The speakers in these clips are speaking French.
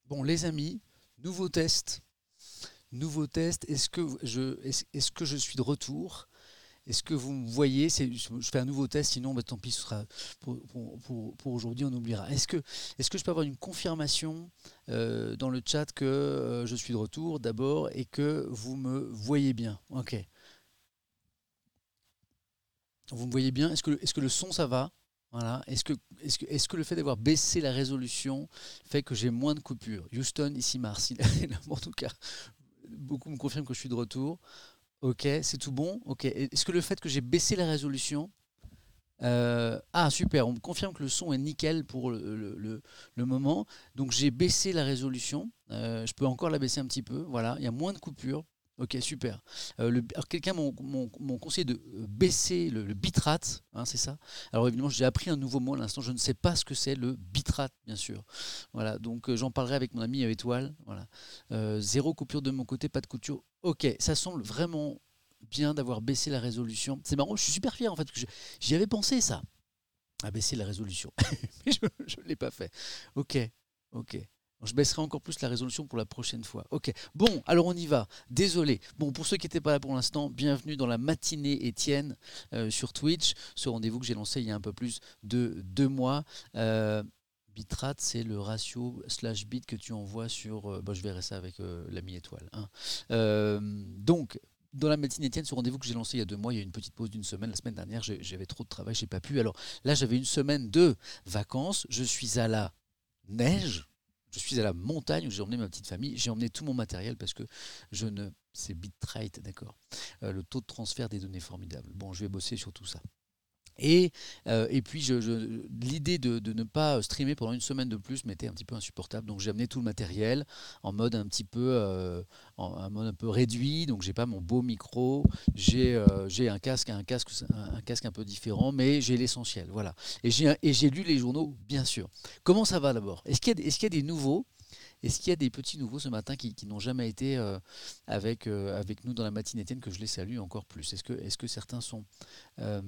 Bon, les amis, nouveau test. Nouveau test. Est-ce que je suis de retour? Est-ce que vous me voyez? Je fais un nouveau test, sinon bah, tant pis, ce sera pour aujourd'hui, on oubliera. Est-ce que je peux avoir une confirmation dans le chat que je suis de retour d'abord et que vous me voyez bien? Ok. Vous me voyez bien? Est-ce que le son ça va? Voilà. Est-ce que le fait d'avoir baissé la résolution fait que j'ai moins de coupures? Houston, ici Mars. En tout cas, beaucoup me confirment que je suis de retour. Ok, c'est tout bon. Ok. Est-ce que le fait que j'ai baissé la résolution. Ah, super, on me confirme que le son est nickel pour le moment. Donc j'ai baissé la résolution. Je peux encore la baisser un petit peu. Voilà, il y a moins de coupures. Ok, super. Alors quelqu'un m'ont conseillé de baisser le bitrate, hein, c'est ça. Alors évidemment, j'ai appris un nouveau mot à l'instant. Je ne sais pas ce que c'est le bitrate, bien sûr. Voilà, donc j'en parlerai avec mon ami Étoile. Voilà. Zéro coupure de mon côté, pas de couture. Ok, ça semble vraiment bien d'avoir baissé la résolution. C'est marrant, je suis super fier en fait, que j'y avais pensé ça, à baisser la résolution. Mais je ne l'ai pas fait. Ok, ok. Je baisserai encore plus la résolution pour la prochaine fois. Ok. Bon, alors on y va. Désolé. Bon, pour ceux qui n'étaient pas là pour l'instant, bienvenue dans la matinée Étienne sur Twitch, ce rendez-vous que j'ai lancé il y a un peu plus de 2 mois. Bitrate, c'est le ratio slash bit que tu envoies sur. Je verrai ça avec l'ami étoile, hein. Donc, dans la matinée Étienne, ce rendez-vous que j'ai lancé il y a 2 mois, il y a eu une petite pause d'une semaine. La semaine dernière, j'avais trop de travail, j'ai pas pu. Alors là, j'avais une semaine de vacances. Je suis à la neige. Je suis à la montagne où j'ai emmené ma petite famille. J'ai emmené tout mon matériel parce que je ne. C'est bitrate, d'accord. Le taux de transfert des données formidable. Bon, je vais bosser sur tout ça. Et puis, l'idée de ne pas streamer pendant une semaine de plus m'était un petit peu insupportable. Donc, j'ai amené tout le matériel en mode un petit peu, un mode un peu réduit. Donc, j'ai pas mon beau micro, j'ai un casque un peu différent, mais j'ai l'essentiel. Voilà. Et j'ai lu les journaux, bien sûr. Comment ça va d'abord? Est-ce qu'il y a des nouveaux? Est-ce qu'il y a des petits nouveaux ce matin qui n'ont jamais été avec nous dans la matinée Étienne que je les salue encore plus? Est-ce que certains euh,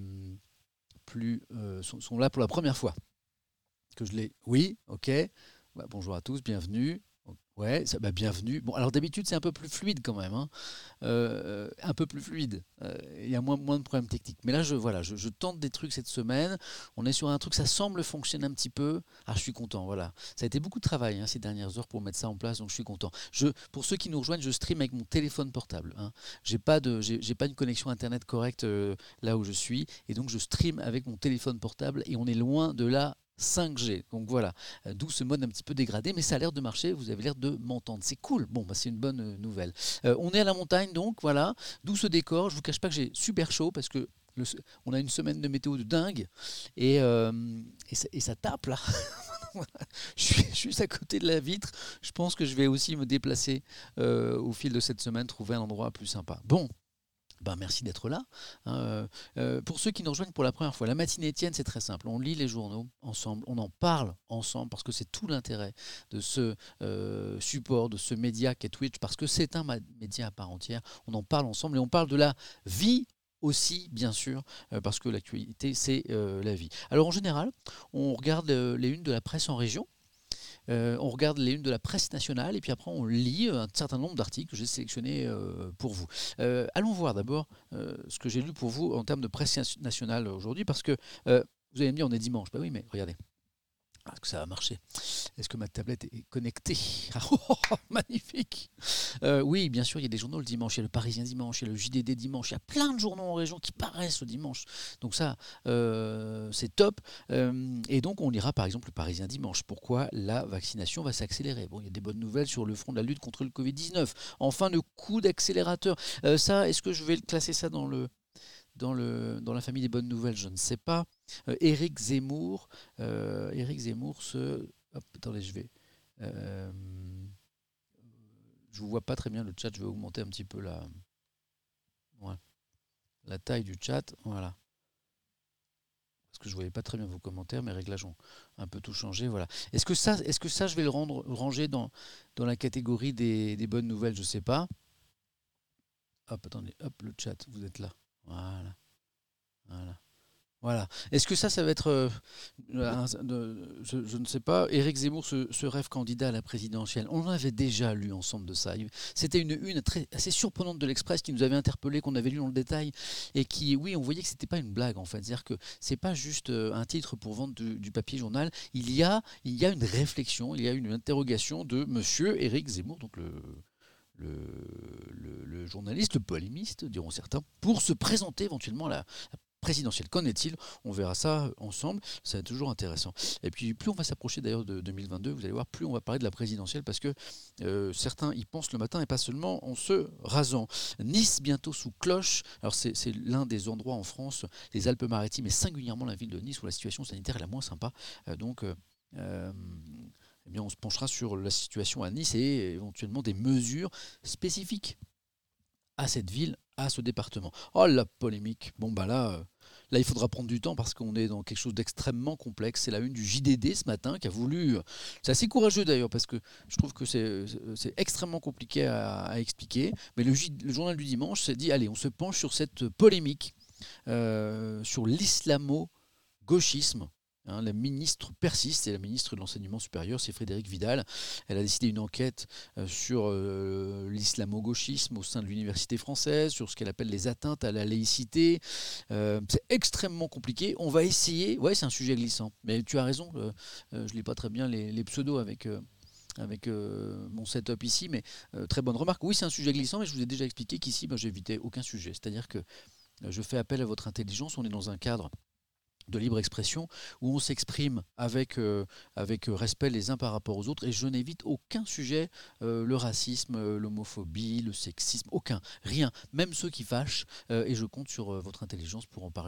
sont là pour la première fois que je l'ai. Oui, ok. Bah, bonjour à tous, bienvenue. Ouais, bienvenue. Bon, alors d'habitude c'est un peu plus fluide quand même, hein. Un peu plus fluide. Il y a moins de problèmes techniques. Mais là, je tente des trucs cette semaine. On est sur un truc, ça semble fonctionner un petit peu. Ah, je suis content, voilà. Ça a été beaucoup de travail, hein, ces dernières heures pour mettre ça en place, donc je suis content. Pour ceux qui nous rejoignent, je stream avec mon téléphone portable, hein. J'ai pas une connexion internet correcte là où je suis, et donc je stream avec mon téléphone portable, et on est loin de la 5G. Donc voilà, d'où ce mode un petit peu dégradé, mais ça a l'air de marcher, vous avez l'air de m'entendre. C'est cool, bon, c'est une bonne nouvelle. On est à la montagne, donc voilà, d'où ce décor. Je vous cache pas que j'ai super chaud parce que on a une semaine de météo de dingue et ça tape là. Je suis à côté de la vitre. Je pense que je vais aussi me déplacer au fil de cette semaine, trouver un endroit plus sympa. Bon, merci d'être là, hein. Pour ceux qui nous rejoignent pour la première fois, la matinée Étienne, c'est très simple. On lit les journaux ensemble, on en parle ensemble parce que c'est tout l'intérêt de ce support, de ce média qu'est Twitch, parce que c'est un média à part entière. On en parle ensemble et on parle de la vie aussi, bien sûr, parce que l'actualité, c'est la vie. Alors en général, on regarde les unes de la presse en région. On regarde les unes de la presse nationale et puis après on lit un certain nombre d'articles que j'ai sélectionnés pour vous. Allons voir d'abord ce que j'ai lu pour vous en termes de presse nationale aujourd'hui parce que vous allez me dire on est dimanche. Bah oui, mais regardez. Est-ce que ça va marcher? Est-ce que ma tablette est connectée? Magnifique. Oui, bien sûr, il y a des journaux le dimanche. Il y a le Parisien dimanche, il y a le JDD dimanche. Il y a plein de journaux en région qui paraissent le dimanche. Donc ça, c'est top. Et donc, on lira par exemple le Parisien dimanche. Pourquoi la vaccination va s'accélérer? Bon, il y a des bonnes nouvelles sur le front de la lutte contre le Covid-19. Enfin, le coup d'accélérateur. Est-ce que je vais classer ça dans la famille des bonnes nouvelles? Je ne sais pas. Éric Zemmour Hop, attendez, euh, je ne vous vois pas très bien le chat, je vais augmenter un petit peu voilà, la taille du chat. Voilà. Parce que je ne voyais pas très bien vos commentaires, mes réglages ont un peu tout changé. Voilà. Est-ce que ça je vais ranger dans la catégorie des bonnes nouvelles? Je ne sais pas. Hop, attendez, hop, le chat, vous êtes là. Voilà. Voilà. Voilà. Est-ce que ça va être, je ne sais pas, Éric Zemmour se rêve candidat à la présidentielle. On en avait déjà lu ensemble de ça. C'était une assez surprenante de l'Express qui nous avait interpellé, qu'on avait lu dans le détail, et qui, oui, on voyait que c'était pas une blague en fait. C'est-à-dire que c'est pas juste un titre pour vendre du papier journal. Il y a une réflexion, il y a une interrogation de Monsieur Éric Zemmour, donc le journaliste, le polémiste, diront certains, pour se présenter éventuellement à la présidentielle. Qu'en est-il? On verra ça ensemble, ça va être toujours intéressant. Et puis plus on va s'approcher d'ailleurs de 2022, vous allez voir, plus on va parler de la présidentielle parce que certains y pensent le matin et pas seulement en se rasant. Nice bientôt sous cloche, alors c'est l'un des endroits en France, les Alpes-Maritimes et singulièrement la ville de Nice où la situation sanitaire est la moins sympa. Euh, eh bien, on se penchera sur la situation à Nice et éventuellement des mesures spécifiques à cette ville, à ce département. Oh la polémique. Bon bah là il faudra prendre du temps parce qu'on est dans quelque chose d'extrêmement complexe. C'est la une du JDD ce matin qui a voulu. C'est assez courageux d'ailleurs parce que je trouve que c'est extrêmement compliqué à expliquer. Mais le journal du dimanche s'est dit allez, on se penche sur cette polémique sur l'islamo-gauchisme. La ministre persiste, c'est la ministre de l'Enseignement supérieur, c'est Frédérique Vidal. Elle a décidé une enquête sur l'islamo-gauchisme au sein de l'université française, sur ce qu'elle appelle les atteintes à la laïcité. C'est extrêmement compliqué. On va essayer. Ouais, c'est un sujet glissant. Mais tu as raison, je ne lis pas très bien les pseudos avec mon setup ici, mais très bonne remarque. Oui, c'est un sujet glissant, mais je vous ai déjà expliqué qu'ici, j'évitais aucun sujet. C'est-à-dire que je fais appel à votre intelligence, on est dans un cadre de libre expression où on s'exprime avec respect les uns par rapport aux autres et je n'évite aucun sujet, le racisme, l'homophobie, le sexisme, aucun, rien, même ceux qui fâchent et je compte sur votre intelligence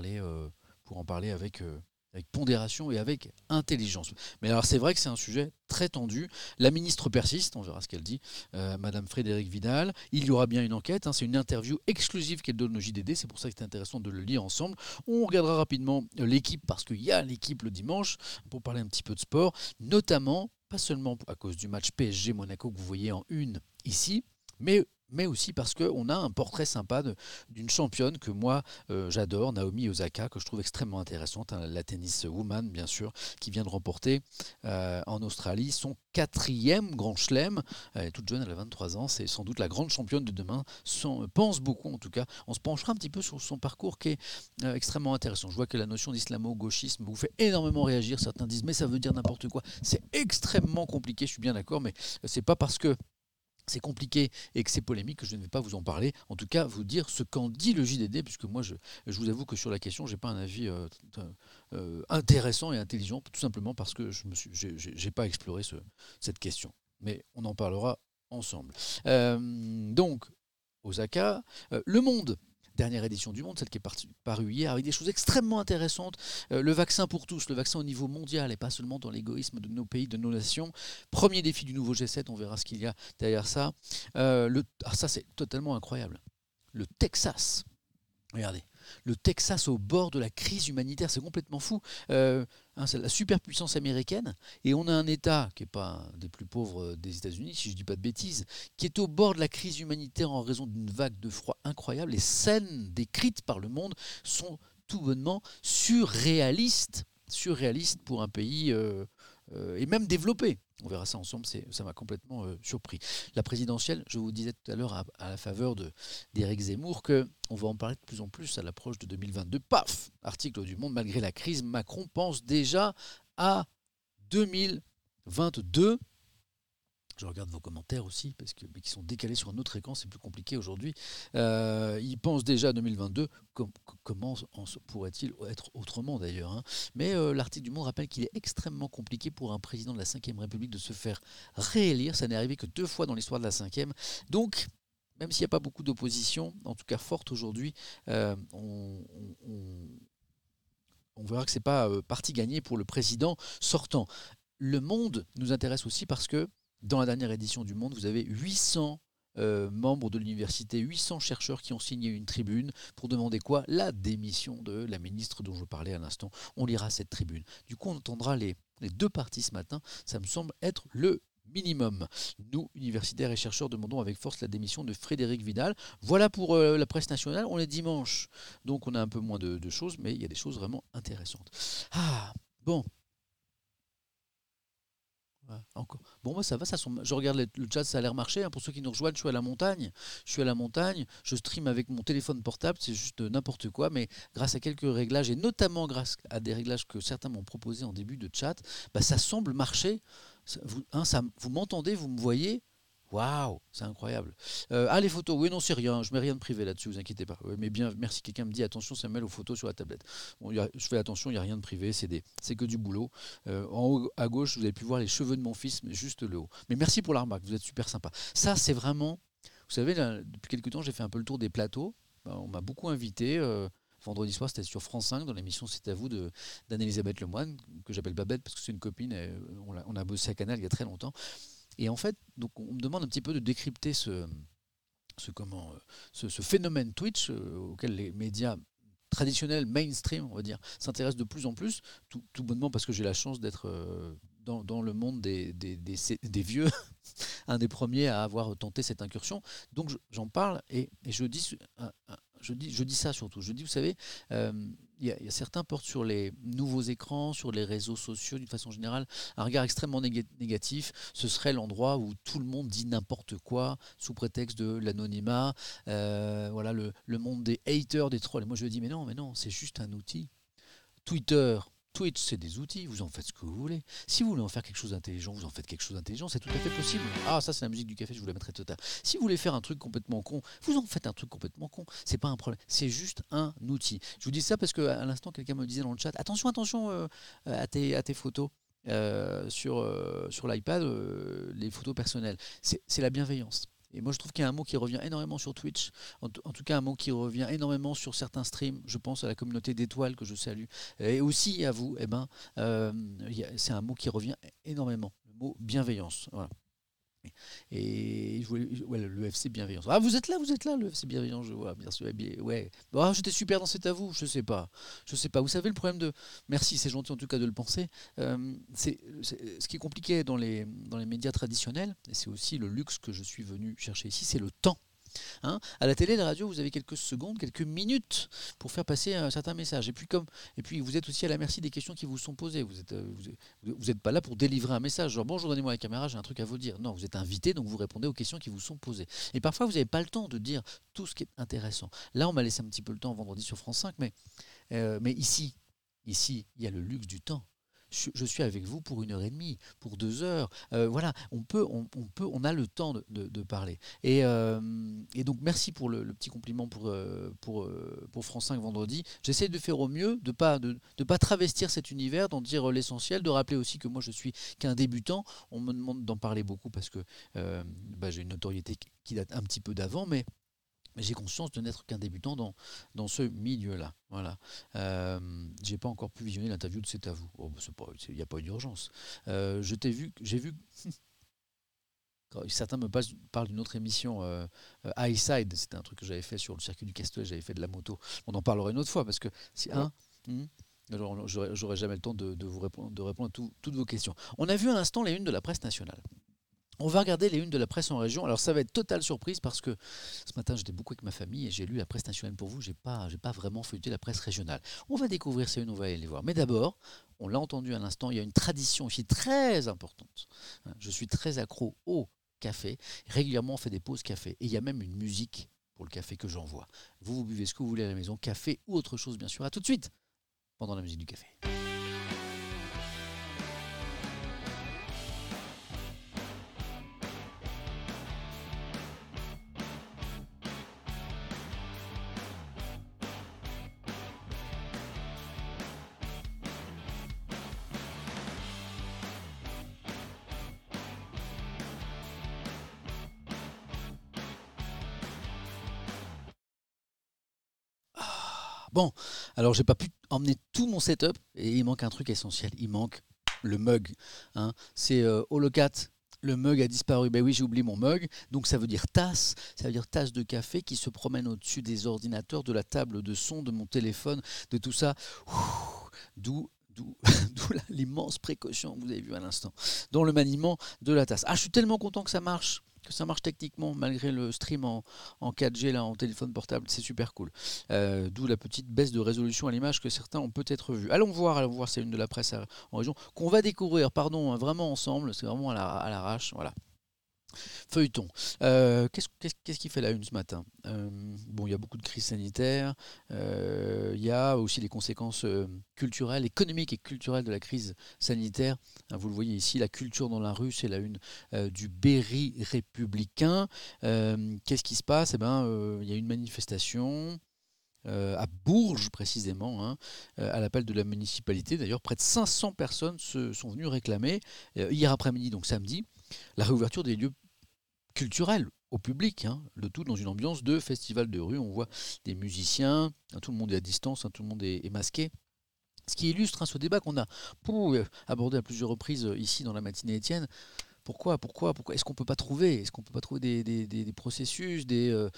pour en parler avec pondération et avec intelligence. Mais alors c'est vrai que c'est un sujet très tendu. La ministre persiste, on verra ce qu'elle dit, Madame Frédérique Vidal. Il y aura bien une enquête, c'est une interview exclusive qu'elle donne au JDD, c'est pour ça que c'est intéressant de le lire ensemble. On regardera rapidement l'équipe, parce qu'il y a l'équipe le dimanche, pour parler un petit peu de sport, notamment, pas seulement à cause du match PSG-Monaco que vous voyez en une ici, mais aussi parce qu'on a un portrait sympa d'une championne que moi j'adore, Naomi Osaka, que je trouve extrêmement intéressante, la tennis woman bien sûr, qui vient de remporter en Australie son 4e grand chelem. Elle est toute jeune, elle a 23 ans, c'est sans doute la grande championne de demain, pense beaucoup en tout cas. On se penchera un petit peu sur son parcours qui est extrêmement intéressant. Je vois que la notion d'islamo-gauchisme vous fait énormément réagir, certains disent mais ça veut dire n'importe quoi. C'est extrêmement compliqué, je suis bien d'accord, mais c'est pas parce que c'est compliqué et que c'est polémique que je ne vais pas vous en parler. En tout cas, vous dire ce qu'en dit le JDD, puisque moi, je vous avoue que sur la question, je n'ai pas un avis intéressant et intelligent, tout simplement parce que je n'ai pas exploré cette question. Mais on en parlera ensemble. Donc, Osaka, Le Monde. Dernière édition du Monde, celle qui est parue hier, avec des choses extrêmement intéressantes. Le vaccin pour tous, le vaccin au niveau mondial et pas seulement dans l'égoïsme de nos pays, de nos nations. Premier défi du nouveau G7, on verra ce qu'il y a derrière ça. Ça, c'est totalement incroyable. Le Texas. Regardez, le Texas au bord de la crise humanitaire, c'est complètement fou. C'est la superpuissance américaine, et on a un État qui n'est pas un des plus pauvres des États-Unis, si je ne dis pas de bêtises, qui est au bord de la crise humanitaire en raison d'une vague de froid incroyable. Les scènes décrites par le monde sont tout bonnement surréalistes pour un pays et même développé. On verra ça ensemble, ça m'a complètement surpris. La présidentielle, je vous disais tout à l'heure à la faveur d'Éric Zemmour qu'on va en parler de plus en plus à l'approche de 2022. Paf! Article du Monde, malgré la crise, Macron pense déjà à 2022. Je regarde vos commentaires aussi, mais qui sont décalés sur un autre écran, c'est plus compliqué aujourd'hui. Il pense déjà à 2022. Comment pourrait-il être autrement d'ailleurs, Mais l'article du Monde rappelle qu'il est extrêmement compliqué pour un président de la Ve République de se faire réélire. Ça n'est arrivé que 2 fois dans l'histoire de la Ve. Donc, même s'il n'y a pas beaucoup d'opposition, en tout cas forte aujourd'hui, on verra que ce n'est pas parti gagné pour le président sortant. Le Monde nous intéresse aussi parce que dans la dernière édition du Monde, vous avez 800 membres de l'université, 800 chercheurs qui ont signé une tribune pour demander quoi? La démission de la ministre dont je parlais à l'instant. On lira cette tribune. Du coup, on entendra les deux parties ce matin. Ça me semble être le minimum. Nous, universitaires et chercheurs, demandons avec force la démission de Frédérique Vidal. Voilà pour la presse nationale. On est dimanche, donc on a un peu moins de choses, mais il y a des choses vraiment intéressantes. Ah, bon. Ouais, encore. Bon, moi ça va, je regarde le chat, ça a l'air marché. Hein. Pour ceux qui nous rejoignent, je suis à la montagne. Je suis à la montagne, je stream avec mon téléphone portable, c'est juste n'importe quoi, mais grâce à quelques réglages, et notamment grâce à des réglages que certains m'ont proposés en début de chat, bah, ça semble marcher. Vous m'entendez, vous me voyez? Waouh, c'est incroyable. Les photos, oui, non, c'est rien, je mets rien de privé là-dessus, vous inquiétez pas. Ouais, mais bien, merci, quelqu'un me dit attention, Samuel, aux photos sur la tablette. Bon, je fais attention, il n'y a rien de privé, c'est que du boulot. En haut à gauche, vous avez pu voir les cheveux de mon fils, mais juste le haut. Mais merci pour la remarque, vous êtes super sympa. Ça, c'est vraiment, vous savez, là, depuis quelques temps, j'ai fait un peu le tour des plateaux. On m'a beaucoup invité. Vendredi soir, c'était sur France 5, dans l'émission C'est à vous d'Anne-Elisabeth Lemoine, que j'appelle Babette parce que c'est une copine, et on a bossé à Canal il y a très longtemps. Et en fait, donc on me demande un petit peu de décrypter ce phénomène Twitch auquel les médias traditionnels, mainstream, on va dire, s'intéressent de plus en plus, tout bonnement parce que j'ai la chance d'être dans le monde des vieux, un des premiers à avoir tenté cette incursion. Donc j'en parle et je dis ça surtout. Je dis, vous savez, il y a certains portent sur les nouveaux écrans, sur les réseaux sociaux d'une façon générale, un regard extrêmement négatif. Ce serait l'endroit où tout le monde dit n'importe quoi sous prétexte de l'anonymat. Voilà, le monde des haters, des trolls. Et moi je dis, mais non, c'est juste un outil. Twitter, Twitch, c'est des outils, vous en faites ce que vous voulez. Si vous voulez en faire quelque chose d'intelligent, vous en faites quelque chose d'intelligent, c'est tout à fait possible. Ah, ça c'est la musique du café, je vous la mettrai tout à l'heure. Si vous voulez faire un truc complètement con, vous en faites un truc complètement con. C'est pas un problème, c'est juste un outil. Je vous dis ça parce qu'à l'instant, quelqu'un me disait dans le chat, attention à tes photos. Sur l'iPad, les photos personnelles. C'est la bienveillance. Et moi, je trouve qu'il y a un mot qui revient énormément sur Twitch, en tout cas un mot qui revient énormément sur certains streams. Je pense à la communauté d'étoiles que je salue, et aussi à vous. C'est un mot qui revient énormément, le mot bienveillance. Voilà. Et le FC Bienveillance. Ah, vous êtes là, le FC Bienveillance, je vois, bien sûr. Ouais. Bon, j'étais super dans C'est à vous, je sais pas. Vous savez, le problème de. Merci, c'est gentil en tout cas de le penser. Ce qui est compliqué dans les médias traditionnels, et c'est aussi le luxe que je suis venu chercher ici, c'est le temps. Hein, à la télé, la radio, vous avez quelques secondes, quelques minutes pour faire passer un certain message. Et puis vous êtes aussi à la merci des questions qui vous sont posées. Vous êtes pas là pour délivrer un message, genre bonjour, donnez-moi la caméra, j'ai un truc à vous dire. Non, vous êtes invité, donc vous répondez aux questions qui vous sont posées. Et parfois, vous n'avez pas le temps de dire tout ce qui est intéressant. Là, on m'a laissé un petit peu le temps vendredi sur France 5, mais ici, il y a le luxe du temps. Je suis avec vous pour 1 heure et demie, pour 2 heures. Voilà, on a le temps de parler. Et donc merci pour le petit compliment pour France 5 vendredi. J'essaie de faire au mieux, de pas travestir cet univers, d'en dire l'essentiel, de rappeler aussi que moi je suis qu'un débutant. On me demande d'en parler beaucoup parce que j'ai une notoriété qui date un petit peu d'avant, mais j'ai conscience de n'être qu'un débutant dans ce milieu-là. Voilà. J'ai pas encore pu visionner l'interview de C'est à vous. Il n'y a pas eu d'urgence. J'ai vu. Certains me parlent d'une autre émission, Highside. C'était un truc que j'avais fait sur le circuit du Castellet. J'avais fait de la moto. On en parlera une autre fois parce que j'aurai jamais le temps de répondre à toutes vos questions. On a vu à l'instant les unes de la presse nationale. On va regarder les unes de la presse en région. Alors ça va être totale surprise parce que ce matin j'étais beaucoup avec ma famille et j'ai lu la presse nationale pour vous. J'ai pas vraiment feuilleté la presse régionale. On va découvrir ces unes, on va aller les voir. Mais d'abord, on l'a entendu à l'instant, il y a une tradition ici très importante. Je suis très accro au café. Régulièrement on fait des pauses café et il y a même une musique pour le café que j'envoie. Vous buvez ce que vous voulez à la maison, café ou autre chose bien sûr. À tout de suite pendant la musique du café. Bon, alors j'ai pas pu emmener tout mon setup et il manque un truc essentiel. Il manque le mug. Hein. C'est Holocat. Le mug a disparu. Ben oui, j'ai oublié mon mug. Donc ça veut dire tasse. Ça veut dire tasse de café qui se promène au-dessus des ordinateurs, de la table de son, de mon téléphone, de tout ça. D'où l'immense précaution que vous avez vu à l'instant dans le maniement de la tasse. Ah, je suis tellement content que ça marche techniquement malgré le stream en 4G là, en téléphone portable, c'est super cool. D'où la petite baisse de résolution à l'image que certains ont peut-être vu. Allons voir, c'est une de la presse en région qu'on va découvrir, pardon, vraiment ensemble, c'est vraiment à l'arrache, voilà. Feuilleton. Qu'est-ce qui fait la une ce matin? Bon, il y a beaucoup de crises sanitaires. Il y a aussi les conséquences culturelles, économiques et culturelles de la crise sanitaire. Vous le voyez ici, la culture dans la rue, c'est la une du Berry républicain. Qu'est-ce qui se passe? Il y a une manifestation. À Bourges précisément, hein, à l'appel de la municipalité. D'ailleurs, près de 500 personnes sont venues réclamer hier après-midi, donc samedi, la réouverture des lieux culturels au public, hein, le tout dans une ambiance de festival de rue. On voit des musiciens, hein, tout le monde est à distance, hein, tout le monde est masqué. Ce qui illustre ce débat qu'on a abordé à plusieurs reprises ici dans la matinée Étienne. Pourquoi est-ce qu'on ne peut pas trouver des processus, des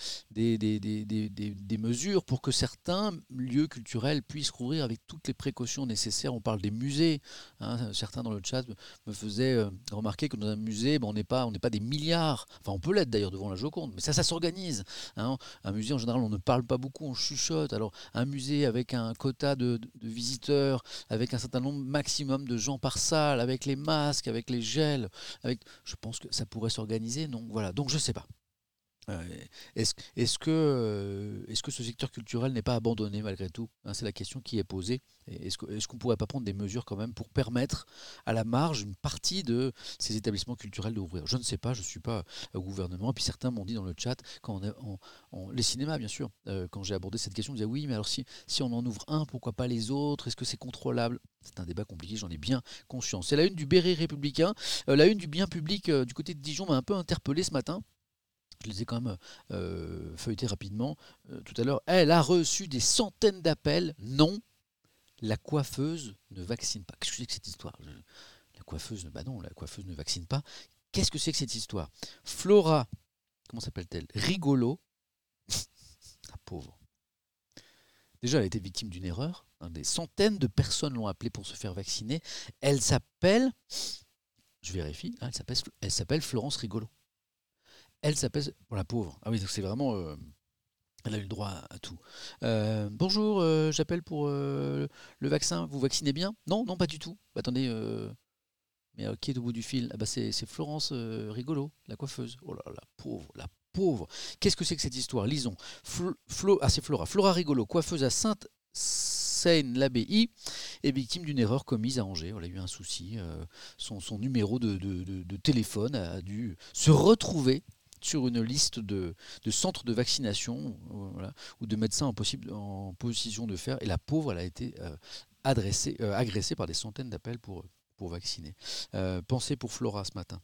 mesures pour que certains lieux culturels puissent rouvrir avec toutes les précautions nécessaires? On parle des musées, hein, certains dans le chat me faisaient remarquer que dans un musée, on n'est pas des milliards, enfin on peut l'être d'ailleurs devant la Joconde, mais ça s'organise, hein. Un musée en général on ne parle pas beaucoup, on chuchote. Alors un musée avec un quota de visiteurs, avec un certain nombre maximum de gens par salle, avec les masques, avec les gels, je pense que ça pourrait s'organiser. Donc voilà, donc je ne sais pas. Est-ce que ce secteur culturel n'est pas abandonné malgré tout, hein? C'est la question qui est posée. Est-ce qu'on ne pourrait pas prendre des mesures quand même pour permettre à la marge une partie de ces établissements culturels d'ouvrir? Je ne sais pas, je ne suis pas au gouvernement. Et puis certains m'ont dit dans le chat, les cinémas bien sûr, quand j'ai abordé cette question, ils disaient oui, mais alors si on en ouvre un, pourquoi pas les autres? Est-ce que c'est contrôlable? C'est un débat compliqué, j'en ai bien conscience. C'est la une du Berry républicain. La une du bien public du côté de Dijon m'a un peu interpellé ce matin. Je les ai quand même feuilletés rapidement tout à l'heure. Elle a reçu des centaines d'appels. Non, la coiffeuse ne vaccine pas. Qu'est-ce que c'est que cette histoire? La coiffeuse ne vaccine pas. Qu'est-ce que c'est que cette histoire? Flora, comment s'appelle-t-elle? Rigolo. La pauvre. Déjà, elle a été victime d'une erreur. Des centaines de personnes l'ont appelée pour se faire vacciner. Elle s'appelle, je vérifie, hein, elle s'appelle Florence Rigolo. Elle s'appelle, pour la pauvre. Ah oui, donc c'est vraiment, elle a eu le droit à tout. Bonjour, j'appelle pour le vaccin. Vous vaccinez bien? Non, non, pas du tout. Attendez, mais qui est au bout du fil? Ah bah c'est Florence Rigolo, la coiffeuse. Oh là là, la pauvre, la pauvre. Qu'est-ce que c'est que cette histoire? Lisons. C'est Flora. Flora Rigolo, coiffeuse à Sainte-Seine-l'Abbaye, est victime d'une erreur commise à Angers. Elle a eu un souci. Son numéro de téléphone a dû se retrouver sur une liste de centres de vaccination, voilà, ou de médecins en position de faire. Et la pauvre, elle a été agressée par des centaines d'appels pour vacciner. Pensez pour Flora ce matin.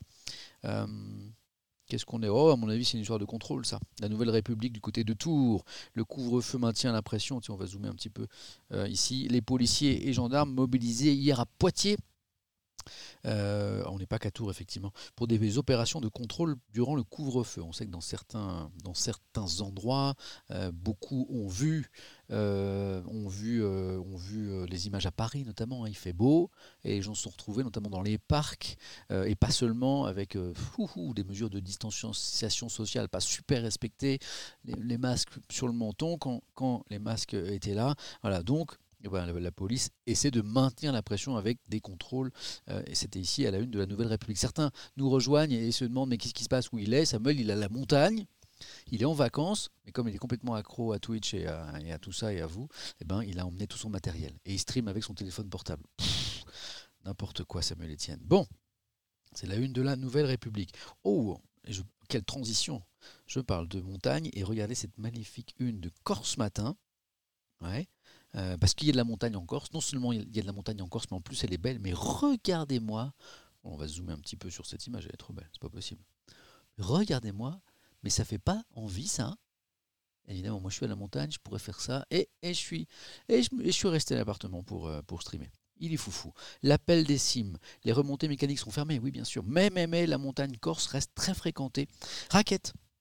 Qu'est-ce qu'on est? Oh, à mon avis, c'est une histoire de contrôle, ça. La Nouvelle République du côté de Tours. Le couvre-feu maintient la pression. Tiens, on va zoomer un petit peu ici. Les policiers et gendarmes mobilisés hier à Poitiers. On n'est pas qu'à Tours, effectivement, pour des opérations de contrôle durant le couvre-feu. On sait que dans certains endroits, beaucoup ont vu les images à Paris, notamment. Il fait beau, et les gens se sont retrouvés, notamment dans les parcs, et pas seulement avec des mesures de distanciation sociale pas super respectées, les masques sur le menton quand les masques étaient là. Voilà, donc la police essaie de maintenir la pression avec des contrôles, et c'était ici à la une de la Nouvelle République. Certains nous rejoignent et se demandent mais qu'est-ce qui se passe, où il est? Samuel, il est à la montagne, il est en vacances, mais comme il est complètement accro à Twitch et à tout ça et à vous, il a emmené tout son matériel et il stream avec son téléphone portable. N'importe quoi, Samuel Etienne. Bon, c'est la une de la Nouvelle République. Oh, quelle transition! Je parle de montagne et regardez cette magnifique une de Corse matin. Ouais. Parce qu'il y a de la montagne en Corse. Non seulement il y a de la montagne en Corse, mais en plus elle est belle. Mais regardez-moi, on va zoomer un petit peu sur cette image, elle est trop belle, c'est pas possible. Regardez-moi, mais ça fait pas envie ça? Évidemment, moi je suis à la montagne, je pourrais faire ça, et je suis resté à l'appartement pour streamer. Il est foufou. L'appel des cimes, les remontées mécaniques sont fermées, oui bien sûr, mais la montagne corse reste très fréquentée. Raquettes.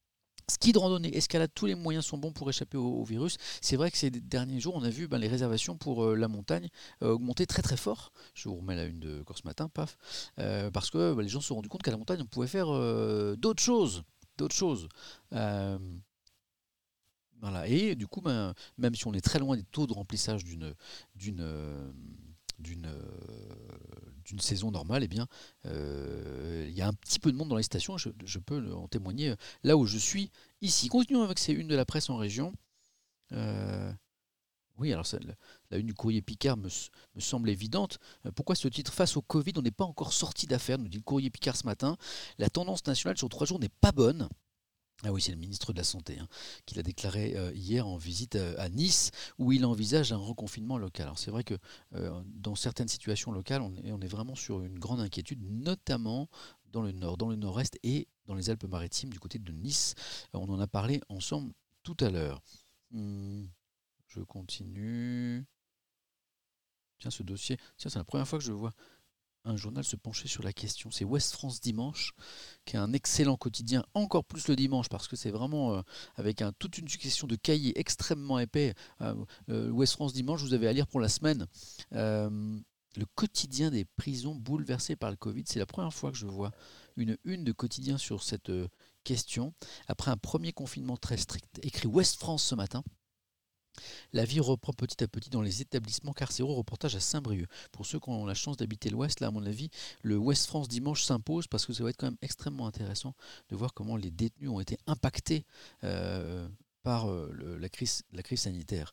Ski de randonnée, escalade, tous les moyens sont bons pour échapper au virus. C'est vrai que ces derniers jours, on a vu les réservations pour la montagne augmenter très très fort. Je vous remets la une de Corse Matin, paf. Parce que les gens se sont rendus compte qu'à la montagne, on pouvait faire d'autres choses. D'autres choses. Euh, voilà. Et du coup, même si on est très loin des taux de remplissage d'une d'une d'une saison normale, eh bien, il y a un petit peu de monde dans les stations. Je peux en témoigner là où je suis ici. Continuons avec ces unes de la presse en région. Euh, oui, alors la une du courrier Picard me semble évidente. Pourquoi ce titre? Face au Covid, on n'est pas encore sorti d'affaire, nous dit le courrier Picard ce matin. La tendance nationale sur 3 jours n'est pas bonne. Ah oui, c'est le ministre de la Santé qui l'a déclaré hier en visite à Nice, où il envisage un reconfinement local. Alors c'est vrai que dans certaines situations locales, on est vraiment sur une grande inquiétude, notamment dans le nord, dans le nord-est et dans les Alpes-Maritimes, du côté de Nice. On en a parlé ensemble tout à l'heure. Je continue. Tiens, ce dossier, tiens, c'est la première fois que je vois un journal se pencher sur la question. C'est Ouest France Dimanche, qui est un excellent quotidien, encore plus le dimanche, parce que c'est vraiment avec toute une succession de cahiers extrêmement épais. Ouest France Dimanche, vous avez à lire pour la semaine. Le quotidien des prisons bouleversées par le Covid. C'est la première fois que je vois une de quotidien sur cette question. Après un premier confinement très strict, écrit Ouest France ce matin. La vie reprend petit à petit dans les établissements carcéraux. Reportage à Saint-Brieuc. Pour ceux qui ont la chance d'habiter l'Ouest, là, à mon avis, le Ouest France Dimanche s'impose parce que ça va être quand même extrêmement intéressant de voir comment les détenus ont été impactés par la crise sanitaire.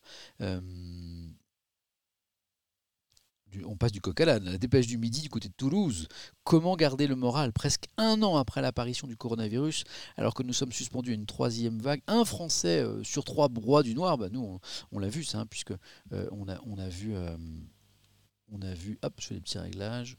On passe du coq à l'âne. La dépêche du midi du côté de Toulouse. Comment garder le moral presque un an après l'apparition du coronavirus, alors que nous sommes suspendus à une troisième vague? Un Français sur 3 broie du noir. Nous, on l'a vu ça, puisque on a vu, hop, je fais des petits réglages.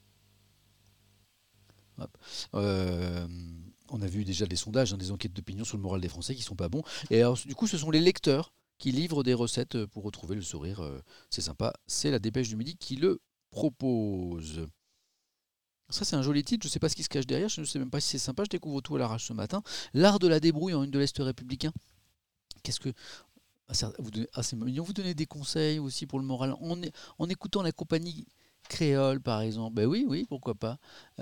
Hop. On a vu déjà des sondages, des enquêtes d'opinion sur le moral des Français qui sont pas bons. Et alors, du coup, ce sont les lecteurs qui livrent des recettes pour retrouver le sourire. C'est sympa. C'est la dépêche du midi qui le propose. Ça, c'est un joli titre. Je ne sais pas ce qui se cache derrière. Je ne sais même pas si c'est sympa. Je découvre tout à l'arrache ce matin. L'art de la débrouille en une de l'Est républicain. Qu'est-ce que. C'est mignon. Vous donnez des conseils aussi pour le moral en écoutant la compagnie créole, par exemple. Ben oui, pourquoi pas.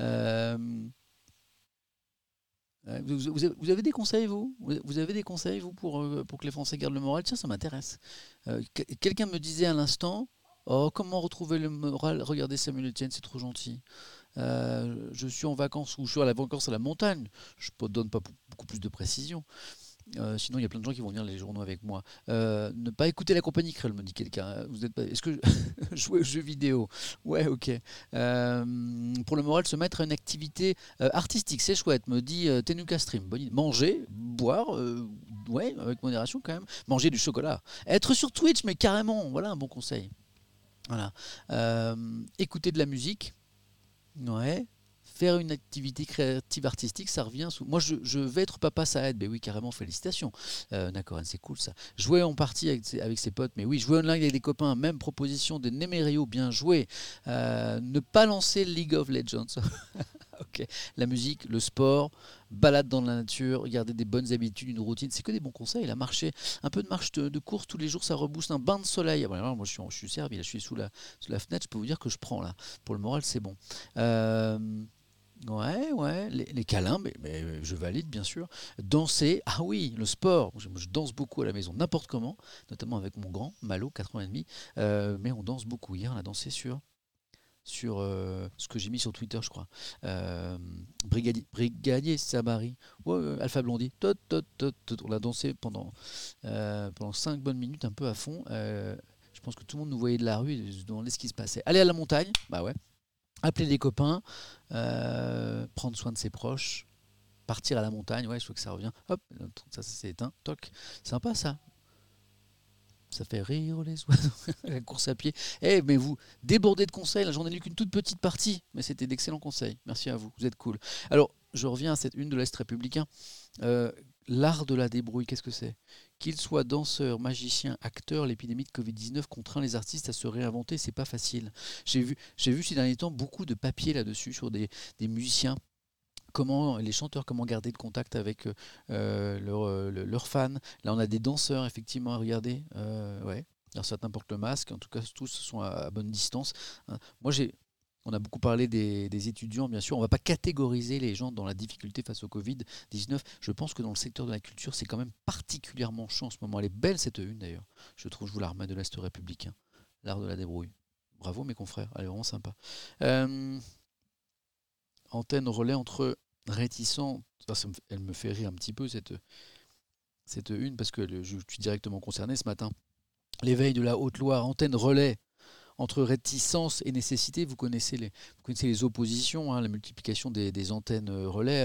Vous avez des conseils, vous? Vous avez des conseils, vous, pour que les Français gardent le moral? Tiens, ça m'intéresse. Quelqu'un me disait à l'instant, oh, comment retrouver le moral? Regardez Samuel Etienne, c'est trop gentil. Je suis en vacances ou je suis à la vacances à la montagne. Je ne donne pas beaucoup plus de précision. Sinon, il y a plein de gens qui vont lire les journaux avec moi. Ne pas écouter la compagnie créole, me dit quelqu'un. Vous êtes pas... Est-ce que jouer aux jeux vidéo? Ouais, ok. Pour le moral, se mettre à une activité artistique, c'est chouette, me dit Tenuka Stream. Bonne idée. Manger, boire, ouais, avec modération quand même. Manger du chocolat. Être sur Twitch, mais carrément, voilà un bon conseil. Voilà. Écouter de la musique. Ouais. Faire une activité créative artistique, ça revient sous. Moi, je vais être papa, ça aide. Ben oui, carrément, félicitations. D'accord, c'est cool ça. Jouer en partie avec ses potes, mais oui, jouer online avec des copains, même proposition de Nemerio, bien joué. Ne pas lancer League of Legends. Ok. La musique, le sport, balade dans la nature, garder des bonnes habitudes, une routine, c'est que des bons conseils. La marcher, un peu de marche de course tous les jours, ça rebooste. Un bain de soleil. Voilà, moi, je suis servi, là, je suis sous la fenêtre, je peux vous dire que je prends là. Pour le moral, c'est bon. Ouais, les câlins, mais je valide bien sûr. Danser, ah oui, le sport. Je danse beaucoup à la maison, n'importe comment, notamment avec mon grand, Malo, 4 ans et demi. Mais on danse beaucoup. Hier, on a dansé sur ce que j'ai mis sur Twitter, je crois. Brigadier Sabari, ouais, Alpha Blondie. On a dansé pendant 5 bonnes minutes, un peu à fond. Je pense que tout le monde nous voyait de la rue et se demandait ce qui se passait. Aller à la montagne, bah ouais. Appeler les copains, prendre soin de ses proches, partir à la montagne, ouais, je vois que ça revient. Hop, ça s'est éteint, toc. Sympa ça. Ça fait rire les oiseaux. La course à pied. Mais vous débordez de conseils, là j'en ai lu qu'une toute petite partie, mais c'était d'excellents conseils. Merci à vous, vous êtes cool. Alors, je reviens à cette une de l'Est républicain. L'art de la débrouille, qu'est-ce que c'est? Qu'ils soient danseurs, magiciens, acteurs, l'épidémie de Covid-19 contraint les artistes à se réinventer, c'est pas facile. J'ai vu ces derniers temps beaucoup de papiers là-dessus sur des musiciens comment les chanteurs, comment garder le contact avec leurs fans. Là, on a des danseurs, effectivement, à regarder. Ouais. Alors, certains portent le masque, en tout cas, tous sont à bonne distance. Hein. Moi, on a beaucoup parlé des étudiants, bien sûr. On ne va pas catégoriser les gens dans la difficulté face au Covid-19. Je pense que dans le secteur de la culture, c'est quand même particulièrement chaud en ce moment. Elle est belle, cette une, d'ailleurs. Je trouve, je vous la remets de l'Est républicain. L'art de la débrouille. Bravo, mes confrères. Elle est vraiment sympa. Euh, Antenne relais entre réticents. Elle me fait rire un petit peu, cette une, parce que je suis directement concerné ce matin. L'éveil de la Haute-Loire, antenne relais entre réticence et nécessité. Vous connaissez les oppositions, hein, la multiplication des antennes relais.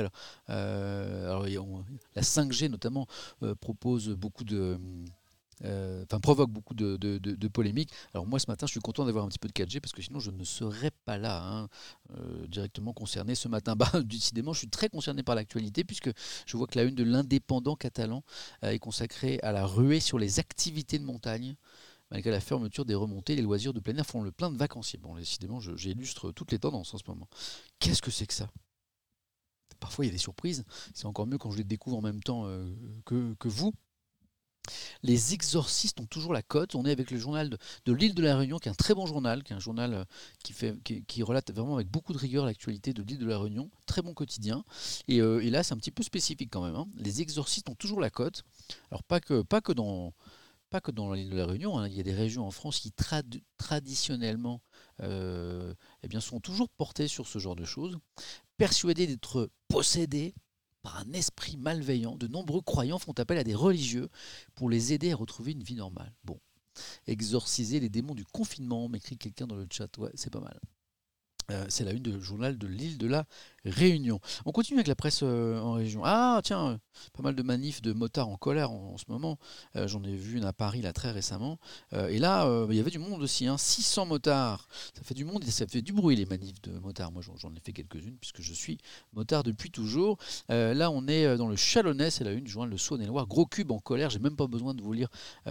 La 5G notamment propose beaucoup provoque beaucoup de polémiques. Alors moi ce matin je suis content d'avoir un petit peu de 4G parce que sinon je ne serais pas là, hein, directement concerné ce matin. Décidément je suis très concerné par l'actualité puisque je vois que la une de l'Indépendant catalan est consacrée à la ruée sur les activités de montagne. Malgré la fermeture des remontées, les loisirs de plein air font le plein de vacanciers. Bon, décidément, j'illustre toutes les tendances en ce moment. Qu'est-ce que c'est que ça? Parfois, il y a des surprises. C'est encore mieux quand je les découvre en même temps que vous. Les exorcistes ont toujours la cote. On est avec le journal de l'île de la Réunion, qui est un très bon journal, qui est un journal qui relate vraiment avec beaucoup de rigueur l'actualité de l'île de la Réunion. Très bon quotidien. Et là, c'est un petit peu spécifique quand même. Hein. Les exorcistes ont toujours la cote. Alors, pas que dans l'île de la Réunion, hein. Il y a des régions en France qui traditionnellement sont toujours portées sur ce genre de choses. Persuadés d'être possédés par un esprit malveillant, de nombreux croyants font appel à des religieux pour les aider à retrouver une vie normale. Bon, exorciser les démons du confinement, m'écrit quelqu'un dans le chat. Ouais, c'est pas mal. C'est la une du journal de l'île de la Réunion. On continue avec la presse en région. Ah tiens, pas mal de manifs de motards en colère en ce moment. J'en ai vu une à Paris là très récemment. Et là, il y avait du monde aussi. 600 motards. Ça fait du monde et ça fait du bruit les manifs de motards. Moi j'en ai fait quelques-unes puisque je suis motard depuis toujours. Là on est dans le Chalonnais, c'est la une du journal de Saône-et-Loire. Gros cube en colère. J'ai même pas besoin de vous lire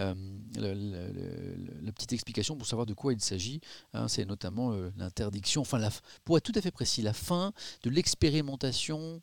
la petite explication pour savoir de quoi il s'agit. Hein, c'est notamment l'interdiction, pour être tout à fait précis, la fin de l'expérimentation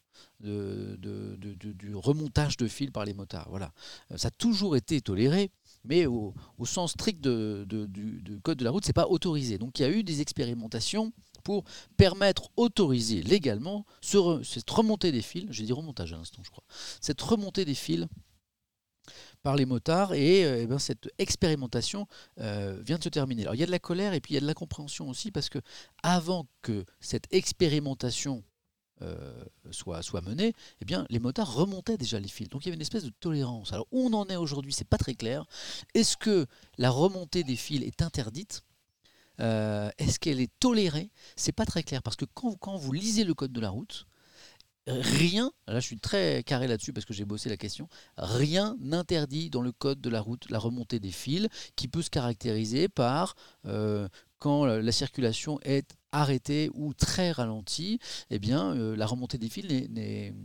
du remontage de fil par les motards. Voilà. Ça a toujours été toléré, mais au sens strict du code de la route, c'est pas autorisé. Donc il y a eu des expérimentations pour permettre, autoriser légalement cette remontée des fils, j'ai dit remontage à l'instant je crois, cette remontée des fils par les motards et cette expérimentation vient de se terminer. Alors il y a de la colère et puis il y a de l'incompréhension aussi parce que avant que cette expérimentation soit menée, les motards remontaient déjà les fils. Donc il y avait une espèce de tolérance. Alors où on en est aujourd'hui, c'est pas très clair. Est-ce que la remontée des fils est interdite? Est-ce qu'elle est tolérée? C'est pas très clair parce que quand vous lisez le code de la route, rien, là je suis très carré là-dessus parce que j'ai bossé la question, rien n'interdit dans le code de la route la remontée des fils qui peut se caractériser par quand la circulation est arrêtée ou très ralentie, la remontée des fils n'est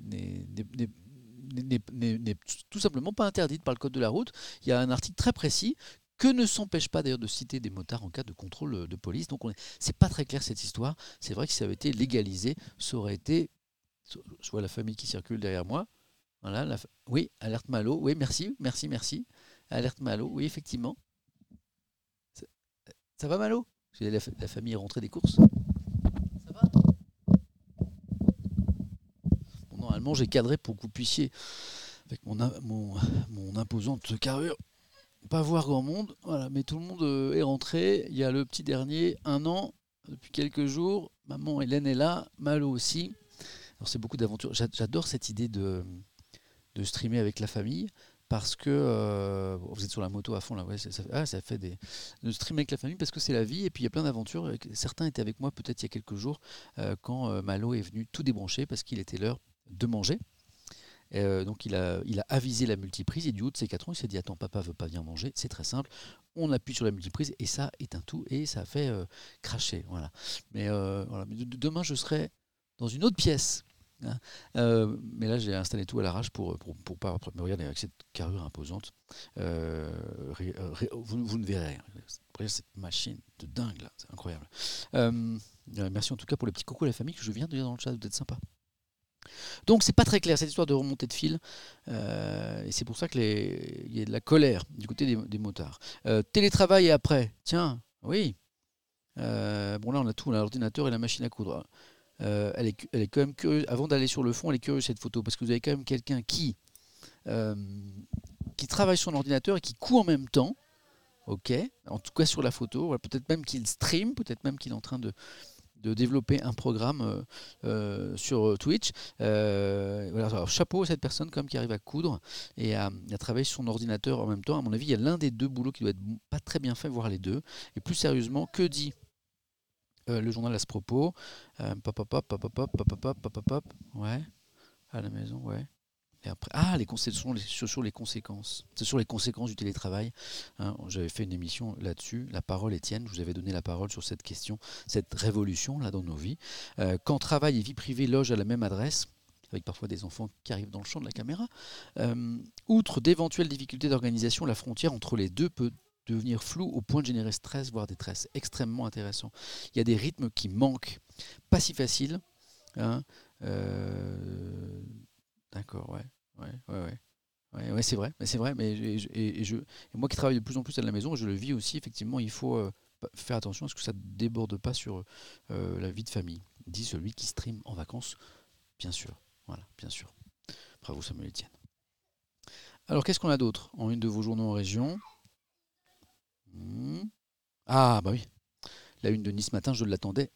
tout simplement pas interdite par le code de la route. Il y a un article très précis que ne s'empêche pas d'ailleurs de citer des motards en cas de contrôle de police. Donc c'est pas très clair cette histoire. C'est vrai que si ça avait été légalisé, ça aurait été. Je vois la famille qui circule derrière moi. Voilà, oui, alerte Malo. Oui, merci. Alerte Malo, oui, effectivement. Ça, ça va Malo? La famille est rentrée des courses. Ça va? Bon, normalement, j'ai cadré pour que vous puissiez, avec mon imposante carrure, pas voir grand monde. Voilà, mais tout le monde est rentré. Il y a le petit dernier, 1 an, depuis quelques jours. Maman Hélène est là, Malo aussi. Alors c'est beaucoup d'aventures. J'adore cette idée de streamer avec la famille parce que vous êtes sur la moto à fond là, ouais, ça fait de streamer avec la famille parce que c'est la vie et puis il y a plein d'aventures. Certains étaient avec moi peut-être il y a quelques jours quand Malo est venu tout débrancher parce qu'il était l'heure de manger. Donc il a avisé la multiprise et du haut de ses 4 ans il s'est dit attends papa veut pas venir manger, c'est très simple, on appuie sur la multiprise et ça éteint tout et ça fait cracher, voilà. Mais demain je serai dans une autre pièce. Hein. Mais là j'ai installé tout à l'arrache pour pas me regarder avec cette carrure imposante. Vous ne verrez rien. Après, cette machine de dingue là, c'est incroyable. Merci en tout cas pour les petits coucou à la famille que je viens de dire dans le chat, vous êtes sympa. Donc c'est pas très clair cette histoire de remontée de fil, et c'est pour ça qu'il y a de la colère du côté des motards. Télétravail et après, tiens, oui. Bon là on a tout, on a l'ordinateur et la machine à coudre. Elle est quand même curieuse, avant d'aller sur le fond, elle est curieuse cette photo, parce que vous avez quand même quelqu'un euh, qui travaille sur l'ordinateur et qui coud en même temps, ok, en tout cas sur la photo, voilà, peut-être même qu'il stream, peut-être même qu'il est en train de développer un programme sur Twitch. Voilà, alors, chapeau à cette personne comme qui arrive à coudre et à travailler sur son ordinateur en même temps. À mon avis, il y a l'un des deux boulots qui doit être pas très bien fait, voire les deux. Et plus sérieusement, que dit le journal à ce propos? Pop, pop, pop, pop, pop, pop, pop, pop, pop, pop, ouais, à la maison, ouais. Et après, ce sont les conséquences. Ce sont les conséquences du télétravail. Hein, j'avais fait une émission là-dessus. La parole est tienne. Je vous avais donné la parole sur cette question, cette révolution là dans nos vies. Quand travail et vie privée logent à la même adresse, avec parfois des enfants qui arrivent dans le champ de la caméra, outre d'éventuelles difficultés d'organisation, la frontière entre les deux peut devenir floue au point de générer stress, voire détresse. Extrêmement intéressant. Il y a des rythmes qui manquent. Pas si faciles. Hein, d'accord, ouais. Ouais, ouais, ouais. Ouais, ouais, c'est vrai, mais c'est vrai, mais et moi qui travaille de plus en plus à la maison, je le vis aussi, effectivement, il faut faire attention à ce que ça ne déborde pas sur la vie de famille, dit celui qui stream en vacances, bien sûr. Voilà, bien sûr. Bravo Samuel Etienne. Alors, qu'est-ce qu'on a d'autre en une de vos journaux en région? Hmm. Ah, bah oui, la une de Nice Matin, je l'attendais,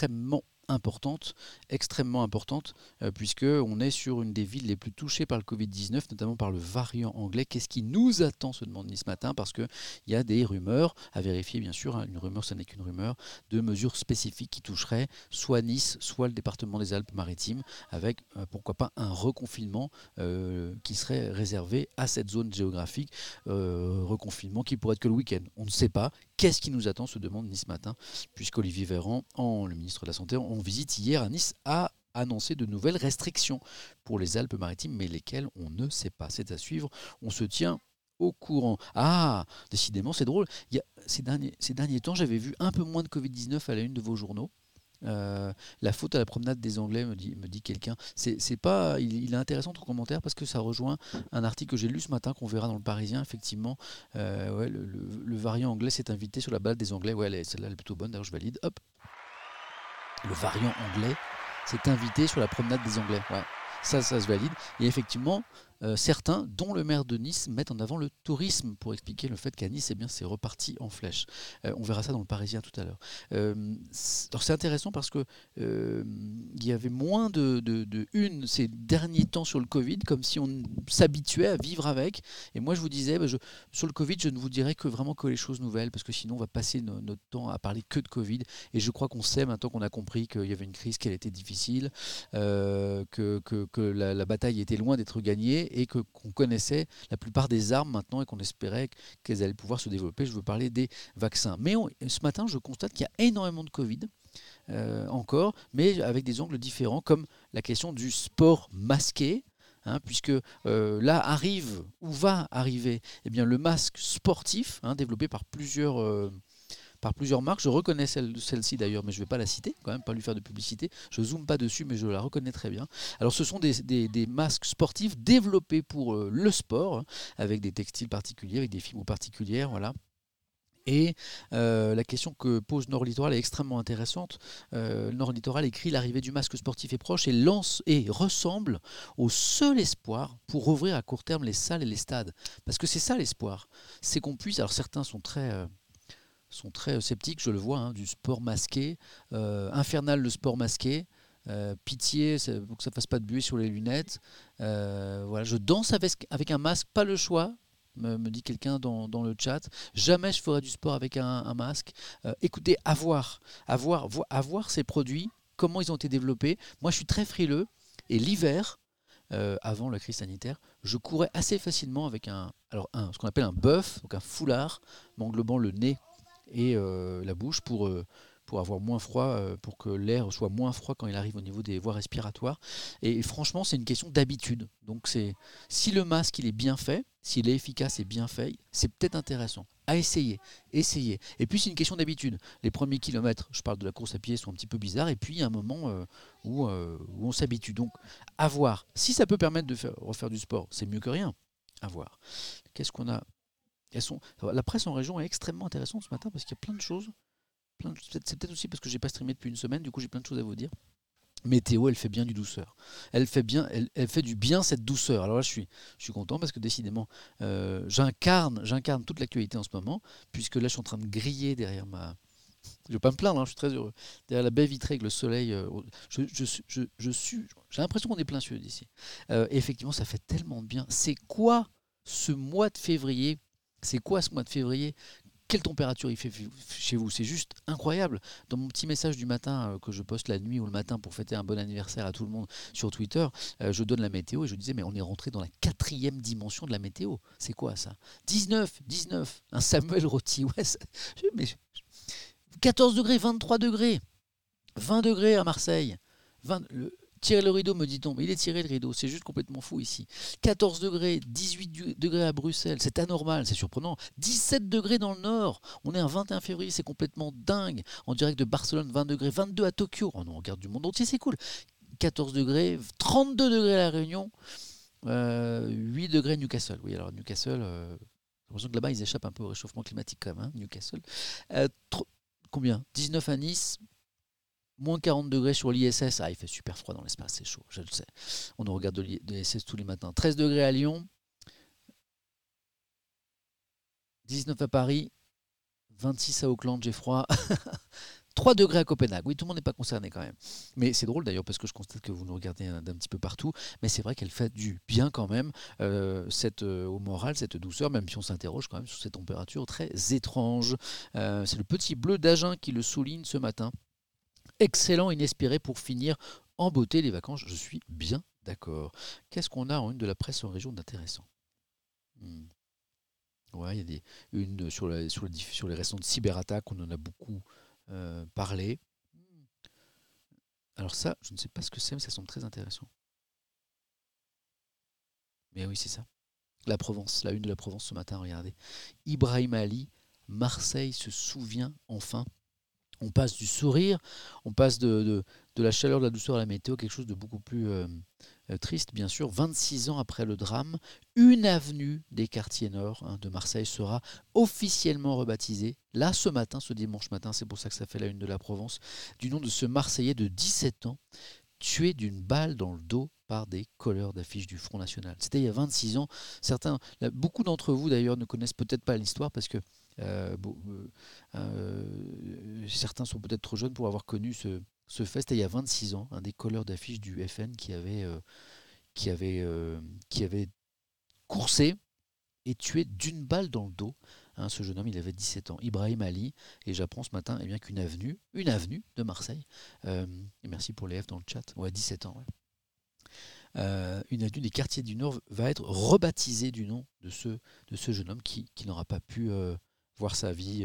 extrêmement importante, puisque on est sur une des villes les plus touchées par le Covid-19, notamment par le variant anglais. Qu'est-ce qui nous attend, se demande Nice Matin, parce qu'il y a des rumeurs, à vérifier bien sûr, hein, une rumeur, ça n'est qu'une rumeur, de mesures spécifiques qui toucheraient soit Nice, soit le département des Alpes-Maritimes, avec pourquoi pas un reconfinement qui serait réservé à cette zone géographique, reconfinement qui pourrait être que le week-end. On ne sait pas. Qu'est-ce qui nous attend, se demande Nice Matin, puisqu'Olivier Véran, le ministre de la Santé, en visite hier à Nice, a annoncé de nouvelles restrictions pour les Alpes-Maritimes, mais lesquelles on ne sait pas. C'est à suivre, on se tient au courant. Ah, décidément, c'est drôle. Ces derniers temps, j'avais vu un peu moins de Covid-19 à la une de vos journaux. La faute à la promenade des Anglais, me dit quelqu'un. C'est pas, il est intéressant ton commentaire parce que ça rejoint un article que j'ai lu ce matin qu'on verra dans le Parisien. Effectivement, ouais, le variant anglais s'est invité sur la balade des Anglais. Ouais, celle-là elle est plutôt bonne. D'ailleurs, je valide. Hop, le variant anglais s'est invité sur la promenade des Anglais. Ouais, ça se valide. Et effectivement, certains, dont le maire de Nice, mettent en avant le tourisme pour expliquer le fait qu'à Nice, eh bien, c'est reparti en flèche. On verra ça dans le Parisien tout à l'heure. Alors c'est intéressant parce que il y avait moins de une ces derniers temps sur le Covid, comme si on s'habituait à vivre avec. Et moi, je vous disais, sur le Covid, je ne vous dirais que vraiment que les choses nouvelles, parce que sinon, on va passer notre temps à parler que de Covid. Et je crois qu'on sait maintenant qu'on a compris qu'il y avait une crise, qu'elle était difficile, que la bataille était loin d'être gagnée et qu'on connaissait la plupart des armes maintenant et qu'on espérait qu'elles allaient pouvoir se développer. Je veux parler des vaccins. Mais ce matin, je constate qu'il y a énormément de Covid encore, mais avec des angles différents, comme la question du sport masqué. Hein, puisque là arrive ou va arriver eh bien, le masque sportif, hein, développé par plusieurs marques. Je reconnais celle-ci d'ailleurs, mais je ne vais pas la citer, quand même, pas lui faire de publicité. Je zoome pas dessus, mais je la reconnais très bien. Alors ce sont des masques sportifs développés pour le sport, hein, avec des textiles particuliers, avec des fibres particulières, voilà. Et la question que pose Nord Littoral est extrêmement intéressante. Nord Littoral écrit: l'arrivée du masque sportif est proche et ressemble au seul espoir pour rouvrir à court terme les salles et les stades. Parce que c'est ça l'espoir. C'est qu'on puisse... Alors certains sont très sceptiques, je le vois, hein, du sport masqué. Infernal le sport masqué. Pitié pour que ça ne fasse pas de buée sur les lunettes. Voilà, je danse avec un masque, pas le choix, me dit quelqu'un dans le chat. Jamais je ferai du sport avec un masque. Écoutez, à voir ces produits, comment ils ont été développés. Moi, je suis très frileux. Et l'hiver, avant la crise sanitaire, je courais assez facilement avec ce qu'on appelle un buff, donc un foulard, m'englobant le nez et la bouche pour pour avoir moins froid, pour que l'air soit moins froid quand il arrive au niveau des voies respiratoires. Et franchement, c'est une question d'habitude. Donc si le masque il est bien fait, s'il est efficace et bien fait, c'est peut-être intéressant à essayer. Essayer. Et puis c'est une question d'habitude. Les premiers kilomètres, je parle de la course à pied, sont un petit peu bizarres. Et puis il y a un moment où on s'habitue. Donc à voir. Si ça peut permettre de refaire du sport, c'est mieux que rien. À voir. Qu'est-ce qu'on a? La presse en région est extrêmement intéressante ce matin parce qu'il y a plein de choses. C'est peut-être aussi parce que j'ai pas streamé depuis une semaine, du coup j'ai plein de choses à vous dire. Météo, elle fait bien du douceur. Elle fait du bien cette douceur. Alors là, je suis content parce que décidément, j'incarne toute l'actualité en ce moment, puisque là, je suis en train de griller derrière ma. Je ne vais pas me plaindre, hein, je suis très heureux. Derrière la baie vitrée avec le soleil, j'ai l'impression qu'on est plein sud ici. Et effectivement, ça fait tellement de bien. C'est quoi ce mois de février? C'est quoi ce mois de février? Quelle température il fait chez vous? C'est juste incroyable. Dans mon petit message du matin que je poste la nuit ou le matin pour fêter un bon anniversaire à tout le monde sur Twitter, je donne la météo et je disais mais on est rentré dans la 4e dimension de la météo. C'est quoi ça? 19, un Samuel Roti. Ouais, mais 14 degrés, 23 degrés, 20 degrés à Marseille. Tirer le rideau, me dit-on. Mais il est tiré le rideau, c'est juste complètement fou ici. 14 degrés, 18 degrés à Bruxelles, c'est anormal, c'est surprenant. 17 degrés dans le nord, on est un 21 février, c'est complètement dingue. En direct de Barcelone, 20 degrés, 22 à Tokyo. Oh non, on regarde du monde entier, c'est cool. 14 degrés, 32 degrés à La Réunion, 8 degrés à Newcastle. Oui, alors Newcastle, j'ai l'impression que là-bas, ils échappent un peu au réchauffement climatique quand même, hein, Newcastle. Combien? 19 à Nice. Moins 40 degrés sur l'ISS. Ah, il fait super froid dans l'espace, c'est chaud, je le sais. On nous regarde de l'ISS tous les matins. 13 degrés à Lyon. 19 à Paris. 26 à Auckland, j'ai froid. 3 degrés à Copenhague. Oui, tout le monde n'est pas concerné quand même. Mais c'est drôle d'ailleurs parce que je constate que vous nous regardez d'un petit peu partout. Mais c'est vrai qu'elle fait du bien quand même au moral, cette douceur, même si on s'interroge quand même sur ces températures très étranges. C'est le petit bleu d'Agen qui le souligne ce matin. Excellent, inespéré pour finir en beauté les vacances, je suis bien d'accord. Qu'est-ce qu'on a en une de la presse en région d'intéressant? Ouais, il y a une sur les récentes cyberattaques, on en a beaucoup parlé. Alors ça, je ne sais pas ce que c'est, mais ça semble très intéressant. Mais oui, c'est ça. La Provence, la une de la Provence ce matin, regardez. Ibrahim Ali, Marseille se souvient enfin. On passe du sourire, on passe de la chaleur, de la douceur à la météo, quelque chose de beaucoup plus triste, bien sûr. 26 ans après le drame, une avenue des quartiers nord de Marseille sera officiellement rebaptisée. Là, ce matin, ce dimanche matin, c'est pour ça que ça fait la une de la Provence, du nom de ce Marseillais de 17 ans, tué d'une balle dans le dos par des colleurs d'affiches du Front National. C'était il y a 26 ans. Beaucoup d'entre vous, d'ailleurs, ne connaissent peut-être pas l'histoire parce que certains sont peut-être trop jeunes pour avoir connu ce fait. C'était il y a 26 ans, un des colleurs d'affiches du FN qui avait coursé et tué d'une balle dans le dos. Ce jeune homme, il avait 17 ans, Ibrahim Ali, et j'apprends ce matin qu'une avenue de Marseille, et merci pour les F dans le chat, ouais, 17 ans, ouais. Une avenue des quartiers du Nord va être rebaptisée du nom de ce jeune homme qui n'aura pas pu voir sa vie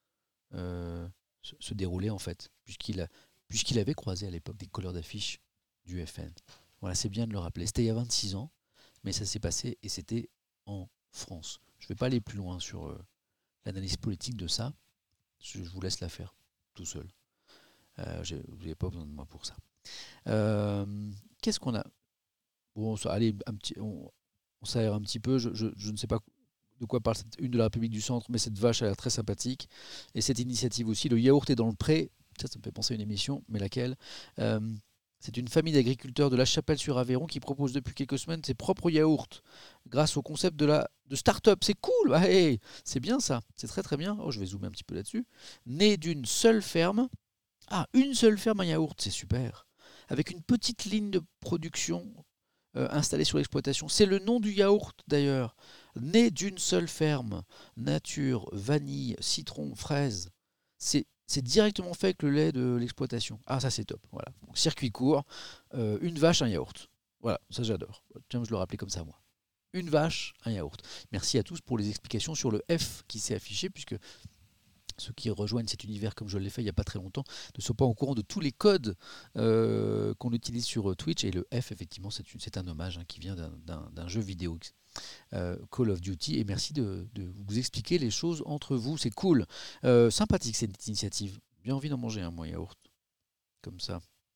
se dérouler en fait, puisqu'il avait croisé à l'époque des colleurs d'affiches du FN. Voilà, c'est bien de le rappeler. C'était il y a 26 ans, mais ça s'est passé et c'était en France. Je ne vais pas aller plus loin sur l'analyse politique de ça. Je vous laisse la faire tout seul. Vous n'avez pas besoin de moi pour ça. Qu'est-ce qu'on a? Bon, allez, on s'aère un petit peu. Je ne sais pas de quoi parle cette une de la République du Centre, mais cette vache a l'air très sympathique. Et cette initiative aussi, le yaourt est dans le pré. Ça me fait penser à une émission, mais laquelle? C'est une famille d'agriculteurs de La Chapelle-sur-Aveyron qui propose depuis quelques semaines ses propres yaourts grâce au concept de start-up. C'est cool, hey, c'est bien ça, c'est très très bien. Oh, je vais zoomer un petit peu là-dessus. Né d'une seule ferme. Ah, une seule ferme à yaourt, c'est super. Avec une petite ligne de production installée sur l'exploitation. C'est le nom du yaourt d'ailleurs. Né d'une seule ferme. Nature, vanille, citron, fraise. C'est directement fait avec le lait de l'exploitation. Ah, ça c'est top. Voilà. Donc, circuit court, une vache, un yaourt. Voilà, ça j'adore. Tiens, je le rappelais comme ça moi. Une vache, un yaourt. Merci à tous pour les explications sur le F qui s'est affiché, puisque ceux qui rejoignent cet univers comme je l'ai fait il n'y a pas très longtemps ne sont pas au courant de tous les codes qu'on utilise sur Twitch. Et le F, effectivement, c'est un hommage qui vient d'un jeu vidéo, Call of Duty. Et merci de vous expliquer les choses entre vous. C'est cool. Sympathique cette initiative. Bien envie d'en manger un, moi, yaourt. Comme ça.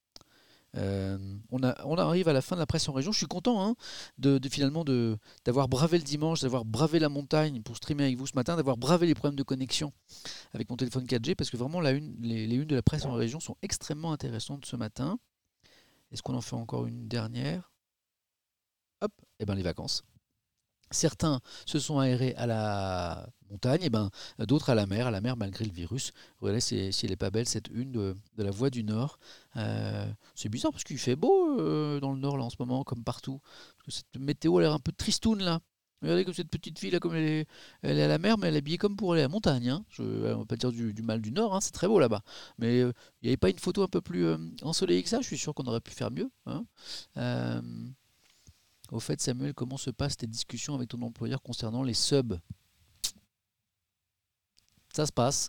On arrive à la fin de la presse en région. Je suis content finalement d'avoir bravé le dimanche, d'avoir bravé la montagne pour streamer avec vous ce matin, d'avoir bravé les problèmes de connexion avec mon téléphone 4G, parce que vraiment les unes de la presse en région sont extrêmement intéressantes ce matin. Est-ce qu'on en fait encore une dernière? Hop, et ben les vacances. Certains se sont aérés à la montagne, et ben, d'autres à la mer malgré le virus. Voilà, si elle n'est pas belle, cette une de la Voix du Nord. C'est bizarre parce qu'il fait beau dans le Nord là en ce moment, comme partout. Parce que cette météo a l'air un peu tristoune là. Regardez comme cette petite fille là, comme elle est à la mer, mais elle est habillée comme pour aller à la montagne. On ne va pas dire du mal du Nord, c'est très beau là-bas. Mais il n'y avait pas une photo un peu plus ensoleillée que ça. Je suis sûr qu'on aurait pu faire mieux. Euh, Au fait, Samuel, comment se passent tes discussions avec ton employeur concernant les subs? Ça se passe.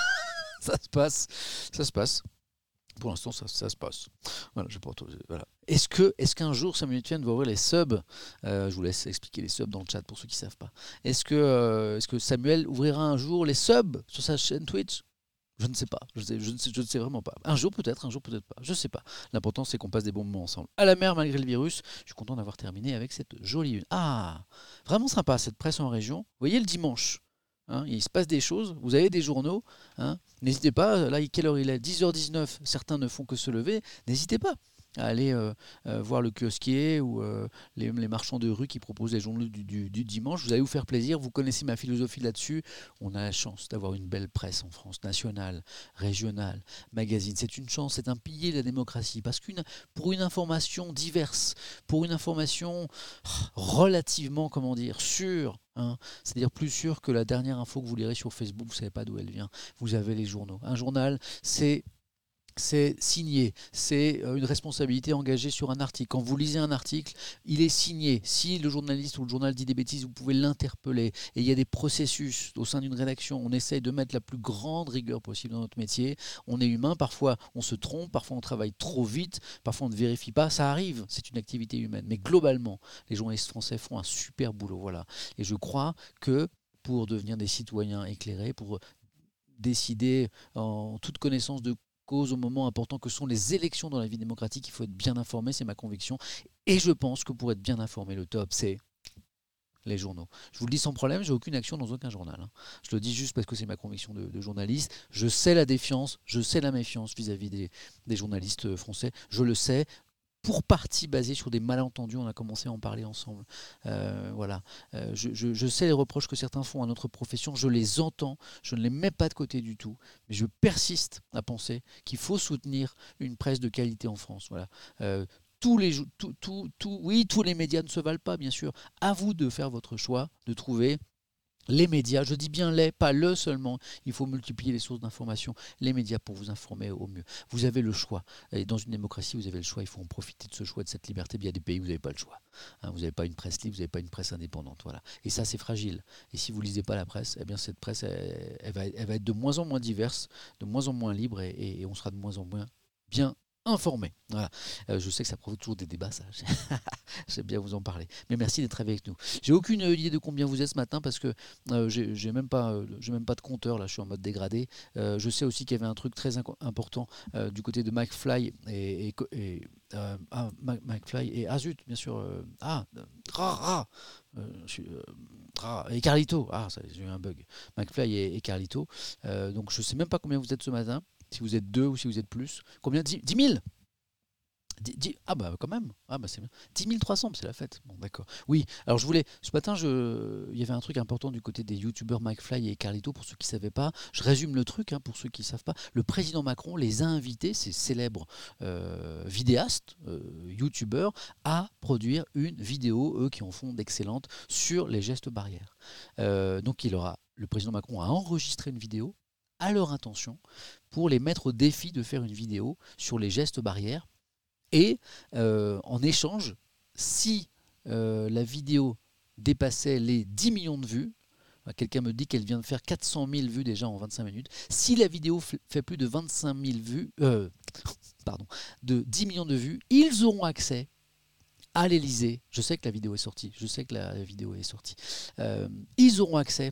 Ça se passe. Ça se passe. Pour l'instant, ça se passe. Voilà, je pas voilà. Est-ce qu'un jour Samuel Etienne va ouvrir les subs? Je vous laisse expliquer les subs dans le chat pour ceux qui ne savent pas. Est-ce que Samuel ouvrira un jour les subs sur sa chaîne Twitch? Je ne sais pas, je ne sais vraiment pas. Un jour peut-être pas, je ne sais pas. L'important c'est qu'on passe des bons moments ensemble. À la mer malgré le virus, je suis content d'avoir terminé avec cette jolie une. Ah, vraiment sympa cette presse en région. Vous voyez le dimanche, il se passe des choses, vous avez des journaux, n'hésitez pas, là quelle heure il est? 10h19, certains ne font que se lever, n'hésitez pas à aller voir le kiosquier ou les marchands de rue qui proposent les journaux du dimanche. Vous allez vous faire plaisir, vous connaissez ma philosophie là-dessus. On a la chance d'avoir une belle presse en France, nationale, régionale, magazine. C'est une chance, c'est un pilier de la démocratie. Parce que pour une information diverse, pour une information relativement, comment dire, sûre, c'est-à-dire plus sûre que la dernière info que vous lirez sur Facebook, vous ne savez pas d'où elle vient. Vous avez les journaux. Un journal, c'est signé, c'est une responsabilité engagée sur un article. Quand vous lisez un article, il est signé. Si le journaliste ou le journal dit des bêtises, vous pouvez l'interpeller. Et il y a des processus au sein d'une rédaction. On essaye de mettre la plus grande rigueur possible dans notre métier. On est humain, parfois on se trompe, parfois on travaille trop vite, parfois on ne vérifie pas. Ça arrive, c'est une activité humaine. Mais globalement, les journalistes français font un super boulot. Voilà. Et je crois que pour devenir des citoyens éclairés, pour décider en toute connaissance de cause au moment important que sont les élections dans la vie démocratique, il faut être bien informé, c'est ma conviction. Et je pense que pour être bien informé, le top, c'est les journaux. Je vous le dis sans problème, j'ai aucune action dans aucun journal. Je le dis juste parce que c'est ma conviction de journaliste. Je sais la défiance, je sais la méfiance vis-à-vis des journalistes français. Je le sais. Pour partie basée sur des malentendus, on a commencé à en parler ensemble. Voilà. Je sais les reproches que certains font à notre profession, je les entends, je ne les mets pas de côté du tout, mais je persiste à penser qu'il faut soutenir une presse de qualité en France. Voilà. Tous les médias ne se valent pas, bien sûr. À vous de faire votre choix, de trouver les médias, je dis bien les, pas le seulement, il faut multiplier les sources d'information, les médias pour vous informer au mieux. Vous avez le choix, et dans une démocratie vous avez le choix, il faut en profiter de ce choix, de cette liberté. Il y a des pays où vous n'avez pas le choix, vous n'avez pas une presse libre, vous n'avez pas une presse indépendante, voilà. Et ça c'est fragile, et si vous ne lisez pas la presse, eh bien cette presse elle va être de moins en moins diverse, de moins en moins libre, et on sera de moins en moins bien informé. Voilà. Je sais que ça provoque toujours des débats, ça. J'aime bien vous en parler. Mais merci d'être avec nous. J'ai aucune idée de combien vous êtes ce matin parce que j'ai même pas de compteur. Là, je suis en mode dégradé. Je sais aussi qu'il y avait un truc très important du côté de McFly McFly et zut, bien sûr. Et Carlito. J'ai eu un bug. McFly et Carlito. Donc je sais même pas combien vous êtes ce matin. Si vous êtes deux ou si vous êtes plus. Combien? 10 000? Ah bah quand même, c'est bien. 10 300, c'est la fête. Bon d'accord. Oui, alors ce matin, il y avait un truc important du côté des youtubeurs McFly et Carlito, pour ceux qui ne savaient pas. Je résume le truc, pour ceux qui ne savent pas. Le président Macron les a invités, ces célèbres vidéastes, youtubeurs, à produire une vidéo, eux qui en font d'excellentes, sur les gestes barrières. Donc le président Macron a enregistré une vidéo à leur intention pour les mettre au défi de faire une vidéo sur les gestes barrières. Et en échange, si la vidéo dépassait les 10 millions de vues, Quelqu'un me dit qu'elle vient de faire 400 000 vues déjà en 25 minutes. Si la vidéo fait plus de 25 000 vues, pardon, de 10 millions de vues, ils auront accès à l'Elysée. Je sais que la vidéo est sortie. Ils auront accès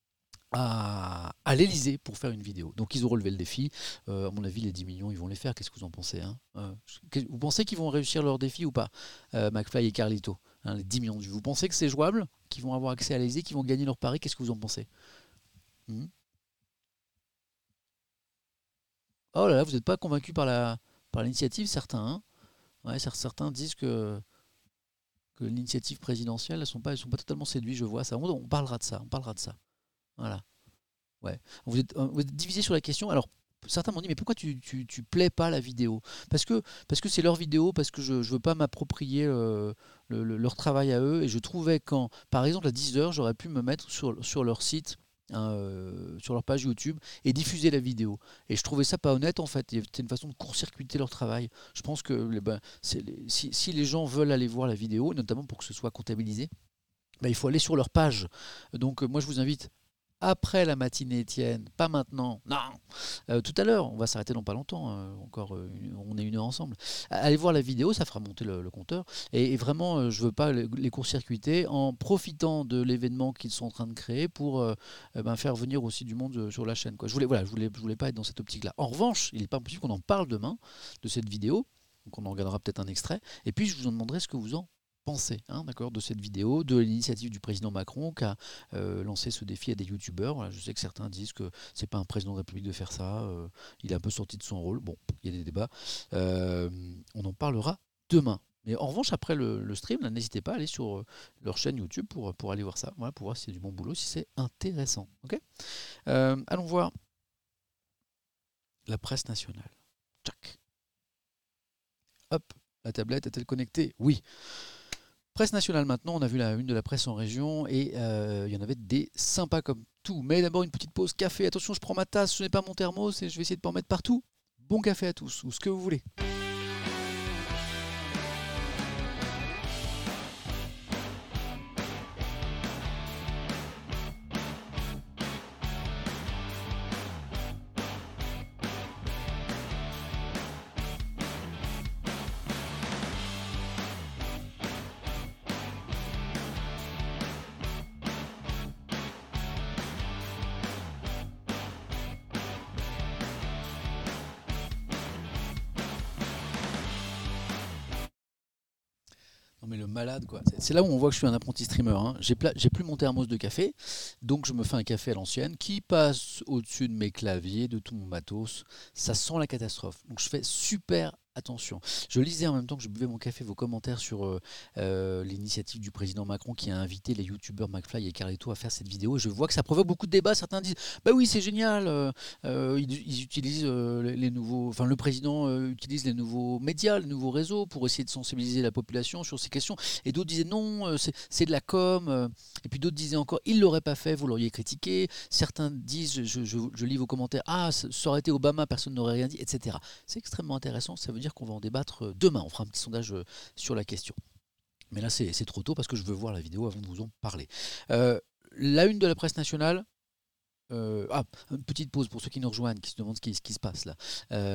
à l'Elysée pour faire une vidéo. Donc ils ont relevé le défi. À mon avis, les 10 millions, ils vont les faire. Qu'est-ce que vous en pensez, hein? Vous pensez qu'ils vont réussir leur défi ou pas, McFly et Carlito, hein, les 10 millions de vues. Vous pensez que c'est jouable, qu'ils vont avoir accès à l'Elysée, qu'ils vont gagner leur pari? Qu'est-ce que vous en pensez? Hmm. Oh là là, vous n'êtes pas convaincu par l'initiative, certains, hein? Ouais, certains disent que l'initiative présidentielle, elles sont pas totalement séduits, je vois ça. On parlera de ça, Voilà. Ouais. Vous êtes divisé sur la question. Alors, certains m'ont dit, mais pourquoi tu plais pas la vidéo? Parce que c'est leur vidéo, parce que je ne veux pas m'approprier leur travail à eux. Et je trouvais par exemple, à 10 heures, j'aurais pu me mettre sur leur site, hein, sur leur page YouTube, et diffuser la vidéo. Et je trouvais ça pas honnête, en fait. C'était une façon de court-circuiter leur travail. Je pense que si les gens veulent aller voir la vidéo, notamment pour que ce soit comptabilisé, il faut aller sur leur page. Donc, moi, je vous invite après la matinée Étienne, pas maintenant, non, tout à l'heure, on va s'arrêter dans pas longtemps, encore, on est 1 heure ensemble. Allez voir la vidéo, ça fera monter le compteur. Et vraiment, je veux pas les court-circuiter en profitant de l'événement qu'ils sont en train de créer pour faire venir aussi du monde sur la chaîne, quoi. Je voulais pas être dans cette optique-là. En revanche, il n'est pas impossible qu'on en parle demain de cette vidéo. Donc on en regardera peut-être un extrait. Et puis je vous en demanderai ce que vous en pensez, hein, d'accord, de cette vidéo, de l'initiative du président Macron qui a lancé ce défi à des youtubeurs. Voilà, je sais que certains disent que c'est pas un président de la République de faire ça, il est un peu sorti de son rôle. Bon, il y a des débats. On en parlera demain. Mais en revanche, après le stream, là, n'hésitez pas à aller sur leur chaîne YouTube pour aller voir ça, voilà, pour voir si c'est du bon boulot, si c'est intéressant. Ok. Allons voir la presse nationale. Tchac. Hop, la tablette est-elle connectée? Oui. Presse nationale maintenant, on a vu la une de la presse en région et il y en avait des sympas comme tout. Mais d'abord une petite pause café. Attention, je prends ma tasse, ce n'est pas mon thermos et je vais essayer de ne pas en mettre partout. Bon café à tous, ou ce que vous voulez. Non mais le malade quoi. C'est là où on voit que je suis un apprenti streamer, hein. J'ai plus mon thermos de café, donc je me fais un café à l'ancienne qui passe au-dessus de mes claviers, de tout mon matos. Ça sent la catastrophe. Donc je fais super attention. Je lisais en même temps que je buvais mon café vos commentaires sur l'initiative du président Macron qui a invité les youtubeurs McFly et Carlito à faire cette vidéo. Je vois que ça provoque beaucoup de débats. Certains disent bah oui c'est génial, ils utilisent les nouveaux, enfin le président utilise les nouveaux médias, les nouveaux réseaux pour essayer de sensibiliser la population sur ces questions. Et d'autres disaient non, c'est de la com. Et puis d'autres disaient encore il l'aurait pas fait, vous l'auriez critiqué. Certains disent, je lis vos commentaires, ah ça aurait été Obama, personne n'aurait rien dit, etc. C'est extrêmement intéressant. Ça veut dire qu'on va en débattre demain. On fera un petit sondage sur la question. Mais là, c'est trop tôt parce que je veux voir la vidéo avant de vous en parler. La une de la presse nationale. Une petite pause pour ceux qui nous rejoignent, qui se demandent ce qui se passe là.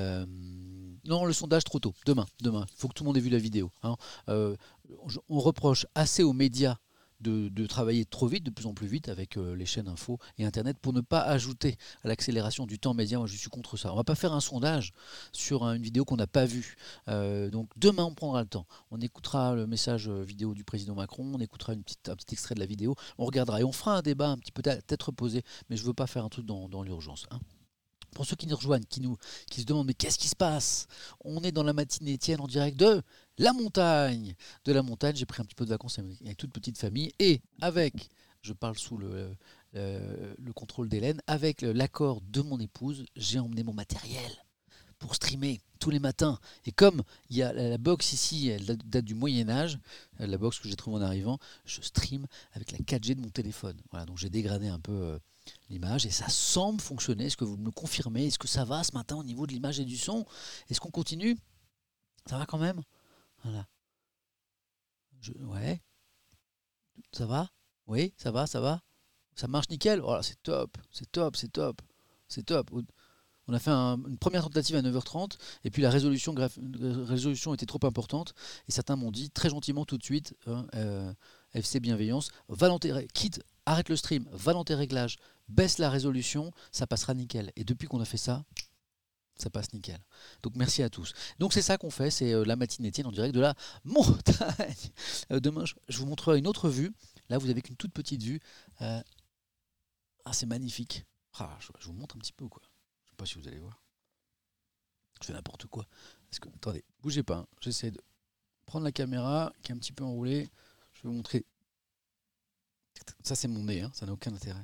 Non, le sondage trop tôt. Demain. Il faut que tout le monde ait vu la vidéo, hein. On reproche assez aux médias de travailler trop vite, de plus en plus vite avec les chaînes info et internet pour ne pas ajouter à l'accélération du temps média. Moi je suis contre ça. On va pas faire un sondage sur une vidéo qu'on n'a pas vue. Donc demain on prendra le temps. On écoutera le message vidéo du président Macron, on écoutera un petit extrait de la vidéo, on regardera et on fera un débat un petit peu peut-être reposé, mais je veux pas faire un truc dans l'urgence, hein. Pour ceux qui nous rejoignent, qui se demandent mais qu'est-ce qui se passe? On est dans la matinée Étienne en direct de la montagne. De la montagne, j'ai pris un petit peu de vacances avec toute petite famille et avec, je parle sous le contrôle d'Hélène, avec l'accord de mon épouse, j'ai emmené mon matériel pour streamer tous les matins. Et comme il y a la box ici, elle date du Moyen-Âge, la box que j'ai trouvée en arrivant, je stream avec la 4G de mon téléphone. Voilà, donc j'ai dégradé un peu l'image et ça semble fonctionner. Est-ce que vous me le confirmez? Est-ce que ça va ce matin au niveau de l'image et du son? Est-ce qu'on continue? Ça va quand même? Voilà. Ouais, ça va? Oui, ça va? ça marche nickel. Voilà, c'est top, c'est top, c'est top, c'est top. On a fait une première tentative à 9h30 et puis la résolution était trop importante et certains m'ont dit très gentiment tout de suite, hein, FC Bienveillance, quitte, arrête le stream, va dans tes réglages, baisse la résolution, ça passera nickel. Et depuis qu'on a fait ça passe nickel. Donc merci à tous. Donc c'est ça qu'on fait, c'est la matinée Étienne en direct de la montagne. Demain, je vous montrerai une autre vue. Là, vous avez qu'une toute petite vue. C'est magnifique. Je vous montre un petit peu quoi. Je sais pas si vous allez voir. Je fais n'importe quoi. Attendez, bougez pas. Hein. J'essaie de prendre la caméra qui est un petit peu enroulée. Je vais vous montrer. Ça c'est mon nez, hein. Ça n'a aucun intérêt.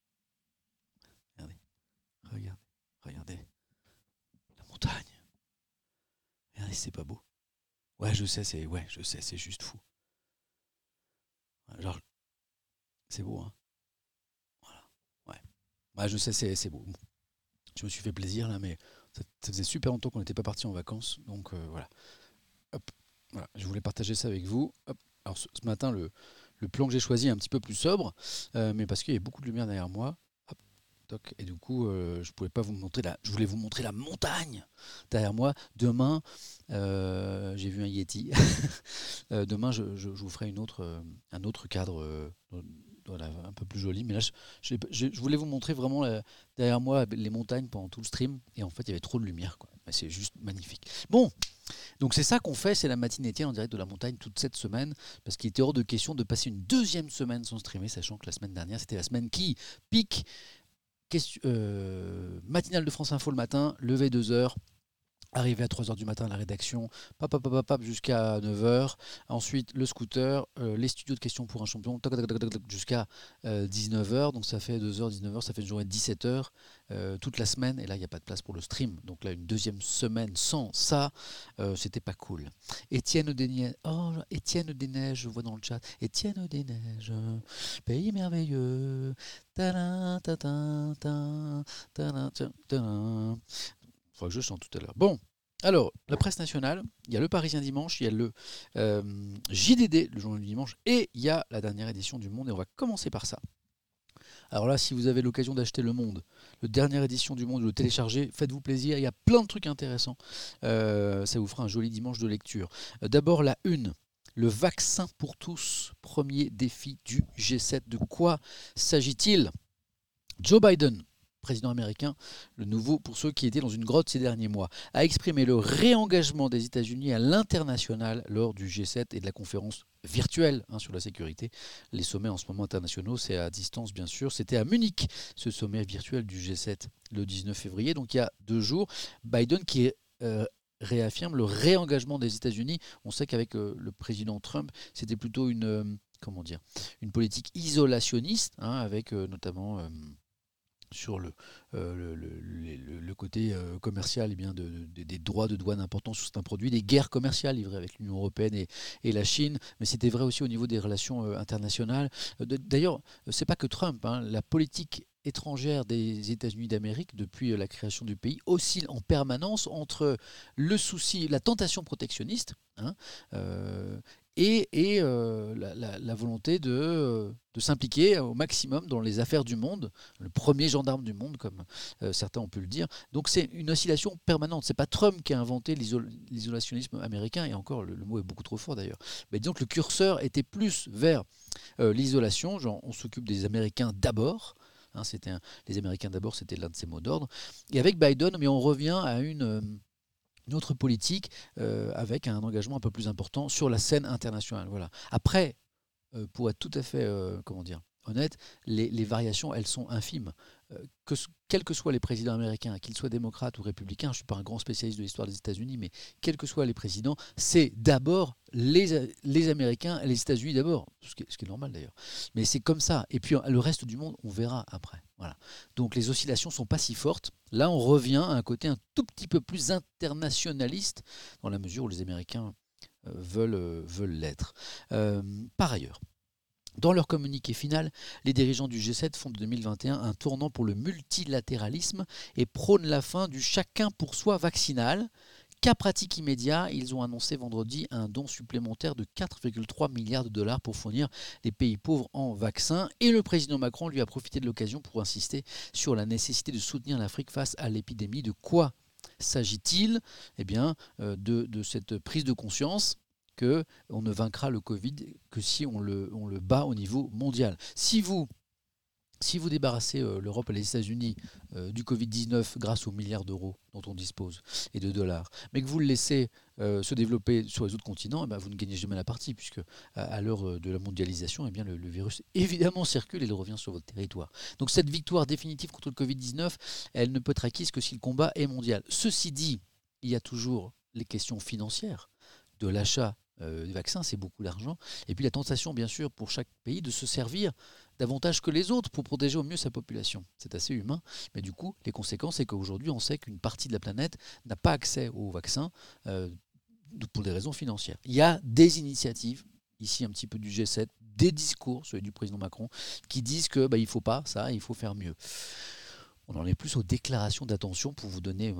Regardez. La montagne. Regardez, c'est pas beau. Ouais, je sais, c'est juste fou. Genre, c'est beau, hein. Voilà. Ouais. Ouais, je sais, c'est beau. Je me suis fait plaisir là, mais ça faisait super longtemps qu'on n'était pas parti en vacances, donc voilà. Hop, voilà. Je voulais partager ça avec vous. Hop. Alors ce matin, le plan que j'ai choisi est un petit peu plus sobre, mais parce qu'il y a beaucoup de lumière derrière moi. Hop, toc, et du coup, je pouvais pas vous montrer je voulais vous montrer la montagne derrière moi. Demain, j'ai vu un Yeti. Demain, je vous ferai un autre cadre. Voilà, un peu plus joli, mais là je voulais vous montrer vraiment derrière moi les montagnes pendant tout le stream, et en fait il y avait trop de lumière quoi. Mais c'est juste magnifique. Bon, donc c'est ça qu'on fait, c'est la matinée Étienne en direct de la montagne toute cette semaine, parce qu'il était hors de question de passer une deuxième semaine sans streamer, sachant que la semaine dernière c'était la semaine qui pique. Matinale de France Info le matin, levé 2h. Arrivé à 3h du matin à la rédaction, jusqu'à 9h. Ensuite, le scooter, les studios de questions pour un champion, jusqu'à 19h. Donc ça fait 2h, 19h, ça fait une journée de 17h toute la semaine. Et là, il n'y a pas de place pour le stream. Donc là, une deuxième semaine sans ça, c'était pas cool. Étienne Desneiges, je vois dans le chat. Étienne Desneiges, pays merveilleux. Faudra que je chante tout à l'heure. Bon, alors, la presse nationale, il y a le Parisien dimanche, il y a le JDD, le journal du dimanche, et il y a la dernière édition du Monde, et on va commencer par ça. Alors là, si vous avez l'occasion d'acheter Le Monde, la dernière édition du Monde, de le télécharger, faites-vous plaisir, il y a plein de trucs intéressants. Ça vous fera un joli dimanche de lecture. D'abord, la une. Le vaccin pour tous, premier défi du G7. De quoi s'agit-il ? Joe Biden, président américain, le nouveau pour ceux qui étaient dans une grotte ces derniers mois, a exprimé le réengagement des États-Unis à l'international lors du G7 et de la conférence virtuelle sur la sécurité. Les sommets en ce moment internationaux, c'est à distance bien sûr. C'était à Munich, ce sommet virtuel du G7, le 19 février, donc il y a 2 jours. Biden qui réaffirme le réengagement des États-Unis. On sait qu'avec le président Trump, c'était plutôt une politique isolationniste, avec notamment... sur le côté commercial des droits de douane importants sur certains produits, des guerres commerciales livrées avec l'Union européenne et la Chine, mais c'était vrai aussi au niveau des relations internationales. D'ailleurs, c'est pas que Trump, la politique étrangère des États-Unis d'Amérique depuis la création du pays oscille en permanence entre le souci, la tentation protectionniste, et la volonté de s'impliquer au maximum dans les affaires du monde, le premier gendarme du monde, comme certains ont pu le dire. Donc c'est une oscillation permanente. C'est pas Trump qui a inventé l'isolationnisme américain, et encore, le mot est beaucoup trop fort d'ailleurs. Mais disons que le curseur était plus vers l'isolation, genre on s'occupe des Américains d'abord. Les Américains d'abord, c'était l'un de ses mots d'ordre. Et avec Biden, mais on revient à une autre politique avec un engagement un peu plus important sur la scène internationale. Voilà. Après, pour être tout à fait honnête, les variations, elles sont infimes. Quels que soient les présidents américains, qu'ils soient démocrates ou républicains, je ne suis pas un grand spécialiste de l'histoire des États-Unis, mais quels que soient les présidents, c'est d'abord les Américains et les États-Unis d'abord, ce qui est normal d'ailleurs. Mais c'est comme ça. Et puis le reste du monde, on verra après. Voilà. Donc les oscillations ne sont pas si fortes. Là, on revient à un côté un tout petit peu plus internationaliste, dans la mesure où les Américains veulent l'être. Par ailleurs, dans leur communiqué final, les dirigeants du G7 font de 2021 un tournant pour le multilatéralisme et prônent la fin du chacun pour soi vaccinal, Cas pratique immédiat, ils ont annoncé vendredi un don supplémentaire de 4,3 milliards de dollars pour fournir les pays pauvres en vaccins. Et le président Macron lui a profité de l'occasion pour insister sur la nécessité de soutenir l'Afrique face à l'épidémie. De quoi s'agit-il ? Eh bien, de cette prise de conscience qu'on ne vaincra le Covid que si on le bat au niveau mondial. Si vous débarrassez l'Europe et les États-Unis du Covid-19 grâce aux milliards d'euros dont on dispose et de dollars, mais que vous le laissez se développer sur les autres continents, eh ben, vous ne gagnez jamais la partie, puisque à l'heure de la mondialisation, eh bien, le virus évidemment circule et il revient sur votre territoire. Donc cette victoire définitive contre le Covid-19, elle ne peut être acquise que si le combat est mondial. Ceci dit, il y a toujours les questions financières de l'achat des vaccins, c'est beaucoup d'argent. Et puis la tentation, bien sûr, pour chaque pays de se servir davantage que les autres pour protéger au mieux sa population. C'est assez humain, mais du coup, les conséquences, c'est qu'aujourd'hui, on sait qu'une partie de la planète n'a pas accès aux vaccins pour des raisons financières. Il y a des initiatives, ici un petit peu du G7, des discours, celui du président Macron, qui disent que il ne faut pas ça, il faut faire mieux. On en est plus aux déclarations d'intention pour vous donner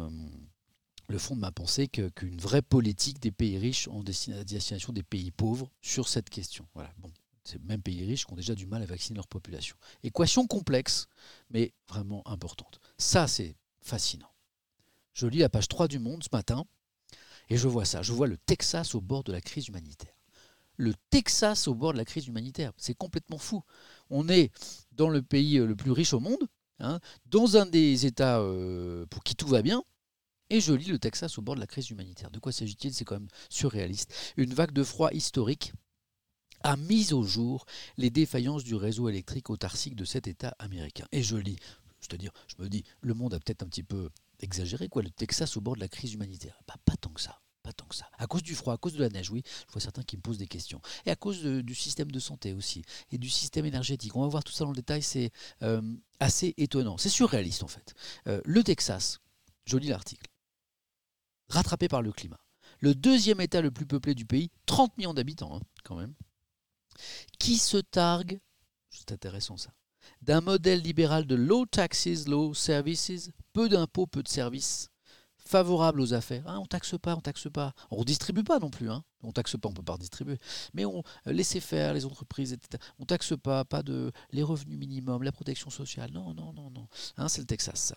le fond de ma pensée qu'une vraie politique des pays riches en destination des pays pauvres sur cette question. Voilà, bon. Ces mêmes pays riches qui ont déjà du mal à vacciner leur population. Équation complexe, mais vraiment importante. Ça, c'est fascinant. Je lis la page 3 du Monde ce matin, et je vois ça. Je vois le Texas au bord de la crise humanitaire. Le Texas au bord de la crise humanitaire. C'est complètement fou. On est dans le pays le plus riche au monde, dans un des États pour qui tout va bien, et je lis le Texas au bord de la crise humanitaire. De quoi s'agit-il ? C'est quand même surréaliste. Une vague de froid historique a mis au jour les défaillances du réseau électrique autarcique de cet État américain. Et je lis, c'est-à-dire, je me dis, le monde a peut-être un petit peu exagéré, le Texas au bord de la crise humanitaire. Pas tant que ça. Pas tant que ça. À cause du froid, à cause de la neige, oui, je vois certains qui me posent des questions. Et à cause du système de santé aussi, et du système énergétique. On va voir tout ça dans le détail, c'est assez étonnant. C'est surréaliste en fait. Le Texas, je lis l'article, rattrapé par le climat. Le deuxième État le plus peuplé du pays, 30 millions d'habitants quand même, qui se targue, c'est intéressant ça, d'un modèle libéral de low taxes, low services, peu d'impôts, peu de services, favorable aux affaires. On taxe pas. On ne redistribue pas non plus. On taxe pas, on ne peut pas redistribuer. Mais on laisse faire les entreprises, etc. On taxe pas de les revenus minimums, la protection sociale. Non. C'est le Texas,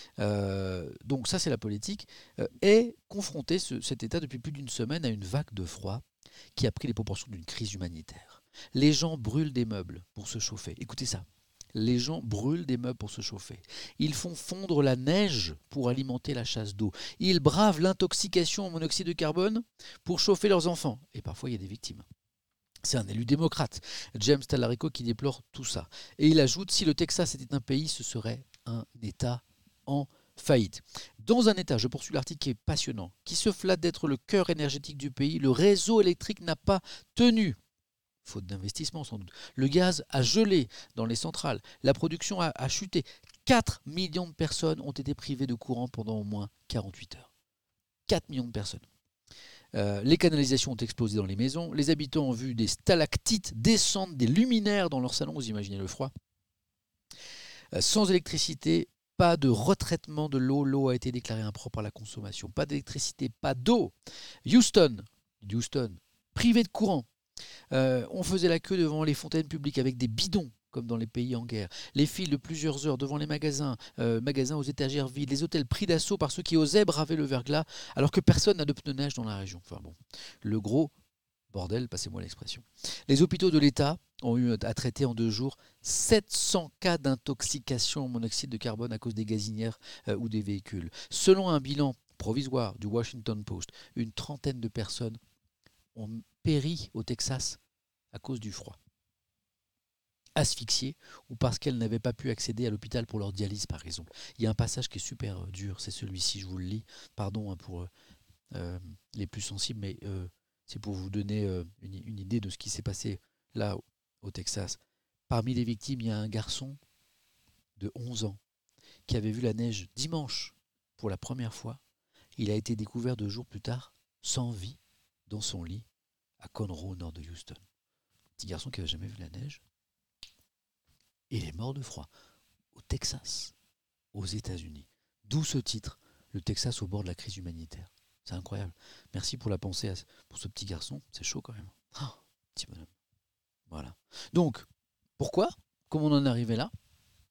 ça. Donc ça, c'est la politique. Est confronté, cet État, depuis plus d'une semaine, à une vague de froid qui a pris les proportions d'une crise humanitaire. Les gens brûlent des meubles pour se chauffer. Écoutez ça. Les gens brûlent des meubles pour se chauffer. Ils font fondre la neige pour alimenter la chasse d'eau. Ils bravent l'intoxication au monoxyde de carbone pour chauffer leurs enfants. Et parfois, il y a des victimes. C'est un élu démocrate, James Talarico, qui déplore tout ça. Et il ajoute, si le Texas était un pays, ce serait un État en faillite. Dans un État, je poursuis l'article qui est passionnant, qui se flatte d'être le cœur énergétique du pays, le réseau électrique n'a pas tenu. Faute d'investissement sans doute. Le gaz a gelé dans les centrales. La production a chuté. 4 millions de personnes ont été privées de courant pendant au moins 48 heures. 4 millions de personnes. Les canalisations ont explosé dans les maisons. Les habitants ont vu des stalactites descendre des luminaires dans leur salon. Vous imaginez le froid. Sans électricité, pas de retraitement de l'eau. L'eau a été déclarée impropre à la consommation. Pas d'électricité, pas d'eau. Houston, privé de courant. On faisait la queue devant les fontaines publiques avec des bidons, comme dans les pays en guerre. Les files de plusieurs heures devant les magasins aux étagères vides, les hôtels pris d'assaut par ceux qui osaient braver le verglas, alors que personne n'a de pneus neige dans la région. Enfin bon, le gros bordel, passez-moi l'expression. Les hôpitaux de l'État ont eu à traiter en 2 jours 700 cas d'intoxication au monoxyde de carbone à cause des gazinières ou des véhicules. Selon un bilan provisoire du Washington Post, une trentaine de personnes ont péri au Texas à cause du froid. Asphyxiées ou parce qu'elles n'avaient pas pu accéder à l'hôpital pour leur dialyse, par exemple. Il y a un passage qui est super dur, c'est celui-ci, je vous le lis. Pardon pour les plus sensibles, mais c'est pour vous donner une idée de ce qui s'est passé là au Texas. Parmi les victimes, il y a un garçon de 11 ans qui avait vu la neige dimanche pour la première fois. Il a été découvert 2 jours plus tard, sans vie, dans son lit, à Conroe, au nord de Houston. Petit garçon qui n'avait jamais vu la neige. Et il est mort de froid. Au Texas, aux États-Unis. D'où ce titre, le Texas au bord de la crise humanitaire. C'est incroyable. Merci pour la pensée pour ce petit garçon. C'est chaud quand même. Ah, petit bonhomme. Voilà. Donc, pourquoi? Comment on en est arrivé là?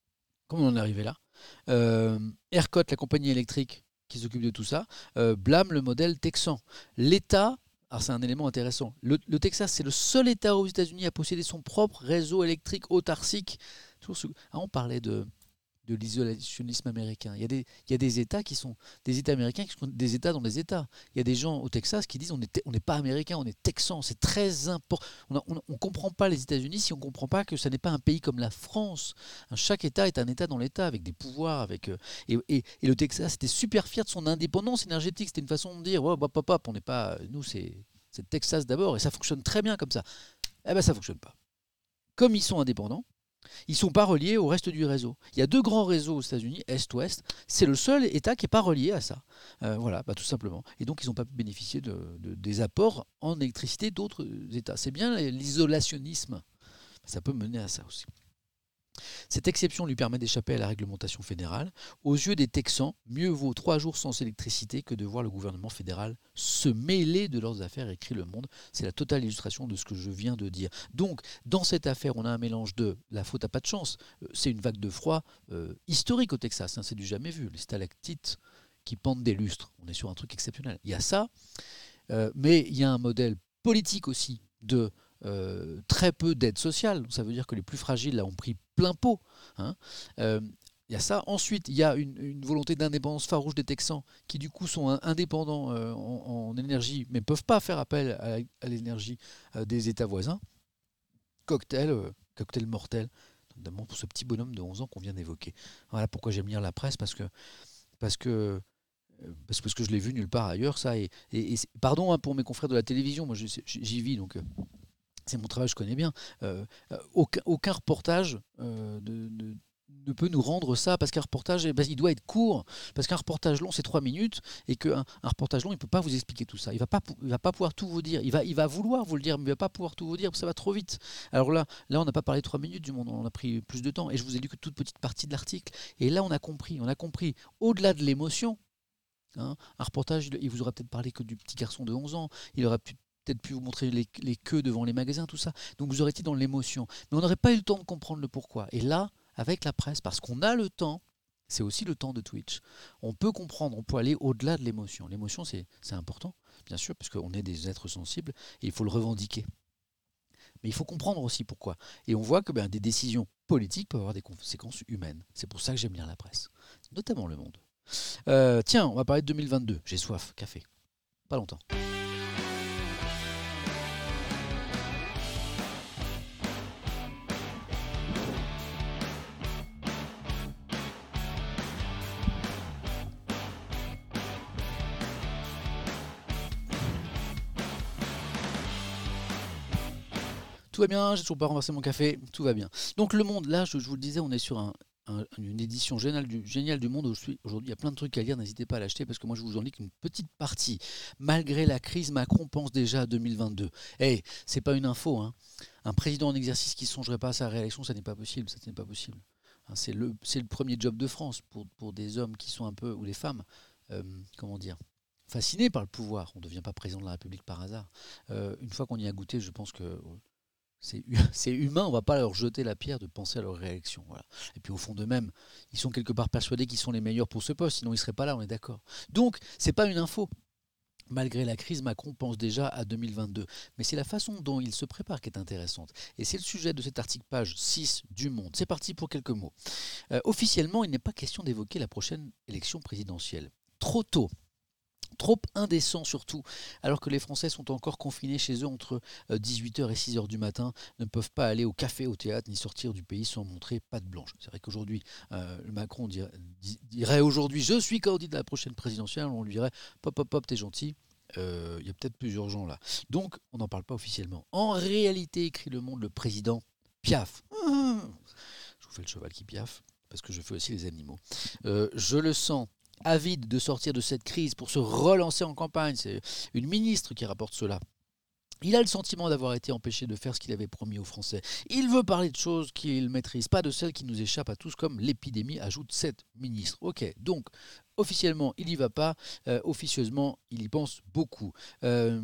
ERCOT, la compagnie électrique qui s'occupe de tout ça, blâme le modèle texan. L'État, alors c'est un élément intéressant, le Texas, c'est le seul État aux États-Unis à posséder son propre réseau électrique autarcique. On parlait de l'isolationnisme américain. Il y a des États qui sont des États américains qui sont des États dans des États. Il y a des gens au Texas qui disent on n'est pas américain, on est texan. C'est très important. On ne comprend pas les États-Unis si on ne comprend pas que ça n'est pas un pays comme la France. Chaque État est un État dans l'État avec des pouvoirs. Et le Texas était super fier de son indépendance énergétique. C'était une façon de dire on n'est pas. Nous, c'est le Texas d'abord. Et ça fonctionne très bien comme ça. Eh bien, ça ne fonctionne pas. Comme ils sont indépendants, ils ne sont pas reliés au reste du réseau. Il y a 2 grands réseaux aux États-Unis, Est-Ouest. C'est le seul État qui n'est pas relié à ça. Voilà, tout simplement. Et donc, ils n'ont pas pu bénéficier des apports en électricité d'autres États. C'est bien l'isolationnisme. Ça peut mener à ça aussi. Cette exception lui permet d'échapper à la réglementation fédérale. Aux yeux des Texans, mieux vaut 3 jours sans électricité que de voir le gouvernement fédéral se mêler de leurs affaires, écrit Le Monde. C'est la totale illustration de ce que je viens de dire. Donc, dans cette affaire, on a un mélange de la faute à pas de chance. C'est une vague de froid historique au Texas, c'est du jamais vu. Les stalactites qui pendent des lustres. On est sur un truc exceptionnel. Il y a ça, mais il y a un modèle politique aussi de très peu d'aide sociale. Ça veut dire que les plus fragiles là, ont pris plein pot. Il y a ça. Ensuite, il y a une volonté d'indépendance farouche des Texans qui du coup sont indépendants en énergie, mais ne peuvent pas faire appel à l'énergie des États voisins. Cocktail mortel, notamment pour ce petit bonhomme de 11 ans qu'on vient d'évoquer. Voilà pourquoi j'aime lire la presse, parce que je l'ai vu nulle part ailleurs, ça. Et pardon pour mes confrères de la télévision, moi j'y vis, donc c'est mon travail, je connais bien. Aucun reportage ne peut nous rendre ça, parce qu'un reportage, il doit être court, parce qu'un reportage long, c'est 3 minutes, et qu'un reportage long, il ne peut pas vous expliquer tout ça. Il ne va pas pouvoir tout vous dire. Il va vouloir vous le dire, mais il ne va pas pouvoir tout vous dire, parce que ça va trop vite. Alors là on n'a pas parlé 3 minutes du monde, on a pris plus de temps, et je vous ai lu que toute petite partie de l'article. Et là, on a compris, au-delà de l'émotion, un reportage, il vous aurait peut-être parlé que du petit garçon de 11 ans, il aurait peut-être pu vous montrer les queues devant les magasins, tout ça. Donc vous aurez été dans l'émotion. Mais on n'aurait pas eu le temps de comprendre le pourquoi. Et là, avec la presse, parce qu'on a le temps, c'est aussi le temps de Twitch, on peut comprendre, on peut aller au-delà de l'émotion. L'émotion, c'est important, bien sûr, parce qu'on est des êtres sensibles, et il faut le revendiquer. Mais il faut comprendre aussi pourquoi. Et on voit que des décisions politiques peuvent avoir des conséquences humaines. C'est pour ça que j'aime lire la presse, notamment Le Monde. Tiens, on va parler de 2022. J'ai soif, café. Pas longtemps. Tout va bien, j'ai toujours pas renversé mon café, tout va bien. Donc Le Monde, là, je vous le disais, on est sur une édition géniale du Monde. Aujourd'hui, il y a plein de trucs à lire, n'hésitez pas à l'acheter, parce que moi, je vous en lis qu'une petite partie. Malgré la crise, Macron pense déjà à 2022. C'est pas une info, hein. Un président en exercice qui ne songerait pas à sa réélection, ça n'est pas possible, C'est le premier job de France pour des hommes qui sont un peu, ou des femmes, fascinés par le pouvoir. On ne devient pas président de la République par hasard. Une fois qu'on y a goûté, je pense que c'est humain, on ne va pas leur jeter la pierre de penser à leur réélection. Voilà. Et puis au fond d'eux-mêmes, ils sont quelque part persuadés qu'ils sont les meilleurs pour ce poste, sinon ils ne seraient pas là, on est d'accord. Donc, ce n'est pas une info. Malgré la crise, Macron pense déjà à 2022. Mais c'est la façon dont il se prépare qui est intéressante. Et c'est le sujet de cet article page 6 du Monde. C'est parti pour quelques mots. Officiellement, il n'est pas question d'évoquer la prochaine élection présidentielle. Trop tôt. Trop indécent surtout, alors que les Français sont encore confinés chez eux entre 18h et 6h du matin, ne peuvent pas aller au café, au théâtre, ni sortir du pays sans montrer patte blanche. C'est vrai qu'aujourd'hui, Macron dirait aujourd'hui « Je suis candidat à la prochaine présidentielle », on lui dirait « Pop, t'es gentil ». Il y a peut-être plus urgent là. Donc, on n'en parle pas officiellement. En réalité, écrit Le Monde, le président piaffe. Je vous fais le cheval qui piaffe, parce que je fais aussi les animaux. Je le sens avide de sortir de cette crise pour se relancer en campagne. C'est une ministre qui rapporte cela. Il a le sentiment d'avoir été empêché de faire ce qu'il avait promis aux Français. Il veut parler de choses qu'il maîtrise, pas de celles qui nous échappent à tous, comme l'épidémie, ajoute 7 ministres. Ok, donc officiellement, il n'y va pas. Officieusement, il y pense beaucoup. Euh,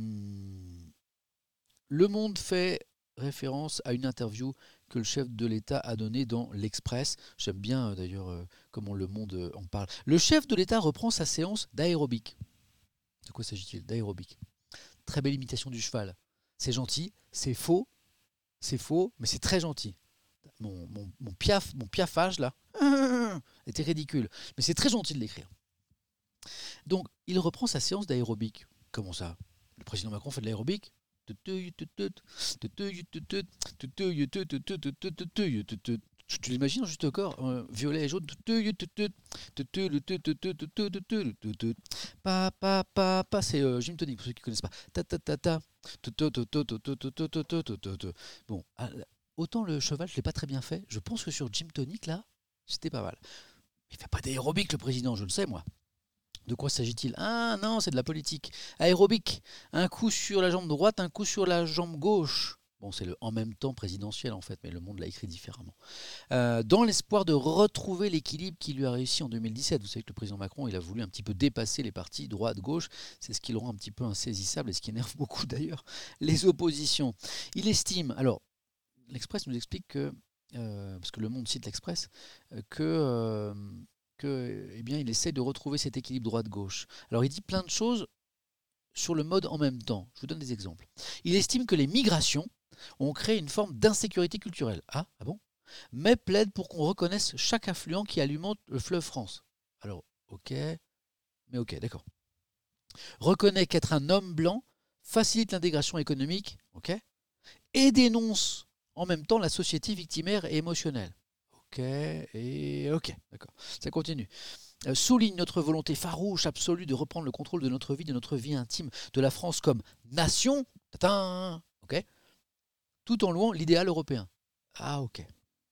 le Monde fait référence à une interview que le chef de l'État a donnée dans l'Express. J'aime bien d'ailleurs comment le Monde en parle. Le chef de l'État reprend sa séance d'aérobic. De quoi s'agit-il? D'aérobic. Très belle imitation du cheval. C'est gentil, c'est faux, mais c'est très gentil. Mon piafage là était ridicule, mais c'est très gentil de l'écrire. Donc il reprend sa séance d'aérobic. Comment ça? Le président Macron fait de l'aérobic? Tu l'imagines en juste corps, violet et jaune. Pa, c'est Gym Tonic pour ceux qui ne connaissent pas. Ta ta ta ta. Bon, autant le cheval, je l'ai pas très bien fait. Je pense que sur Gym Tonic là, c'était pas mal. Il fait pas d'aérobic le président, je le sais moi. De quoi s'agit-il? Ah non, c'est de la politique. Aérobic. Un coup sur la jambe droite, un coup sur la jambe gauche. Bon, c'est le en même temps présidentiel en fait, mais le Monde l'a écrit différemment. Dans l'espoir de retrouver l'équilibre qui lui a réussi en 2017. Vous savez que le président Macron, il a voulu un petit peu dépasser les partis droite-gauche. C'est ce qui le rend un petit peu insaisissable et ce qui énerve beaucoup d'ailleurs les oppositions. Il estime, alors l'Express nous explique que, parce que le Monde cite l'Express, que eh bien, il essaie de retrouver cet équilibre droite-gauche. Alors il dit plein de choses sur le mode en même temps. Je vous donne des exemples. Il estime que les migrations ont créé une forme d'insécurité culturelle. Ah bon? Mais plaide pour qu'on reconnaisse chaque affluent qui alimente le fleuve France. Alors, ok, mais ok, d'accord. Reconnaît qu'être un homme blanc facilite l'intégration économique, ok, et dénonce en même temps la société victimaire et émotionnelle. Ok, et ok, d'accord. Ça continue. Souligne notre volonté farouche, absolue de reprendre le contrôle de notre vie intime, de la France comme nation, ok, tout en louant l'idéal européen. Ah ok.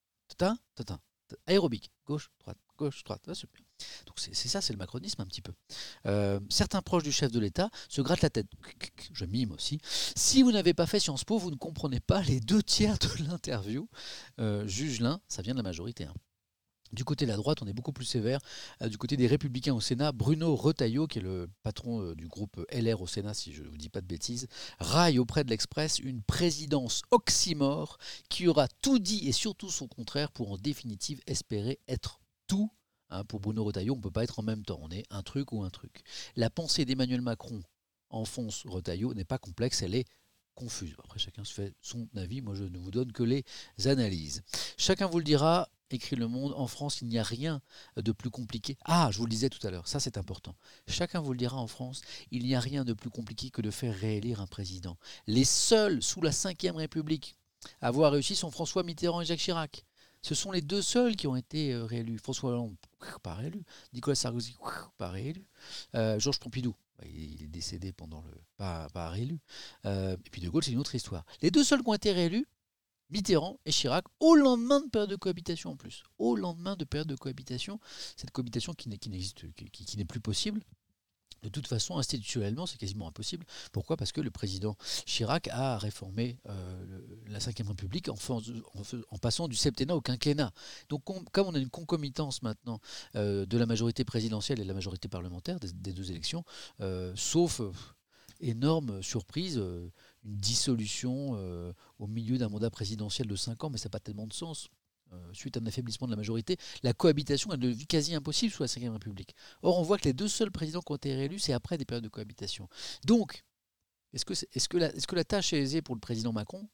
Aérobique, gauche, droite. Ah, super. Donc c'est ça, c'est le macronisme un petit peu. Certains proches du chef de l'État se grattent la tête. Je mime aussi. Si vous n'avez pas fait Sciences Po, vous ne comprenez pas les 2 tiers de l'interview. Juge l'un, ça vient de la majorité. Hein. Du côté de la droite, on est beaucoup plus sévère. Du côté des Républicains au Sénat, Bruno Retailleau, qui est le patron du groupe LR au Sénat, si je ne vous dis pas de bêtises, raille auprès de l'Express une présidence oxymore qui aura tout dit et surtout son contraire pour en définitive espérer être tout. Hein, pour Bruno Retailleau, on ne peut pas être en même temps. On est un truc ou un truc. La pensée d'Emmanuel Macron enfonce Retailleau n'est pas complexe, elle est confuse. Après, chacun se fait son avis. Moi, je ne vous donne que les analyses. Chacun vous le dira, écrit Le Monde, en France, il n'y a rien de plus compliqué. Ah, je vous le disais tout à l'heure, ça c'est important. Chacun vous le dira en France, il n'y a rien de plus compliqué que de faire réélire un président. Les seuls sous la Ve République à avoir réussi sont François Mitterrand et Jacques Chirac. Ce sont les 2 seuls qui ont été réélus. François Hollande, pas réélu. Nicolas Sarkozy, pas réélu. Georges Pompidou, il est décédé pendant le... Pas réélu. Et puis De Gaulle, c'est une autre histoire. Les 2 seuls qui ont été réélus, Mitterrand et Chirac, au lendemain de période de cohabitation en plus. Au lendemain de période de cohabitation, cette cohabitation qui n'est plus possible. De toute façon, institutionnellement, c'est quasiment impossible. Pourquoi? Parce que le président Chirac a réformé la Ve République en passant du septennat au quinquennat. Donc, comme on a une concomitance maintenant de la majorité présidentielle et de la majorité parlementaire des 2 élections, sauf énorme surprise, une dissolution au milieu d'un mandat présidentiel de 5 ans, mais ça n'a pas tellement de sens. Suite à un affaiblissement de la majorité, la cohabitation est devenue quasi impossible sous la Ve République. Or, on voit que les 2 seuls présidents qui ont été réélus, c'est après des périodes de cohabitation. Donc, est-ce que la tâche est aisée pour le président Macron?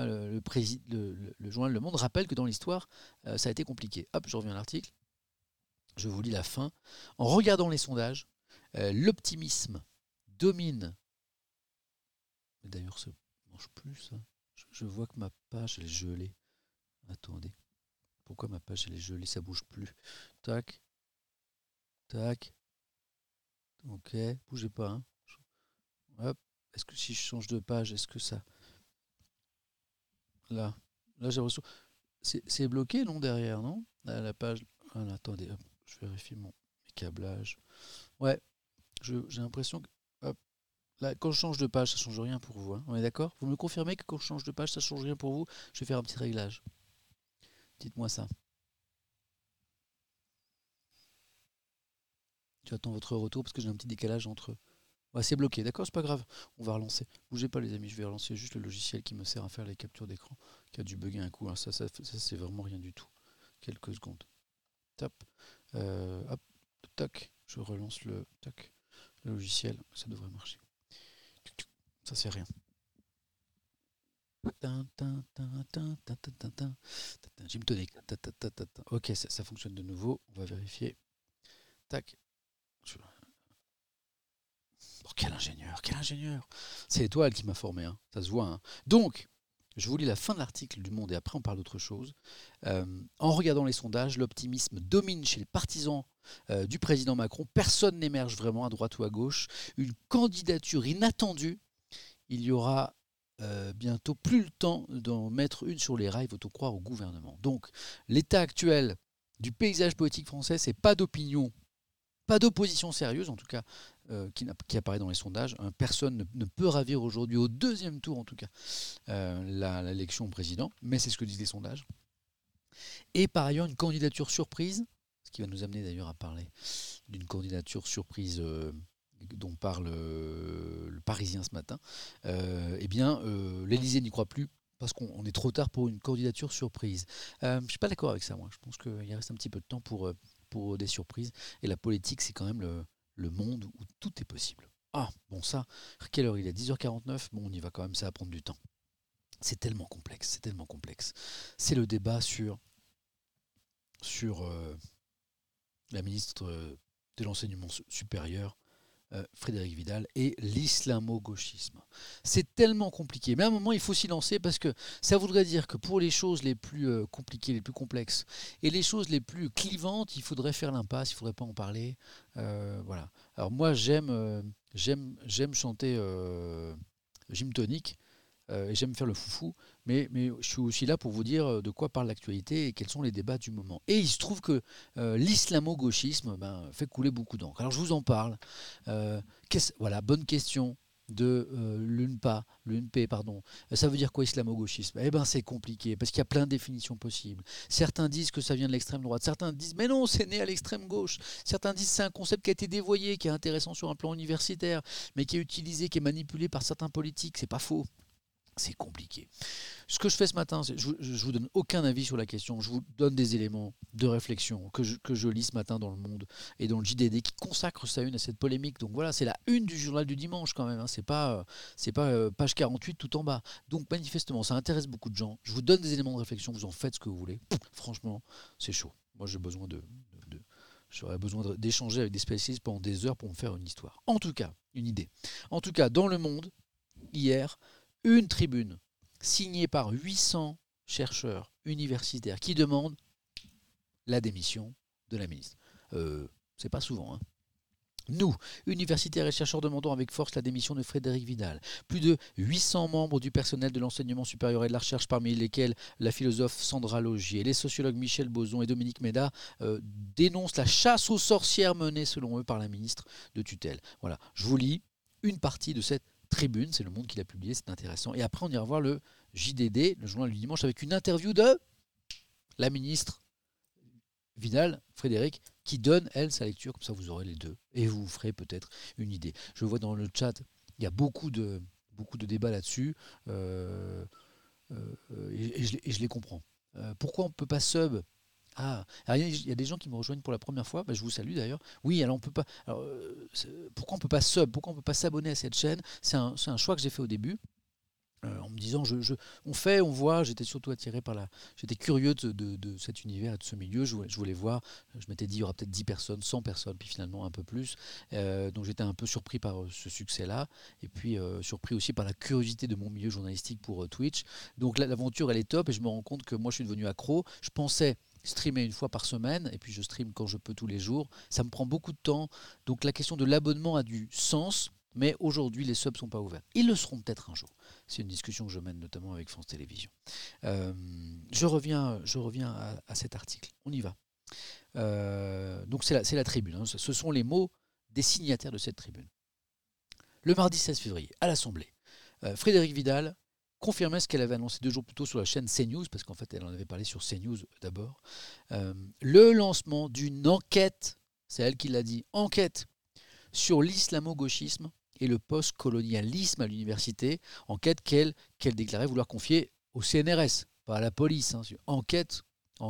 Le journal Le Monde rappelle que dans l'histoire, ça a été compliqué. Hop, je reviens à l'article. Je vous lis la fin. En regardant les sondages, l'optimisme domine. Mais d'ailleurs, ça ne marche plus, ça. Je vois que ma page, elle est gelée. Attendez. Pourquoi ma page, elle est gelée? Ça bouge plus. Tac, tac. Ok, bougez pas. Hein. Hop. Est-ce que si je change de page, est-ce que ça... Là j'ai reçu... C'est bloqué, non, derrière, non? La page... Voilà, attendez, hop. Je vérifie mes câblages. Ouais, j'ai l'impression que... Hop. Là, quand je change de page, ça change rien pour vous, hein. On est d'accord? Vous me confirmez que quand je change de page, ça change rien pour vous? Je vais faire un petit réglage. Dites-moi ça. J'attends votre retour parce que j'ai un petit décalage entre. Ouais, c'est bloqué, d'accord, c'est pas grave. On va relancer. Bougez pas les amis, je vais relancer juste le logiciel qui me sert à faire les captures d'écran, qui a dû bugger un coup, hein. Ça c'est vraiment rien du tout. Quelques secondes. Tap. Hop, tac. Je relance le logiciel, ça devrait marcher. Ça c'est rien. Gym tonic. Ok, ça fonctionne de nouveau. On va vérifier. Tac. Oh, quel ingénieur, quel ingénieur. C'est l'étoile qui m'a formé, hein. Ça se voit, hein. Donc, je vous lis la fin de l'article du Monde et après on parle d'autre chose. En regardant les sondages, l'optimisme domine chez les partisans du président Macron. Personne n'émerge vraiment à droite ou à gauche. Une candidature inattendue. Il y aura bientôt plus le temps d'en mettre une sur les rails, faut-on croire au gouvernement. Donc, l'état actuel du paysage politique français, c'est pas d'opinion, pas d'opposition sérieuse, en tout cas, qui apparaît dans les sondages. Personne ne peut ravir aujourd'hui, au deuxième tour en tout cas, l'élection au président, mais c'est ce que disent les sondages. Et par ailleurs, une candidature surprise, ce qui va nous amener d'ailleurs à parler d'une candidature surprise dont parle le Parisien ce matin. L'Élysée n'y croit plus parce qu'on est trop tard pour une candidature surprise. Je ne suis pas d'accord avec ça, moi. Je pense qu'il reste un petit peu de temps pour des surprises. Et la politique, c'est quand même le monde où tout est possible. Ah, bon ça, quelle heure il est? 10h49. Bon, on y va quand même, ça va prendre du temps. C'est tellement complexe, c'est tellement complexe. C'est le débat sur la ministre de l'enseignement supérieur, Frédérique Vidal, et l'islamo-gauchisme. C'est tellement compliqué. Mais à un moment, il faut s'y lancer parce que ça voudrait dire que pour les choses les plus compliquées, les plus complexes, et les choses les plus clivantes, il faudrait faire l'impasse, il ne faudrait pas en parler. Voilà. Alors moi, j'aime chanter Gym Tonic. Et j'aime faire le foufou, mais je suis aussi là pour vous dire de quoi parle l'actualité et quels sont les débats du moment. Et il se trouve que l'islamo-gauchisme fait couler beaucoup d'encre. Alors je vous en parle. Voilà, bonne question de l'UNP, pardon. Ça veut dire quoi islamo-gauchisme? Eh bien c'est compliqué, parce qu'il y a plein de définitions possibles. Certains disent que ça vient de l'extrême droite, certains disent mais non, c'est né à l'extrême gauche, certains disent c'est un concept qui a été dévoyé, qui est intéressant sur un plan universitaire, mais qui est utilisé, qui est manipulé par certains politiques, c'est pas faux. C'est compliqué. Ce que je fais ce matin, je ne vous donne aucun avis sur la question, je vous donne des éléments de réflexion que je lis ce matin dans Le Monde et dans le JDD qui consacre sa une à cette polémique. Donc voilà, c'est la une du journal du dimanche quand même, hein. C'est pas page 48 tout en bas. Donc manifestement, ça intéresse beaucoup de gens. Je vous donne des éléments de réflexion, vous en faites ce que vous voulez. Franchement, c'est chaud. Moi, j'ai besoin j'aurais besoin d'échanger avec des spécialistes pendant des heures pour me faire une histoire. En tout cas, une idée. En tout cas, dans Le Monde, hier, une tribune signée par 800 chercheurs universitaires qui demandent la démission de la ministre. C'est pas souvent, hein. Nous, universitaires et chercheurs, demandons avec force la démission de Frédérique Vidal. Plus de 800 membres du personnel de l'enseignement supérieur et de la recherche, parmi lesquels la philosophe Sandra Laugier, les sociologues Michel Boson et Dominique Méda, dénoncent la chasse aux sorcières menée, selon eux, par la ministre de tutelle. Voilà, je vous lis une partie de cette tribune, c'est Le Monde qui l'a publié, c'est intéressant. Et après, on ira voir le JDD, le journal du dimanche, avec une interview de la ministre Vidal, Frédéric, qui donne, elle, sa lecture, comme ça vous aurez les deux, et vous ferez peut-être une idée. Je vois dans le chat, il y a beaucoup de débats là-dessus, et je les comprends. Pourquoi on ne peut pas sub? Il y a des gens qui me rejoignent pour la première fois, je vous salue d'ailleurs. Oui, alors on peut pas. Alors, pourquoi on peut pas sub? Pourquoi on peut pas s'abonner à cette chaîne? C'est un choix que j'ai fait au début. En me disant, on voit, j'étais surtout attiré j'étais curieux de cet univers et de ce milieu, je voulais voir, je m'étais dit, il y aura peut-être 10 personnes, 100 personnes, puis finalement un peu plus, donc j'étais un peu surpris par ce succès-là, et puis surpris aussi par la curiosité de mon milieu journalistique pour Twitch, donc l'aventure elle est top, et je me rends compte que moi je suis devenu accro, je pensais streamer une fois par semaine, et puis je stream quand je peux tous les jours, ça me prend beaucoup de temps, donc la question de l'abonnement a du sens, mais aujourd'hui les subs ne sont pas ouverts. Ils le seront peut-être un jour. C'est une discussion que je mène notamment avec France Télévisions. Je reviens à cet article. On y va. Donc c'est la tribune, hein. Ce sont les mots des signataires de cette tribune. Le mardi 16 février, à l'Assemblée, Frédérique Vidal confirmait ce qu'elle avait annoncé 2 jours plus tôt sur la chaîne CNews, parce qu'en fait elle en avait parlé sur CNews d'abord, le lancement d'une enquête, c'est elle qui l'a dit, enquête sur l'islamo-gauchisme et le post-colonialisme à l'université, enquête qu'elle déclarait vouloir confier au CNRS, pas à la police, hein, enquête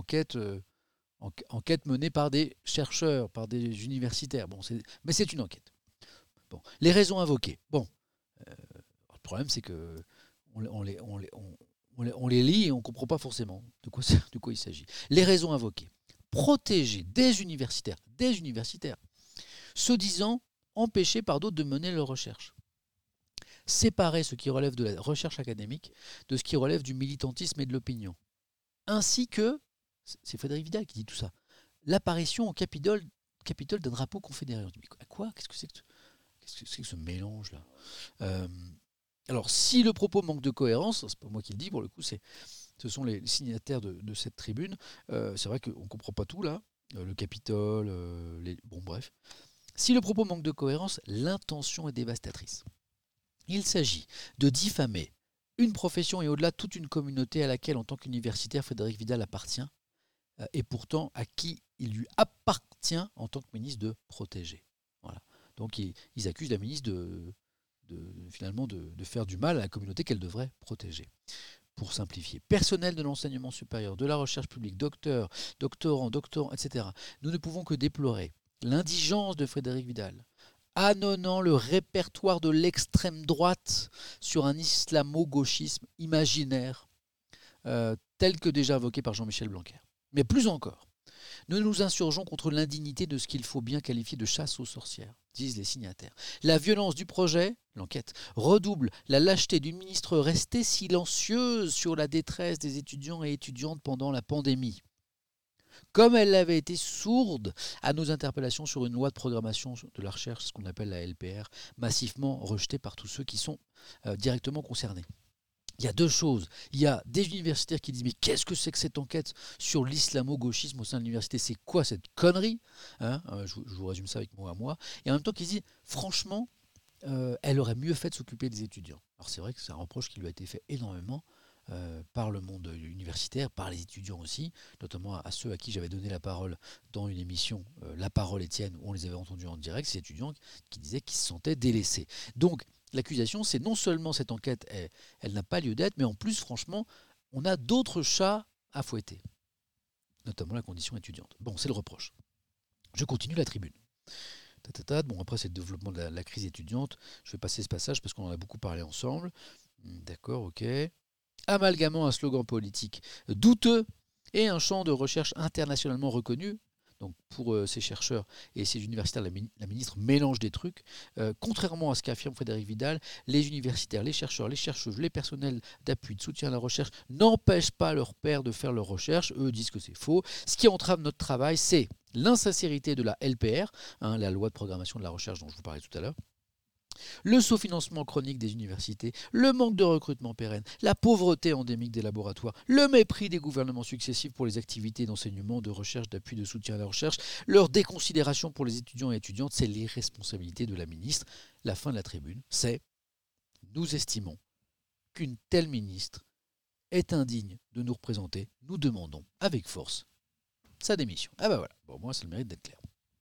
menée par des chercheurs, par des universitaires, mais c'est une enquête. Bon, les raisons invoquées, le problème c'est que on les lit et on ne comprend pas forcément de quoi il s'agit. Les raisons invoquées. Protéger des universitaires, se disant empêchés par d'autres de mener leur recherche. Séparer ce qui relève de la recherche académique de ce qui relève du militantisme et de l'opinion. Ainsi que, c'est Frédérique Vidal qui dit tout ça, l'apparition au Capitole d'un drapeau confédéré. On dit, mais quoi ? Qu'est-ce que c'est que ce mélange-là ? Alors, si le propos manque de cohérence, c'est pas moi qui le dis, pour le coup, ce sont les signataires de cette tribune. C'est vrai qu'on ne comprend pas tout là, le Capitole, bref. Si le propos manque de cohérence, l'intention est dévastatrice. Il s'agit de diffamer une profession et au-delà toute une communauté à laquelle, en tant qu'universitaire, Frédérique Vidal appartient, et pourtant à qui il lui appartient en tant que ministre de protéger. Voilà. Donc ils accusent la ministre de faire du mal à la communauté qu'elle devrait protéger. Pour simplifier, personnel de l'enseignement supérieur, de la recherche publique, docteurs, doctorants, etc. Nous ne pouvons que déplorer l'indigence de Frédérique Vidal, annonnant le répertoire de l'extrême droite sur un islamo-gauchisme imaginaire, tel que déjà invoqué par Jean-Michel Blanquer. Mais plus encore, nous nous insurgeons contre l'indignité de ce qu'il faut bien qualifier de chasse aux sorcières, disent les signataires. La violence du projet, l'enquête, redouble la lâcheté d'une ministre restée silencieuse sur la détresse des étudiants et étudiantes pendant la pandémie. Comme elle avait été sourde à nos interpellations sur une loi de programmation de la recherche, ce qu'on appelle la LPR, massivement rejetée par tous ceux qui sont directement concernés. Il y a 2 choses. Il y a des universitaires qui disent « Mais qu'est-ce que c'est que cette enquête sur l'islamo-gauchisme au sein de l'université ? C'est quoi cette connerie ?» Je vous résume ça avec mot à moi. Et en même temps qui disent « Franchement, elle aurait mieux fait de s'occuper des étudiants. » Alors c'est vrai que c'est un reproche qui lui a été fait énormément par le monde universitaire, par les étudiants aussi, notamment à ceux à qui j'avais donné la parole dans une émission La Parole Étienne, où on les avait entendus en direct, ces étudiants qui disaient qu'ils se sentaient délaissés. Donc l'accusation, c'est non seulement cette enquête, elle n'a pas lieu d'être, mais en plus, franchement, on a d'autres chats à fouetter, notamment la condition étudiante. Bon, c'est le reproche. Je continue la tribune. Bon, après, c'est le développement de la crise étudiante. Je vais passer ce passage parce qu'on en a beaucoup parlé ensemble. D'accord, ok. Amalgamant un slogan politique douteux et un champ de recherche internationalement reconnu. Donc pour ces chercheurs et ces universitaires, la ministre mélange des trucs. Contrairement à ce qu'affirme Frédérique Vidal, les universitaires, les chercheurs, les chercheuses, les personnels d'appui, de soutien à la recherche n'empêchent pas leurs pairs de faire leurs recherches. Eux disent que c'est faux. Ce qui entrave notre travail, c'est l'insincérité de la LPR, la loi de programmation de la recherche dont je vous parlais tout à l'heure, le sous-financement chronique des universités, le manque de recrutement pérenne, la pauvreté endémique des laboratoires, le mépris des gouvernements successifs pour les activités d'enseignement, de recherche, d'appui, de soutien à la recherche, leur déconsidération pour les étudiants et étudiantes, c'est l'irresponsabilité de la ministre. La fin de la tribune, c'est « Nous estimons qu'une telle ministre est indigne de nous représenter. Nous demandons avec force sa démission. » Ah ben voilà, bon, moi ça a le mérite d'être clair.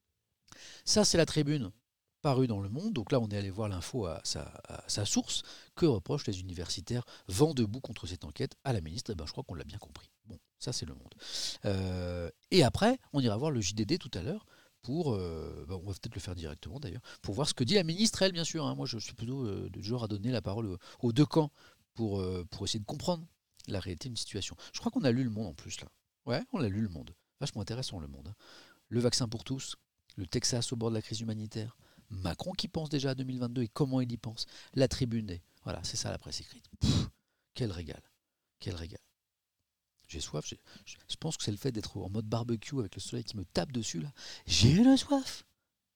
Ça c'est la tribune paru dans Le Monde, donc là on est allé voir l'info à sa source. Que reprochent les universitaires vent debout contre cette enquête à la ministre? Je crois qu'on l'a bien compris. Bon, ça c'est Le Monde. Et après, on ira voir le JDD tout à l'heure pour, on va peut-être le faire directement d'ailleurs, pour voir ce que dit la ministre, elle bien sûr. Moi je suis plutôt du genre à donner la parole aux 2 camps pour essayer de comprendre la réalité d'une situation. Je crois qu'on a lu Le Monde en plus là. Ouais, on l'a lu Le Monde. Vachement intéressant Le Monde. Le vaccin pour tous, le Texas au bord de la crise humanitaire, Macron qui pense déjà à 2022 et comment il y pense. La tribune, voilà, c'est ça la presse écrite. Quel régal, quel régal. J'ai soif, je pense que c'est le fait d'être en mode barbecue avec le soleil qui me tape dessus là. J'ai la soif. Café ?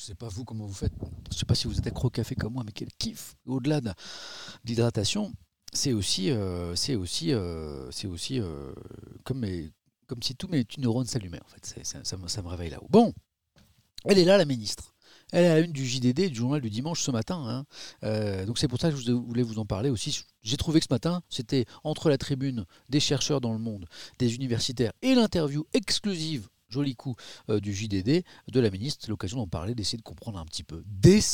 sais pas vous comment vous faites. Je sais pas si vous êtes accro au café comme moi, mais quel kiff. Au-delà de l'hydratation, c'est aussi comme, comme si tous mes petits neurones s'allumaient. En fait, ça me réveille là-haut. Bon, elle est là, la ministre. Elle est à la une du JDD, du journal du dimanche ce matin, hein. Donc c'est pour ça que je voulais vous en parler aussi. J'ai trouvé que ce matin, c'était entre la tribune des chercheurs dans le monde, des universitaires et l'interview exclusive, joli coup, du JDD, de la ministre, l'occasion d'en parler, d'essayer de comprendre un petit peu,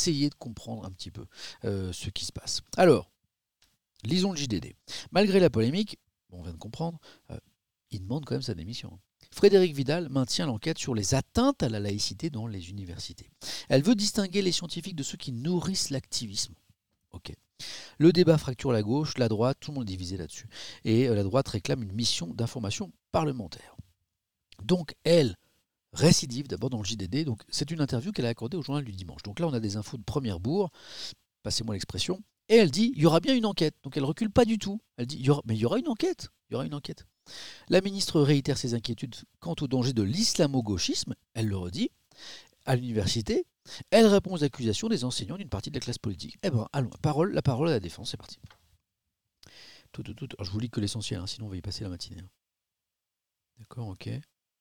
ce qui se passe. Alors, lisons le JDD. Malgré la polémique, on vient de comprendre, il demande quand même sa démission. Frédérique Vidal maintient l'enquête sur les atteintes à la laïcité dans les universités. Elle veut distinguer les scientifiques de ceux qui nourrissent l'activisme. Ok. Le débat fracture la gauche, la droite, tout le monde est divisé là-dessus. Et la droite réclame une mission d'information parlementaire. Donc elle récidive d'abord dans le JDD. Donc c'est une interview qu'elle a accordée au journal du dimanche. Donc là on a des infos de première bourre, passez-moi l'expression. Et elle dit il y aura bien une enquête. Donc elle recule pas du tout. Elle dit mais il y aura une enquête. Il y aura une enquête. La ministre réitère ses inquiétudes quant au danger de l'islamo-gauchisme, elle le redit, à l'université. Elle répond aux accusations des enseignants d'une partie de la classe politique. Eh bien, allons, la parole à la défense, c'est parti. Alors, je vous lis que l'essentiel, hein, sinon on va y passer la matinée. D'accord, ok.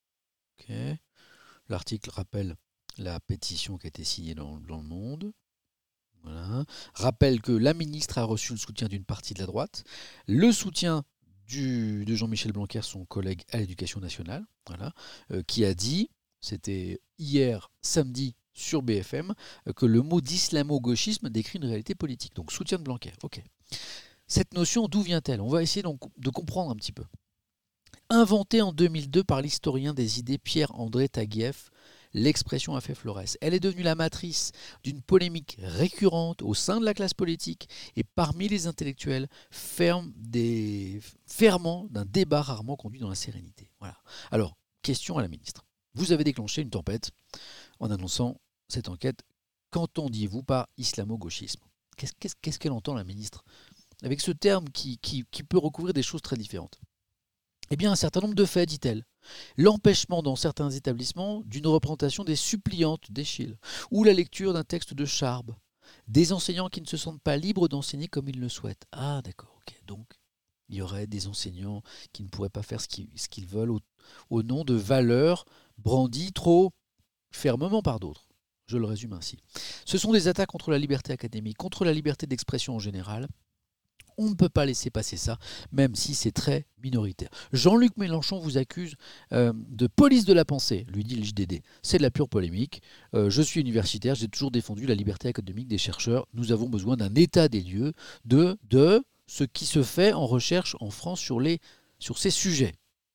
L'article rappelle la pétition qui a été signée dans le Monde. Voilà. Rappelle que la ministre a reçu le soutien d'une partie de la droite, le soutien de Jean-Michel Blanquer, son collègue à l'Éducation nationale, voilà, qui a dit, c'était hier samedi sur BFM, que le mot d'islamo-gauchisme décrit une réalité politique. Donc soutien de Blanquer, ok. Cette notion, d'où vient-elle? On va essayer donc de comprendre un petit peu. Inventée en 2002 par l'historien des idées Pierre-André Taguieff, l'expression a fait florès. Elle est devenue la matrice d'une polémique récurrente au sein de la classe politique et parmi les intellectuels, fermant d'un débat rarement conduit dans la sérénité. Voilà. Alors, question à la ministre. Vous avez déclenché une tempête en annonçant cette enquête. Qu'entendiez-vous par islamo-gauchisme? Qu'est-ce qu'elle entend, la ministre, avec ce terme qui peut recouvrir des choses très différentes? Eh bien, un certain nombre de faits, dit-elle. L'empêchement dans certains établissements d'une représentation des suppliantes d'Eschyle, ou la lecture d'un texte de Charb, des enseignants qui ne se sentent pas libres d'enseigner comme ils le souhaitent. Ah d'accord, ok. Donc il y aurait des enseignants qui ne pourraient pas faire ce qu'ils veulent au nom de valeurs brandies trop fermement par d'autres. Je le résume ainsi. Ce sont des attaques contre la liberté académique, contre la liberté d'expression en général. On ne peut pas laisser passer ça, même si c'est très minoritaire. Jean-Luc Mélenchon vous accuse de police de la pensée, lui dit le JDD. C'est de la pure polémique. Je suis universitaire, j'ai toujours défendu la liberté académique des chercheurs. Nous avons besoin d'un état des lieux de ce qui se fait en recherche en France sur ces sujets.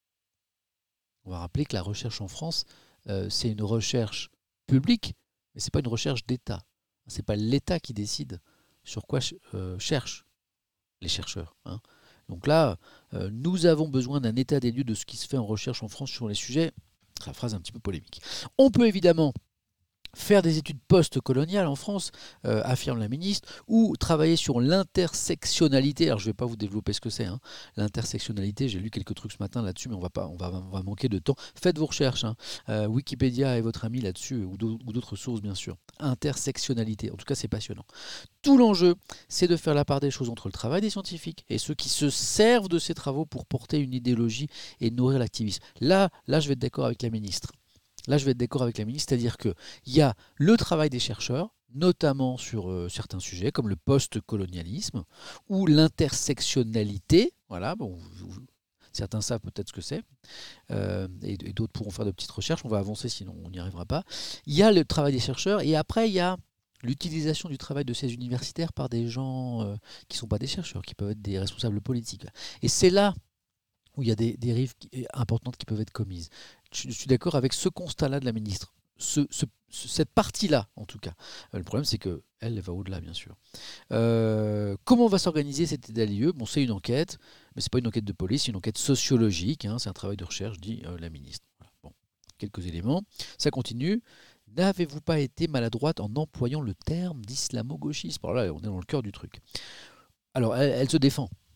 On va rappeler que la recherche en France, c'est une recherche publique, mais ce n'est pas une recherche d'État. Ce n'est pas l'État qui décide sur quoi cherche les chercheurs. Hein. Donc là, nous avons besoin d'un état des lieux de ce qui se fait en recherche en France sur les sujets. La phrase un petit peu polémique. On peut évidemment faire des études post-coloniales en France, affirme la ministre, ou travailler sur l'intersectionnalité. Alors je ne vais pas vous développer ce que c'est, hein. L'intersectionnalité, j'ai lu quelques trucs ce matin là-dessus, mais on va manquer de temps. Faites vos recherches, hein. Wikipédia est votre ami là-dessus, ou d'autres sources bien sûr. Intersectionnalité, en tout cas c'est passionnant. Tout l'enjeu, c'est de faire la part des choses entre le travail des scientifiques et ceux qui se servent de ces travaux pour porter une idéologie et nourrir l'activisme. Là, je vais être d'accord avec la ministre. C'est-à-dire qu'il y a le travail des chercheurs, notamment sur certains sujets, comme le post-colonialisme ou l'intersectionnalité. Voilà, bon, certains savent peut-être ce que c'est, et d'autres pourront faire de petites recherches. On va avancer, sinon on n'y arrivera pas. Il y a le travail des chercheurs, et après, il y a l'utilisation du travail de ces universitaires par des gens qui ne sont pas des chercheurs, qui peuvent être des responsables politiques. Et c'est là où il y a des dérives importantes qui peuvent être commises. Je suis d'accord avec ce constat-là de la ministre. Cette partie-là, en tout cas. Le problème, c'est qu'elle va au-delà, bien sûr. Comment va s'organiser cet état des lieux? Bon, c'est une enquête, mais ce n'est pas une enquête de police, c'est une enquête sociologique. Hein, c'est un travail de recherche, dit la ministre. Voilà. Bon, quelques éléments. Ça continue. N'avez-vous pas été maladroite en employant le terme d'islamo-gauchisme? Alors là, on est dans le cœur du truc. Alors, elle se défend.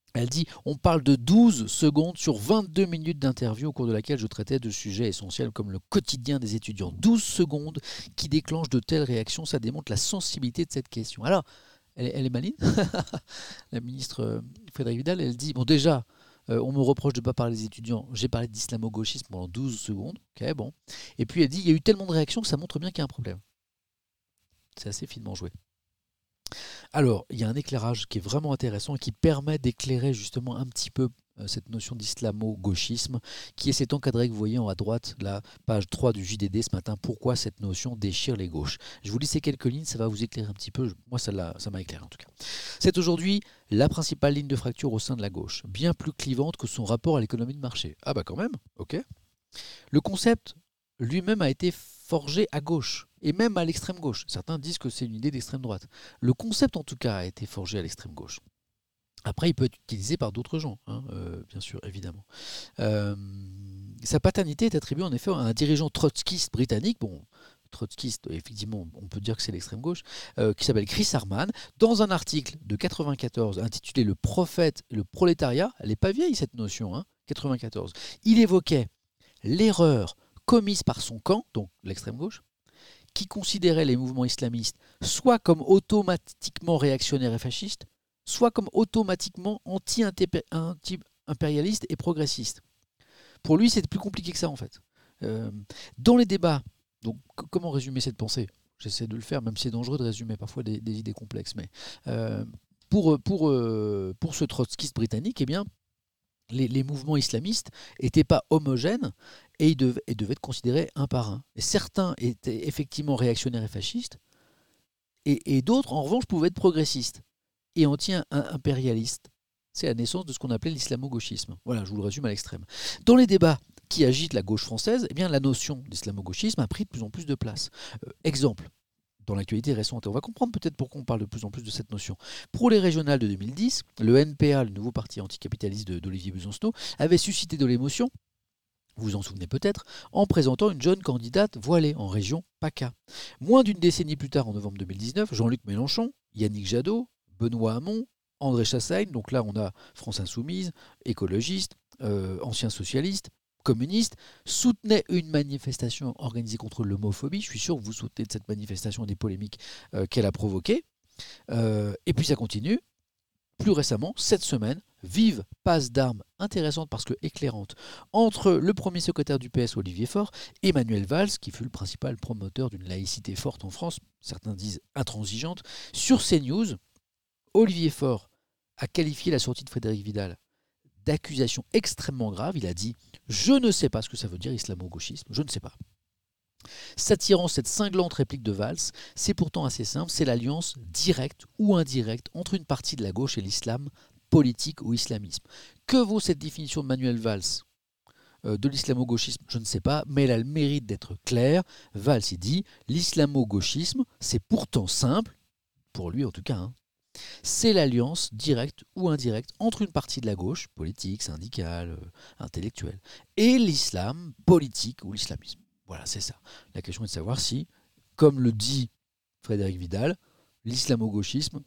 Elle dit, on parle de 12 secondes sur 22 minutes d'interview au cours de laquelle je traitais de sujets essentiels comme le quotidien des étudiants. 12 secondes qui déclenchent de telles réactions, ça démontre la sensibilité de cette question. Alors, elle est maligne, la ministre Frédérique Vidal, elle dit, bon déjà, on me reproche de ne pas parler des étudiants, j'ai parlé d'islamo-gauchisme pendant 12 secondes, ok, bon. Et puis elle dit, il y a eu tellement de réactions que ça montre bien qu'il y a un problème. C'est assez finement joué. Alors, il y a un éclairage qui est vraiment intéressant et qui permet d'éclairer justement un petit peu cette notion d'islamo-gauchisme qui est cet encadré que vous voyez en haut à droite, la page 3 du JDD ce matin. Pourquoi cette notion déchire les gauches? Je vous lis ces quelques lignes, ça va vous éclairer un petit peu. Moi, ça m'a éclairé en tout cas. C'est aujourd'hui la principale ligne de fracture au sein de la gauche, bien plus clivante que son rapport à l'économie de marché. Ah bah quand même, ok. Le concept lui-même a été forgé à gauche, et même à l'extrême gauche. Certains disent que c'est une idée d'extrême droite. Le concept, en tout cas, a été forgé à l'extrême gauche. Après, il peut être utilisé par d'autres gens, hein, bien sûr, évidemment. Sa paternité est attribuée en effet à un dirigeant trotskiste britannique, bon, trotskiste, effectivement, on peut dire que c'est l'extrême gauche, qui s'appelle Chris Harman, dans un article de 94 intitulé Le prophète et le prolétariat. Elle n'est pas vieille cette notion, hein, 94. Il évoquait l'erreur commise par son camp, donc l'extrême gauche, qui considérait les mouvements islamistes soit comme automatiquement réactionnaires et fascistes, soit comme automatiquement anti-impérialistes et progressistes. Pour lui, c'était plus compliqué que ça en fait. Dans les débats, donc comment résumer cette pensée? J'essaie de le faire, même si c'est dangereux de résumer parfois des idées complexes. Mais pour ce trotskiste britannique, eh bien, les mouvements islamistes n'étaient pas homogènes et ils devaient être considérés un par un. Et certains étaient effectivement réactionnaires et fascistes, et d'autres, en revanche, pouvaient être progressistes et anti-impérialistes. C'est la naissance de ce qu'on appelait l'islamo-gauchisme. Voilà, je vous le résume à l'extrême. Dans les débats qui agitent la gauche française, eh bien, la notion d'islamo-gauchisme a pris de plus en plus de place. Exemple, dans l'actualité récente, et on va comprendre peut-être pourquoi on parle de plus en plus de cette notion. Pour les régionales de 2010, le NPA, le nouveau parti anticapitaliste d'Olivier Besancenot, avait suscité de l'émotion, vous vous en souvenez peut-être, en présentant une jeune candidate voilée en région PACA. Moins d'une décennie plus tard, en novembre 2019, Jean-Luc Mélenchon, Yannick Jadot, Benoît Hamon, André Chassaigne, donc là on a France Insoumise, écologiste, ancien socialiste, communiste, soutenaient une manifestation organisée contre l'homophobie. Je suis sûr que vous soutenez de cette manifestation des polémiques qu'elle a provoquées. Et puis ça continue. Plus récemment, cette semaine, vive passe d'armes intéressante parce que éclairante entre le premier secrétaire du PS, Olivier Faure, et Manuel Valls, qui fut le principal promoteur d'une laïcité forte en France, certains disent intransigeante. Sur CNews, Olivier Faure a qualifié la sortie de Frédérique Vidal d'accusation extrêmement grave. Il a dit « Je ne sais pas ce que ça veut dire islamo-gauchisme, je ne sais pas ». S'attirant cette cinglante réplique de Valls, c'est pourtant assez simple, c'est l'alliance directe ou indirecte entre une partie de la gauche et l'islam, politique ou islamisme. Que vaut cette définition de Manuel Valls de l'islamo-gauchisme? Je ne sais pas, mais elle a le mérite d'être claire. Valls il dit « L'islamo-gauchisme, c'est pourtant simple, pour lui en tout cas, hein, c'est l'alliance directe ou indirecte entre une partie de la gauche, politique, syndicale, intellectuelle, et l'islam, politique ou l'islamisme. » Voilà, c'est ça. La question est de savoir si, comme le dit Frédérique Vidal, l'islamo-gauchisme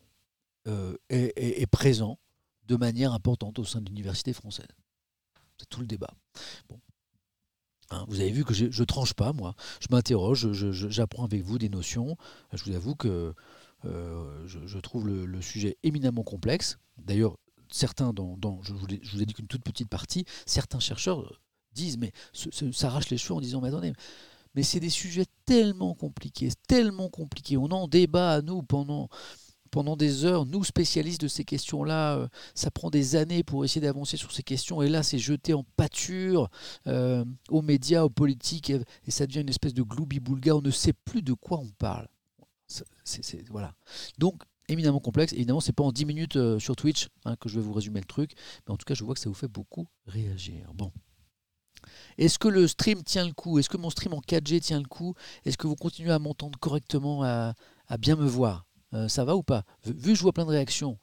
est présent de manière importante au sein de l'université française. C'est tout le débat. Bon. Hein, vous avez vu que je ne tranche pas, moi. Je m'interroge, j'apprends avec vous des notions. Je vous avoue que je trouve le sujet éminemment complexe. D'ailleurs, certains, je vous ai dit qu'une toute petite partie, certains chercheurs disent, mais s'arrachent les cheveux en disant, mais attendez, mais c'est des sujets tellement compliqués, on en débat à nous pendant des heures, nous spécialistes de ces questions-là, ça prend des années pour essayer d'avancer sur ces questions, et là c'est jeté en pâture aux médias, aux politiques, et ça devient une espèce de gloubi-boulga, on ne sait plus de quoi on parle. Voilà. Donc, éminemment complexe. Évidemment, c'est pas en 10 minutes sur Twitch que je vais vous résumer le truc, mais en tout cas, je vois que ça vous fait beaucoup réagir. Bon. Est-ce que le stream tient le coup? Est-ce que mon stream en 4G tient le coup? Est-ce que vous continuez à m'entendre correctement, à bien me voir? Ça va ou pas? Vu que je vois plein de réactions,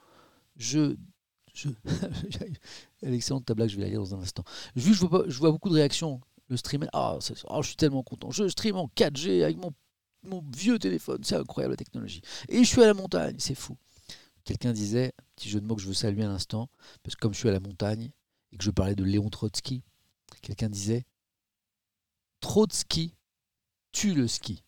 elle est excellente ta blague, je vais la lire dans un instant. Vu que je vois beaucoup de réactions, le stream, je suis tellement content. Je stream en 4G avec mon vieux téléphone, c'est incroyable la technologie. Et je suis à la montagne, c'est fou. Quelqu'un disait, petit jeu de mots que je veux saluer à l'instant, parce que comme je suis à la montagne et que je parlais de Léon Trotsky, quelqu'un disait Trotsky tue le ski.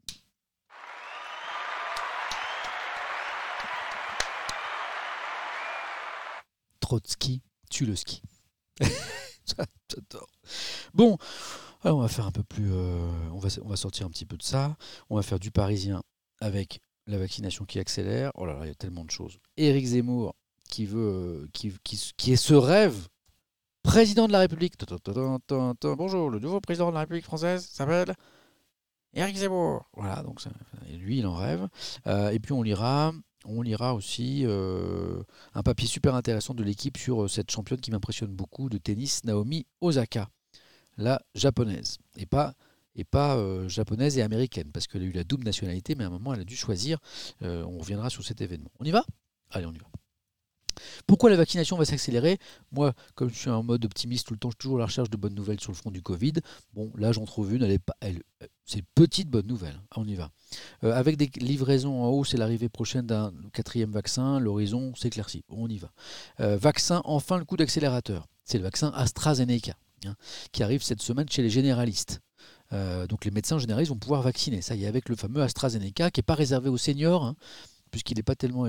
Trotsky tue le ski. J'adore. Bon, alors on va faire un peu plus. On va sortir un petit peu de ça. On va faire du parisien avec la vaccination qui accélère. Oh là là, il y a tellement de choses. Éric Zemmour qui veut, qui est ce rêve. Président de la République. Bonjour, le nouveau président de la République française s'appelle Éric Zemmour. Voilà, donc lui, il en rêve. Et puis on lira aussi un papier super intéressant de l'équipe sur cette championne qui m'impressionne beaucoup de tennis, Naomi Osaka, la japonaise. Et pas japonaise et américaine, parce qu'elle a eu la double nationalité, mais à un moment, elle a dû choisir. On reviendra sur cet événement. On y va ? Allez, on y va. Pourquoi la vaccination va s'accélérer ? Moi, comme je suis en mode optimiste tout le temps, je suis toujours à la recherche de bonnes nouvelles sur le front du Covid. Bon, là, j'en trouve une, c'est une petite bonne nouvelle. On y va. Avec des livraisons en hausse et l'arrivée prochaine d'un 4e vaccin, l'horizon s'éclaircit. On y va. Vaccin, enfin le coup d'accélérateur. C'est le vaccin AstraZeneca, qui arrive cette semaine chez les généralistes. Donc les médecins généralistes vont pouvoir vacciner. Ça y est, avec le fameux AstraZeneca, qui n'est pas réservé aux seniors, puisqu'il n'est pas tellement...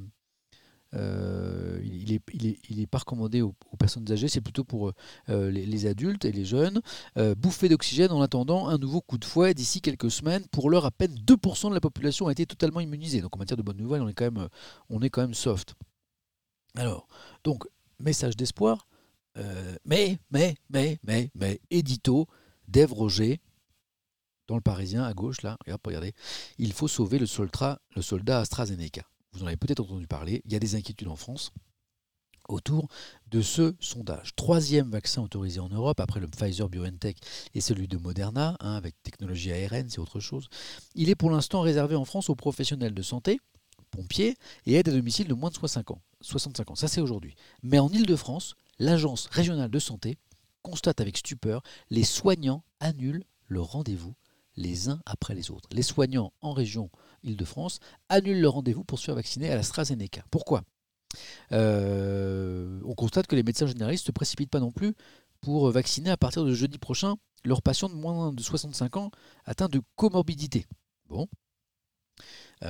il est pas recommandé aux personnes âgées, c'est plutôt pour les adultes et les jeunes. Bouffée d'oxygène en attendant un nouveau coup de fouet d'ici quelques semaines. Pour l'heure, à peine 2% de la population a été totalement immunisée. Donc en matière de bonnes nouvelles, on est quand même soft. Alors, donc, message d'espoir, mais, édito d'Ève Roger, dans le Parisien, à gauche, là, regardez, il faut sauver le soldat AstraZeneca. Vous en avez peut-être entendu parler, il y a des inquiétudes en France autour de ce sondage. 3e vaccin autorisé en Europe, après le Pfizer-BioNTech et celui de Moderna, avec technologie ARN, c'est autre chose. Il est pour l'instant réservé en France aux professionnels de santé, pompiers et aides à domicile de moins de 65 ans. Ça, c'est aujourd'hui. Mais en Île-de-France, l'Agence régionale de santé constate avec stupeur, les soignants annulent leur rendez-vous les uns après les autres. Les soignants en région Île-de-France annulent leur rendez-vous pour se faire vacciner à l'AstraZeneca. Pourquoi ? On constate que les médecins généralistes ne se précipitent pas non plus pour vacciner à partir de jeudi prochain leurs patients de moins de 65 ans atteints de comorbidité. Bon. Pourquoi ?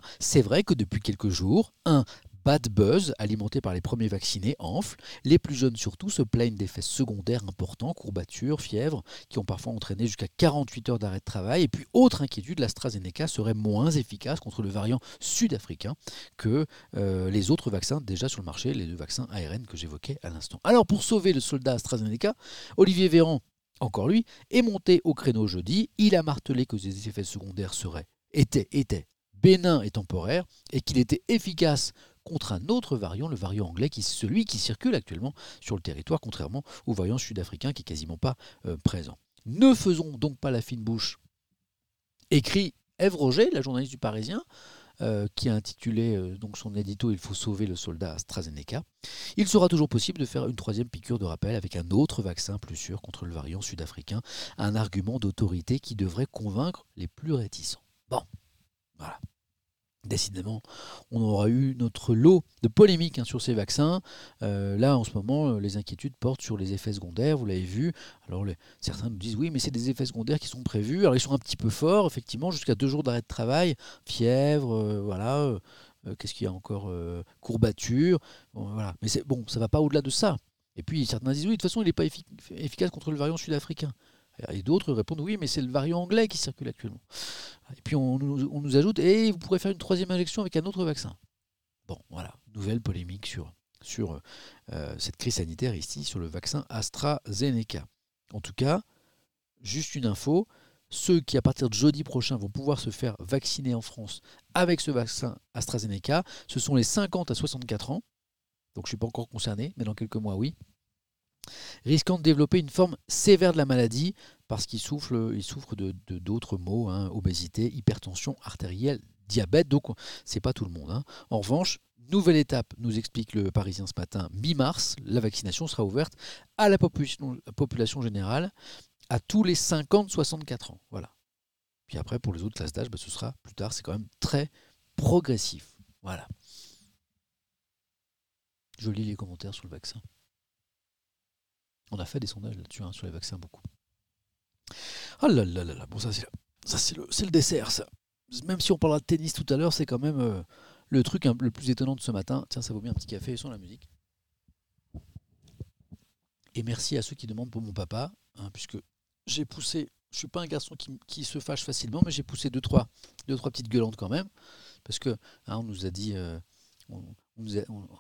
C'est vrai que depuis quelques jours, un bad buzz alimenté par les premiers vaccinés enfle. Les plus jeunes surtout se plaignent d'effets secondaires importants, courbatures, fièvres, qui ont parfois entraîné jusqu'à 48 heures d'arrêt de travail. Et puis, autre inquiétude, l'AstraZeneca serait moins efficace contre le variant sud-africain que les autres vaccins déjà sur le marché, les 2 vaccins ARN que j'évoquais à l'instant. Alors, pour sauver le soldat AstraZeneca, Olivier Véran, encore lui, est monté au créneau jeudi. Il a martelé que ces effets secondaires étaient bénins et temporaires, et qu'il était efficace contre un autre variant, le variant anglais, qui est celui qui circule actuellement sur le territoire, contrairement au variant sud-africain qui n'est quasiment pas présent. Ne faisons donc pas la fine bouche, écrit Ève Roger, la journaliste du Parisien, qui a intitulé donc son édito « Il faut sauver le soldat AstraZeneca ». Il sera toujours possible de faire une 3e piqûre de rappel avec un autre vaccin plus sûr contre le variant sud-africain, un argument d'autorité qui devrait convaincre les plus réticents. Bon, voilà. Décidément, on aura eu notre lot de polémiques sur ces vaccins. Là, en ce moment, les inquiétudes portent sur les effets secondaires, vous l'avez vu. Alors, certains nous disent, oui, mais c'est des effets secondaires qui sont prévus. Alors, ils sont un petit peu forts, effectivement, jusqu'à 2 jours d'arrêt de travail, fièvre, voilà. Qu'est-ce qu'il y a encore ? Courbature, bon, voilà. Mais bon, ça ne va pas au-delà de ça. Et puis, certains disent, oui, de toute façon, il n'est pas efficace contre le variant sud-africain. Et d'autres répondent oui, mais c'est le variant anglais qui circule actuellement. Et puis on nous ajoute et vous pourrez faire une 3e injection avec un autre vaccin. Bon, voilà, nouvelle polémique sur cette crise sanitaire ici, sur le vaccin AstraZeneca. En tout cas, juste une info, ceux qui à partir de jeudi prochain vont pouvoir se faire vacciner en France avec ce vaccin AstraZeneca, ce sont les 50 à 64 ans, donc je ne suis pas encore concerné, mais dans quelques mois oui, risquant de développer une forme sévère de la maladie parce qu'il souffre d'autres maux, obésité, hypertension artérielle, diabète, donc c'est pas tout le monde. En revanche, nouvelle étape, nous explique le Parisien ce matin, mi-mars, la vaccination sera ouverte à la population générale, à tous les 50-64 ans. Voilà. Puis après, pour les autres classes d'âge, ce sera plus tard, c'est quand même très progressif. Voilà. Je lis les commentaires sur le vaccin. On a fait des sondages là-dessus, hein, sur les vaccins, beaucoup. Ah là là là là, bon, c'est le dessert, ça. Même si on parlera de tennis tout à l'heure, c'est quand même le truc le plus étonnant de ce matin. Tiens, ça vaut bien un petit café sans la musique. Et merci à ceux qui demandent pour mon papa, hein, puisque j'ai poussé. Je suis pas un garçon qui se fâche facilement, mais j'ai poussé deux, trois petites gueulantes quand même, parce que hein, on nous a dit, on nous a,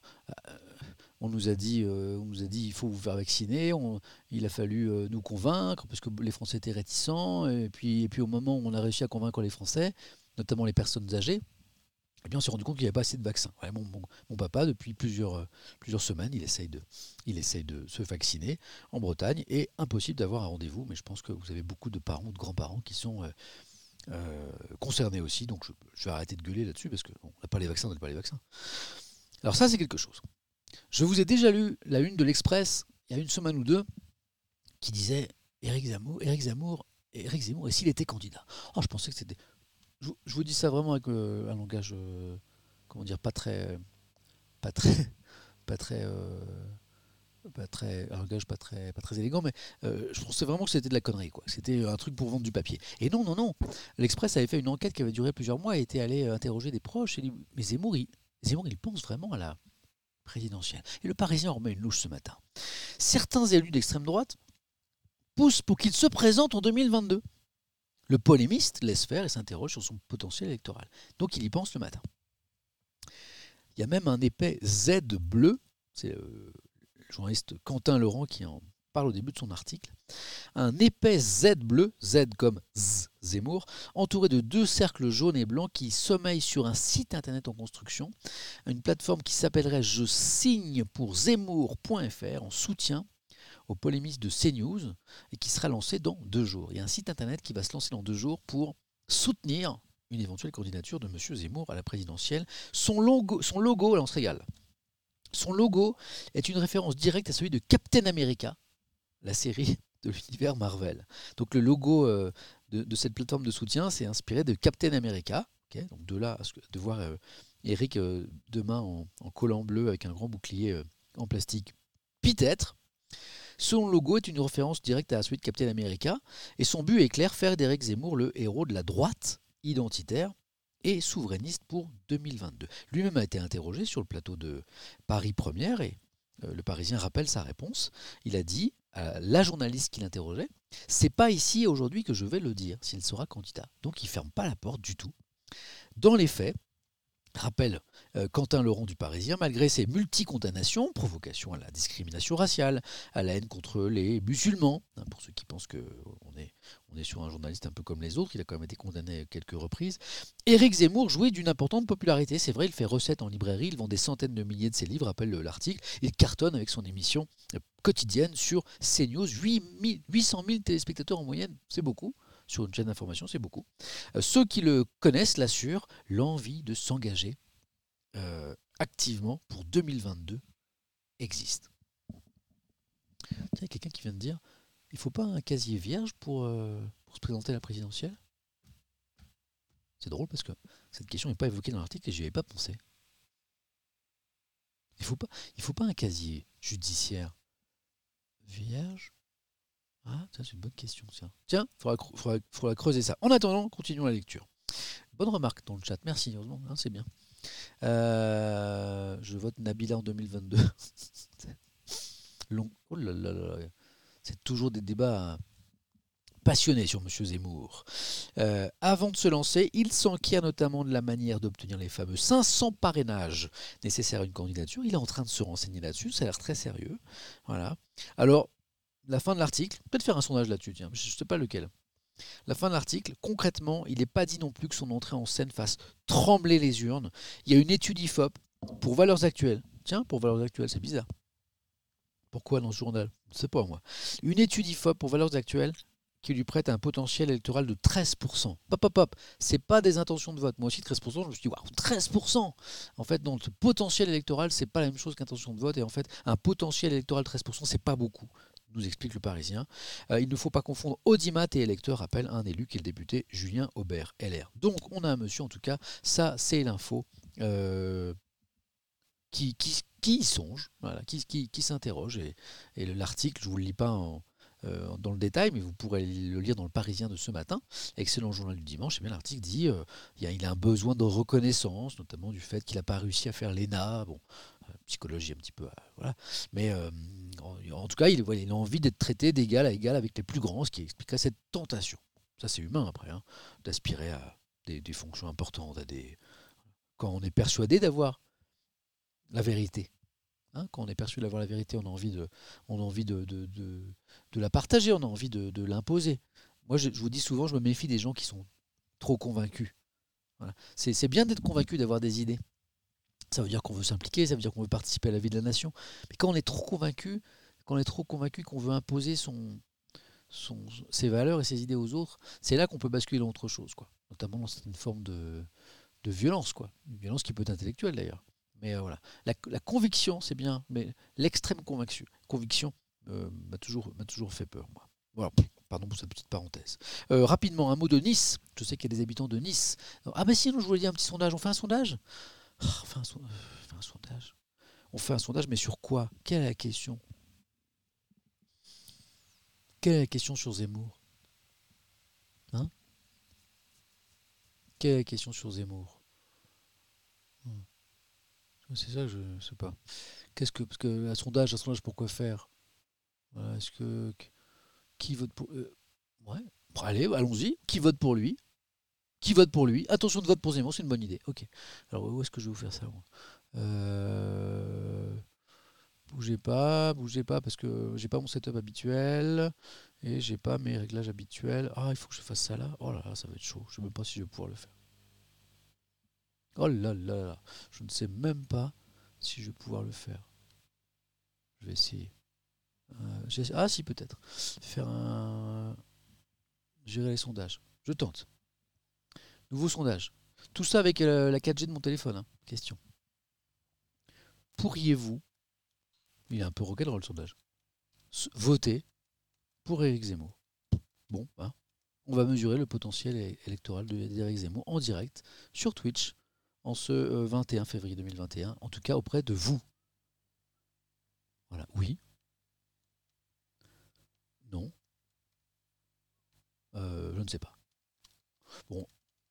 on nous a dit, il faut vous faire vacciner. Il a fallu nous convaincre parce que les Français étaient réticents. Et puis au moment où on a réussi à convaincre les Français, notamment les personnes âgées, eh bien, on s'est rendu compte qu'il n'y avait pas assez de vaccins. Ouais, mon papa, depuis plusieurs semaines, il essaye de se vacciner en Bretagne et impossible d'avoir un rendez-vous. Mais je pense que vous avez beaucoup de parents ou de grands-parents qui sont concernés aussi. Donc je vais arrêter de gueuler là-dessus parce qu'on n'a pas les vaccins, on n'a pas les vaccins. Alors ça, c'est quelque chose. Je vous ai déjà lu la une de l'Express il y a une semaine ou deux qui disait Éric Zemmour, et s'il était candidat. Oh, je pensais que c'était. Je vous dis ça vraiment avec un langage, comment dire, pas très, pas très, pas très, un langage pas très élégant, mais je pensais vraiment que c'était de la connerie, quoi. C'était un truc pour vendre du papier. Et non, non, non. L'Express avait fait une enquête qui avait duré plusieurs mois et était allé interroger des proches et dit, mais Zemmour, il pense vraiment à la présidentielle. Et le Parisien en remet une louche ce matin. Certains élus d'extrême droite poussent pour qu'il se présente en 2022. Le polémiste laisse faire et s'interroge sur son potentiel électoral. Donc il y pense le matin. Il y a même un épais Z bleu, c'est le journaliste Quentin Laurent qui en parle au début de son article. Un épais Z bleu, Z comme Zemmour, entouré de deux cercles jaunes et blancs qui sommeillent sur un site internet en construction, une plateforme qui s'appellerait Je signe pour Zemmour.fr en soutien aux polémistes de CNews et qui sera lancé dans 2 jours. Il y a un site internet qui va se lancer dans 2 jours pour soutenir une éventuelle candidature de M. Zemmour à la présidentielle. Son logo, là on se régale. Son logo est une référence directe à celui de Captain America, la série de l'univers Marvel. Donc le logo de cette plateforme de soutien s'est inspiré de Captain America. Okay, donc de là de voir Eric demain en collant bleu avec un grand bouclier en plastique, peut-être. Son logo est une référence directe à celui de Captain America et son but est clair, faire d'Éric Zemmour le héros de la droite identitaire et souverainiste pour 2022. Lui-même a été interrogé sur le plateau de Paris Première et le Parisien rappelle sa réponse. Il a dit à la journaliste qui l'interrogeait, c'est pas ici aujourd'hui que je vais le dire s'il sera candidat. Donc il ferme pas la porte du tout. Dans les faits, rappelle Quentin Laurent du Parisien, malgré ses multi-condamnations, provocation à la discrimination raciale, à la haine contre les musulmans, hein, pour ceux qui pensent qu'on est sur un journaliste un peu comme les autres, il a quand même été condamné à quelques reprises, Éric Zemmour jouit d'une importante popularité. C'est vrai, il fait recette en librairie, il vend des centaines de milliers de ses livres, rappelle l'article, il cartonne avec son émission quotidienne sur CNews, 800 000 téléspectateurs en moyenne, c'est beaucoup. Sur une chaîne d'information, c'est beaucoup. Ceux qui le connaissent l'assurent, l'envie de s'engager activement pour 2022 existe. Il y a quelqu'un qui vient de dire, il ne faut pas un casier vierge pour se présenter à la présidentielle. C'est drôle parce que cette question n'est pas évoquée dans l'article et je n'y avais pas pensé. Il faut pas un casier judiciaire vierge. Ah, ça c'est une bonne question. Tiens, faudra creuser ça. En attendant, continuons la lecture. Bonne remarque dans le chat, merci, heureusement, hein, c'est bien. Je vote Nabila en 2022. Long. Oh là là là. C'est toujours des débats passionnés sur M. Zemmour. Avant de se lancer, il s'enquiert notamment de la manière d'obtenir les fameux 500 parrainages nécessaires à une candidature. Il est en train de se renseigner là-dessus, ça a l'air très sérieux. Voilà. Alors, la fin de l'article, peut-être faire un sondage là-dessus, tiens, je ne sais pas lequel. La fin de l'article, concrètement, il n'est pas dit non plus que son entrée en scène fasse trembler les urnes. Il y a une étude IFOP pour Valeurs Actuelles. Tiens, pour Valeurs Actuelles, c'est bizarre. Pourquoi dans ce journal? Je ne sais pas moi. Une étude IFOP pour Valeurs Actuelles qui lui prête un potentiel électoral de 13%. Hop. C'est pas des intentions de vote. Moi aussi, 13%, je me suis dit, waouh, 13%. En fait, non, le potentiel électoral, c'est pas la même chose qu'intention de vote. Et en fait, un potentiel électoral 13%, c'est pas beaucoup, nous explique le Parisien. Il ne faut pas confondre audimat et électeur, rappelle un élu qui est le député Julien Aubert, LR. Donc, on a un monsieur, en tout cas, ça, c'est l'info qui y songe, voilà, qui s'interroge. Et l'article, je ne vous le lis pas dans le détail, mais vous pourrez le lire dans le Parisien de ce matin, excellent journal du dimanche. Et bien l'article dit il a un besoin de reconnaissance, notamment du fait qu'il n'a pas réussi à faire l'ENA. Bon, psychologie un petit peu, voilà. Mais en tout cas, il a envie d'être traité d'égal à égal avec les plus grands, ce qui expliquerait cette tentation. Ça, c'est humain après, hein, d'aspirer à des fonctions importantes, quand on est persuadé d'avoir la vérité. Hein, quand on est persuadé d'avoir la vérité, on a envie de la partager, on a envie de l'imposer. Moi, je vous dis souvent, je me méfie des gens qui sont trop convaincus. Voilà. C'est bien d'être convaincu, d'avoir des idées. Ça veut dire qu'on veut s'impliquer, ça veut dire qu'on veut participer à la vie de la nation. Mais quand on est trop convaincu, qu'on veut imposer ses valeurs et ses idées aux autres, c'est là qu'on peut basculer dans autre chose, quoi. Notamment dans une forme de violence, quoi. Une violence qui peut être intellectuelle d'ailleurs. Mais voilà. La conviction, c'est bien, mais l'extrême conviction m'a toujours fait peur, moi. Voilà. Pardon pour cette petite parenthèse. Rapidement, un mot de Nice. Je sais qu'il y a des habitants de Nice. Ah, mais sinon, je voulais dire un petit sondage. On fait un sondage. On fait un sondage. On fait un sondage, mais sur quoi? Quelle est la question? Quelle est la question sur Zemmour? Hein? Quelle est la question sur Zemmour? C'est ça que je ne sais pas. Parce que un sondage, pourquoi faire? Voilà, est-ce que qui vote pour ouais. Bon, allez, allons-y. Qui vote pour lui? Qui vote pour lui? Attention de vote pour Zemmour, c'est une bonne idée. Ok. Alors où est-ce que je vais vous faire ça, moi? Bougez pas, parce que j'ai pas mon setup habituel et j'ai pas mes réglages habituels. Ah, il faut que je fasse ça là. Oh là là, ça va être chaud. Je sais même pas si je vais pouvoir le faire. Oh là là là, je ne sais même pas si je vais pouvoir le faire. Je vais essayer. Ah si, peut-être. Faire un... Gérer les sondages. Je tente. Nouveau sondage. Tout ça avec la 4G de mon téléphone, hein. Question. Pourriez-vous, il est un peu rock'n'roll le sondage, voter pour Éric Zemmour? Bon, hein, on va mesurer le potentiel électoral d'Éric Zemmour en direct sur Twitch en ce 21 février 2021, en tout cas auprès de vous. Voilà, oui, non, je ne sais pas. Bon,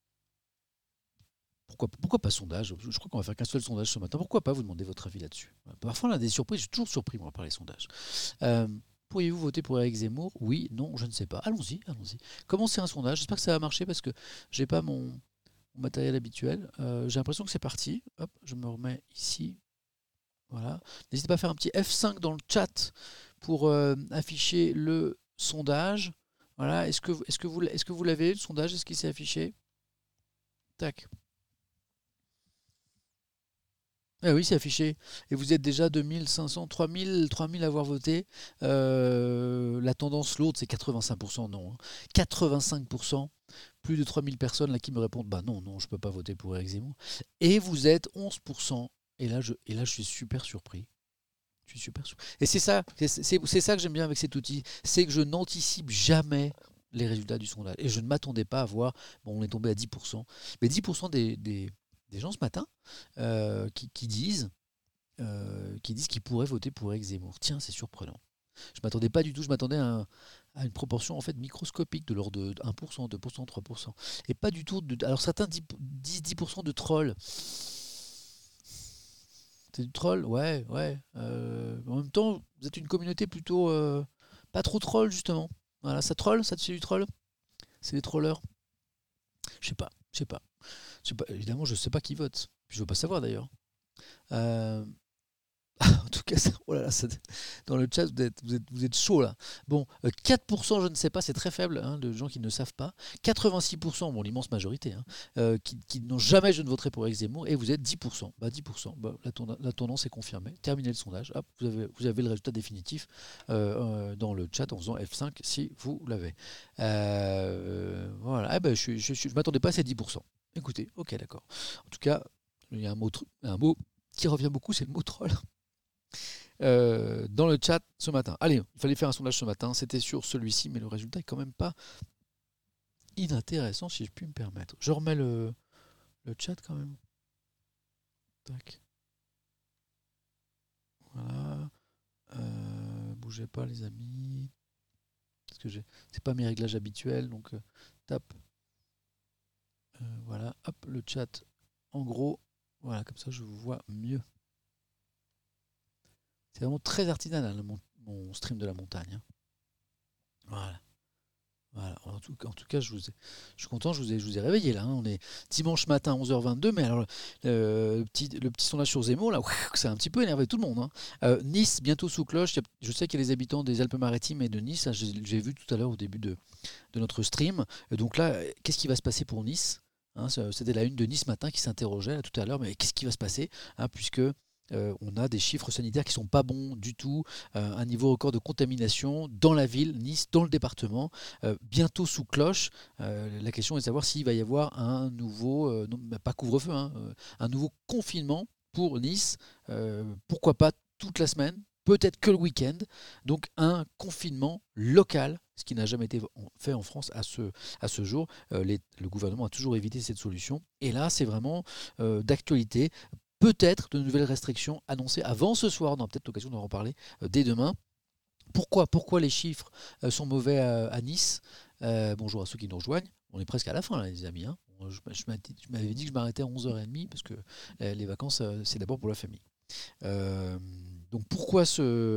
pourquoi pas sondage? Je crois qu'on va faire qu'un seul sondage ce matin. Pourquoi pas vous demander votre avis là-dessus? Parfois, on a des surprises. Je suis toujours surpris moi, par les sondages. Euh, Pourriez-vous voter pour Éric Zemmour? Oui, non, je ne sais pas. Allons-y, allons-y. Commencez un sondage. J'espère que ça va marcher parce que j'ai pas mon matériel habituel. J'ai l'impression que c'est parti. Hop, je me remets ici. Voilà. N'hésitez pas à faire un petit F5 dans le chat pour afficher le sondage. Voilà. Est-ce que vous l'avez, le sondage? Est-ce qu'il s'est affiché? Tac. Ah oui, c'est affiché. Et vous êtes déjà 2500, 3000 à avoir voté. La tendance lourde, c'est 85% non, hein. 85%, plus de 3000 personnes là qui me répondent bah non, non, je ne peux pas voter pour Éric Zemmour. Et vous êtes 11%. Et là, je suis super surpris. Je suis super surpris. Et c'est ça que j'aime bien avec cet outil, c'est que je n'anticipe jamais les résultats du sondage. Et je ne m'attendais pas à voir, bon, on est tombé à 10%, mais 10% des gens ce matin qui disent qu'ils pourraient voter pour Éric Zemmour. Tiens, c'est surprenant. Je ne m'attendais pas du tout, je m'attendais à une proportion en fait microscopique de l'ordre de 1%, 2%, 3%. Et pas du tout alors certains disent 10% de trolls. C'est du troll, ouais, ouais. En même temps, vous êtes une communauté plutôt pas trop troll justement. Voilà, ça troll, ça te fait du troll. C'est des trollers. Je sais pas, je sais pas. Je sais pas. Évidemment, je sais pas qui vote. Je veux pas savoir d'ailleurs. Euh, En tout cas, oh là là, dans le chat, vous êtes chaud là. Bon, 4%, je ne sais pas, c'est très faible, hein, de gens qui ne savent pas. 86%, bon, l'immense majorité, hein, qui n'ont jamais je ne voterai pour Éric Zemmour. Et vous êtes 10%. Bah, 10%, bah, la tendance est confirmée. Terminez le sondage. Hop, vous avez le résultat définitif dans le chat en faisant F5 si vous l'avez. Voilà. Ah, bah, je ne m'attendais pas à ces 10%. Écoutez, ok, d'accord. En tout cas, il y a un mot qui revient beaucoup, c'est le mot troll. Dans le chat ce matin. Allez, il fallait faire un sondage ce matin, c'était sur celui-ci, mais le résultat est quand même pas inintéressant si je puis me permettre. Je remets le chat quand même. Tac. bougez pas les amis. Parce que c'est pas mes réglages habituels, donc tape. Voilà, hop, le chat. En gros, voilà, comme ça je vous vois mieux. C'est vraiment très artisanal mon stream de la montagne. Hein. Voilà. Voilà. En tout cas, je suis content, je vous ai réveillé là. Hein. On est dimanche matin 11h22, mais alors le petit sondage sur Zemmour, là, ça a un petit peu énervé tout le monde. Hein. Nice, bientôt sous cloche. Je sais qu'il y a les habitants des Alpes-Maritimes et de Nice, hein, j'ai vu tout à l'heure au début de notre stream. Donc là, qu'est-ce qui va se passer pour Nice? Hein, c'était la une de Nice Matin qui s'interrogeait là, tout à l'heure, mais qu'est-ce qui va se passer? Hein, puisque on a des chiffres sanitaires qui sont pas bons du tout, un niveau record de contamination dans la ville, Nice, dans le département, bientôt sous cloche. La question est de savoir s'il va y avoir un nouveau, non, pas couvre-feu, hein, un nouveau confinement pour Nice, pourquoi pas toute la semaine, peut-être que le week-end, donc un confinement local, ce qui n'a jamais été fait en France à ce jour. Le gouvernement a toujours évité cette solution, et là c'est vraiment d'actualité. Peut-être de nouvelles restrictions annoncées avant ce soir, on aura peut-être l'occasion d'en reparler dès demain. Pourquoi les chiffres sont mauvais à Nice? Bonjour à ceux qui nous rejoignent. On est presque à la fin, là, les amis. Hein. Je m'avais dit que je m'arrêtais à 11h30 parce que les vacances, c'est d'abord pour la famille. Donc pourquoi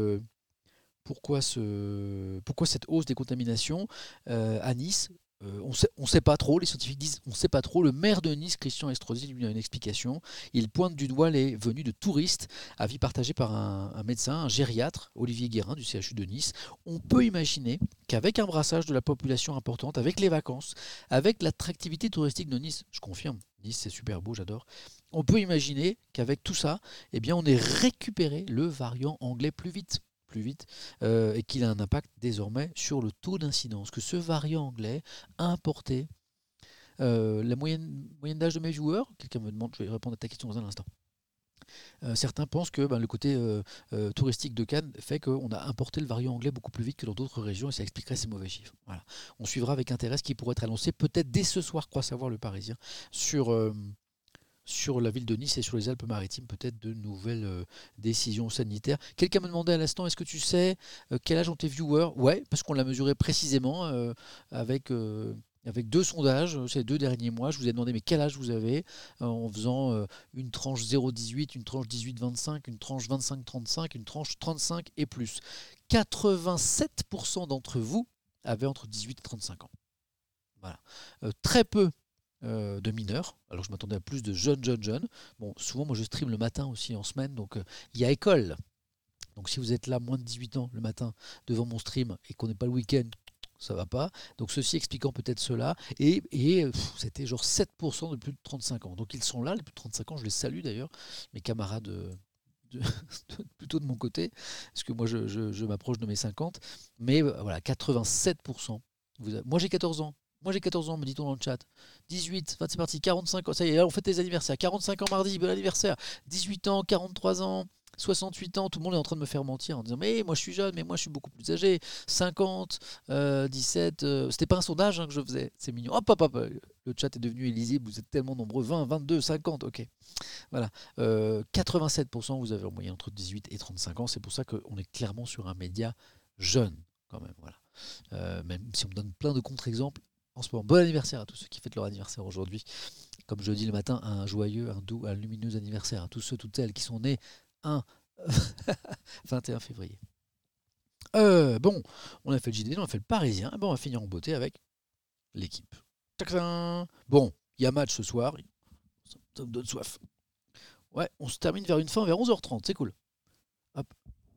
cette hausse des contaminations à Nice? On ne sait pas trop, les scientifiques disent on ne sait pas trop. Le maire de Nice, Christian Estrosi, lui a une explication. Il pointe du doigt les venues de touristes, avis partagé par un médecin, un gériatre, Olivier Guérin du CHU de Nice. On peut imaginer qu'avec un brassage de la population importante, avec les vacances, avec l'attractivité touristique de Nice, je confirme, Nice c'est super beau, j'adore, on peut imaginer qu'avec tout ça, eh bien, on ait récupéré le variant anglais plus vite et qu'il a un impact désormais sur le taux d'incidence, que ce variant anglais a importé la moyenne d'âge de mes viewers, quelqu'un me demande, je vais répondre à ta question dans un instant. Certains pensent que le côté touristique de Cannes fait qu'on a importé le variant anglais beaucoup plus vite que dans d'autres régions et ça expliquerait ces mauvais chiffres. Voilà. On suivra avec intérêt ce qui pourrait être annoncé peut-être dès ce soir, croit savoir le Parisien, sur la ville de Nice et sur les Alpes-Maritimes, peut-être de nouvelles décisions sanitaires. Quelqu'un me demandait à l'instant, est-ce que tu sais quel âge ont tes viewers? Ouais, parce qu'on l'a mesuré précisément avec 2 sondages ces 2 derniers mois. Je vous ai demandé mais quel âge vous avez en faisant une tranche 0-18, une tranche 18-25, une tranche 25-35, une tranche 35 et plus. 87% d'entre vous avaient entre 18 et 35 ans. Voilà. Très peu de mineurs, alors je m'attendais à plus de jeunes. Bon, souvent moi je stream le matin aussi en semaine, donc il y a école. Donc si vous êtes là moins de 18 ans le matin devant mon stream et qu'on n'est pas le week-end, ça va pas. Donc ceci expliquant peut-être cela. Et c'était genre 7% de plus de 35 ans. Donc ils sont là, les plus de 35 ans, je les salue d'ailleurs, mes camarades plutôt de mon côté, parce que moi je m'approche de mes 50. Mais voilà, 87%. Moi j'ai 14 ans. Moi j'ai 14 ans, me dit-on dans le chat. 18, c'est parti, 45 ans. Ça y est, là, on fête les anniversaires. 45 ans mardi, bon anniversaire. 18 ans, 43 ans, 68 ans. Tout le monde est en train de me faire mentir en disant mais moi je suis jeune, mais moi je suis beaucoup plus âgé. 50, 17. C'était pas un sondage que je faisais. C'est mignon. Hop. Le chat est devenu illisible. Vous êtes tellement nombreux. 20, 22, 50. Ok. Voilà. 87%, vous avez en moyenne entre 18 et 35 ans. C'est pour ça qu'on est clairement sur un média jeune quand même. Voilà. Même si on me donne plein de contre-exemples. En ce moment, bon anniversaire à tous ceux qui fêtent leur anniversaire aujourd'hui. Comme je dis le matin, un joyeux, un doux, un lumineux anniversaire à tous ceux, toutes celles qui sont nés un 21 février. Bon, on a fait le JDD, on a fait le Parisien. Bon, on va finir en beauté avec l'équipe. Bon, il y a match ce soir. Ça me donne soif. Ouais, on se termine vers une fin, vers 11h30. C'est cool. Hop.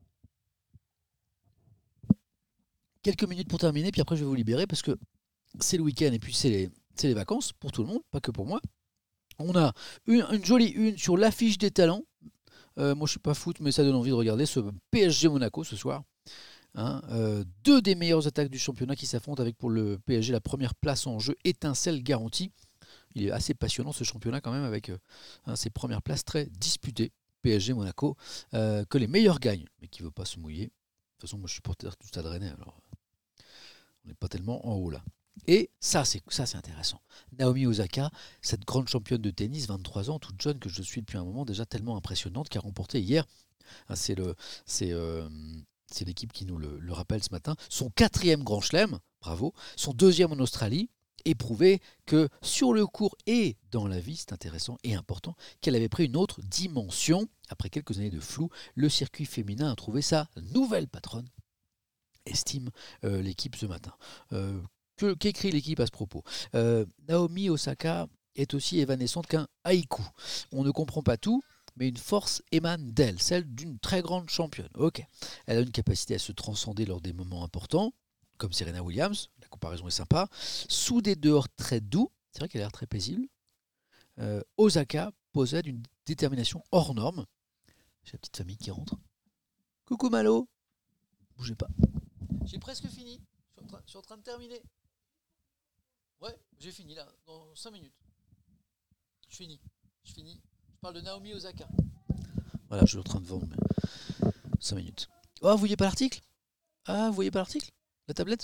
Quelques minutes pour terminer, puis après je vais vous libérer parce que c'est le week-end et puis c'est les vacances pour tout le monde, pas que pour moi. On a une jolie une sur l'affiche des talents. Moi je suis pas foot, mais ça donne envie de regarder ce PSG Monaco ce soir. Hein, 2 des meilleures attaques du championnat qui s'affrontent avec pour le PSG la première place en jeu, étincelle garantie. Il est assez passionnant ce championnat quand même avec ses premières places très disputées. PSG Monaco, que les meilleurs gagnent, mais qui ne veut pas se mouiller. De toute façon, moi je suis supporter du Stade Rennais, alors on n'est pas tellement en haut là. Et ça c'est intéressant. Naomi Osaka, cette grande championne de tennis, 23 ans, toute jeune que je suis depuis un moment, déjà tellement impressionnante, qui a remporté hier. C'est c'est l'équipe qui nous le rappelle ce matin, son 4e Grand Chelem, bravo, son 2e en Australie, et prouvé que sur le court et dans la vie, c'est intéressant et important, qu'elle avait pris une autre dimension. Après quelques années de flou, le circuit féminin a trouvé sa nouvelle patronne, estime l'équipe ce matin. Qu'écrit l'équipe à ce propos? Naomi Osaka est aussi évanescente qu'un haïku. On ne comprend pas tout, mais une force émane d'elle, celle d'une très grande championne. Ok. Elle a une capacité à se transcender lors des moments importants, comme Serena Williams, la comparaison est sympa. Sous des dehors très doux, c'est vrai qu'elle a l'air très paisible, Osaka possède une détermination hors norme. J'ai la petite famille qui rentre. Coucou Malo, bougez pas. J'ai presque fini, je suis en train de terminer. Ouais, j'ai fini là, dans 5 minutes. Je finis. Je parle de Naomi Osaka. Voilà, je suis en train de vendre 5 minutes. Oh, vous voyez pas l'article? Ah, vous voyez pas l'article? La tablette?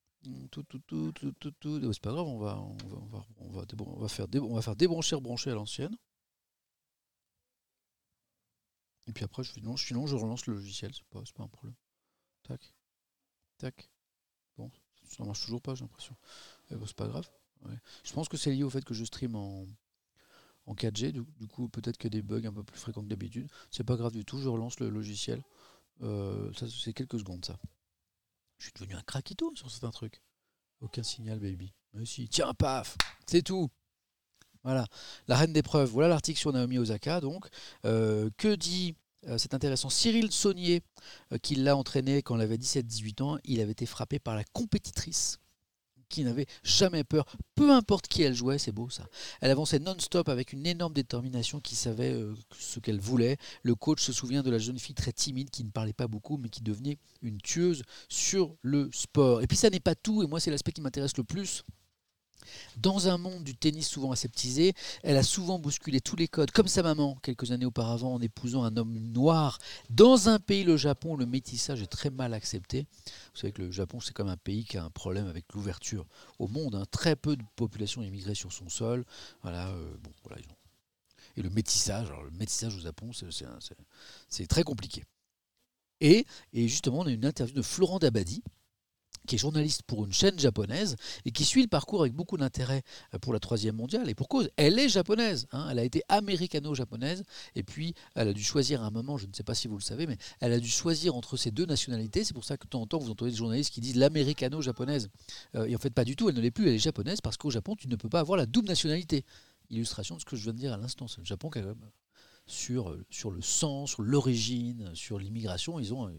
Oh, c'est pas grave, on va faire débrancher, rebrancher à l'ancienne. Et puis après, sinon, je relance le logiciel, c'est pas un problème. Tac. Bon, ça marche toujours pas, j'ai l'impression. C'est pas grave. Ouais. Je pense que c'est lié au fait que je stream en 4G, du coup peut-être qu'il y a des bugs un peu plus fréquents que d'habitude. C'est pas grave du tout, je relance le logiciel. Ça c'est quelques secondes ça. Je suis devenu un craquito sur certains trucs. Aucun signal baby. Mais si, tiens paf, c'est tout. Voilà, la reine des preuves. Voilà l'article sur Naomi Osaka donc. Que dit c'est intéressant. Cyril Saunier, qui l'a entraîné quand elle avait 17-18 ans, il avait été frappé par la compétitrice qui n'avait jamais peur, peu importe qui elle jouait, c'est beau ça. Elle avançait non-stop avec une énorme détermination, qui savait ce qu'elle voulait. Le coach se souvient de la jeune fille très timide qui ne parlait pas beaucoup mais qui devenait une tueuse sur le sport. Et puis ça n'est pas tout, et moi c'est l'aspect qui m'intéresse le plus. Dans un monde du tennis souvent aseptisé, elle a souvent bousculé tous les codes, comme sa maman, quelques années auparavant, en épousant un homme noir. Dans un pays, le Japon, le métissage est très mal accepté. Vous savez que le Japon, c'est comme un pays qui a un problème avec l'ouverture au monde. Hein. Très peu de population immigrée sur son sol. Voilà, Et le métissage au Japon, c'est très compliqué. Et justement, on a une interview de Florent Dabadi, qui est journaliste pour une chaîne japonaise et qui suit le parcours avec beaucoup d'intérêt pour la 3e mondiale. Et pour cause, elle est japonaise, hein, elle a été américano-japonaise, et puis elle a dû choisir à un moment, je ne sais pas si vous le savez, mais elle a dû choisir entre ces deux nationalités. C'est pour ça que de temps en temps, vous entendez des journalistes qui disent l'américano-japonaise. Et en fait, pas du tout, elle ne l'est plus, elle est japonaise, parce qu'au Japon, tu ne peux pas avoir la double nationalité. Illustration de ce que je viens de dire à l'instant. C'est le Japon qui a quand même, sur le sang, sur l'origine, sur l'immigration, ils ont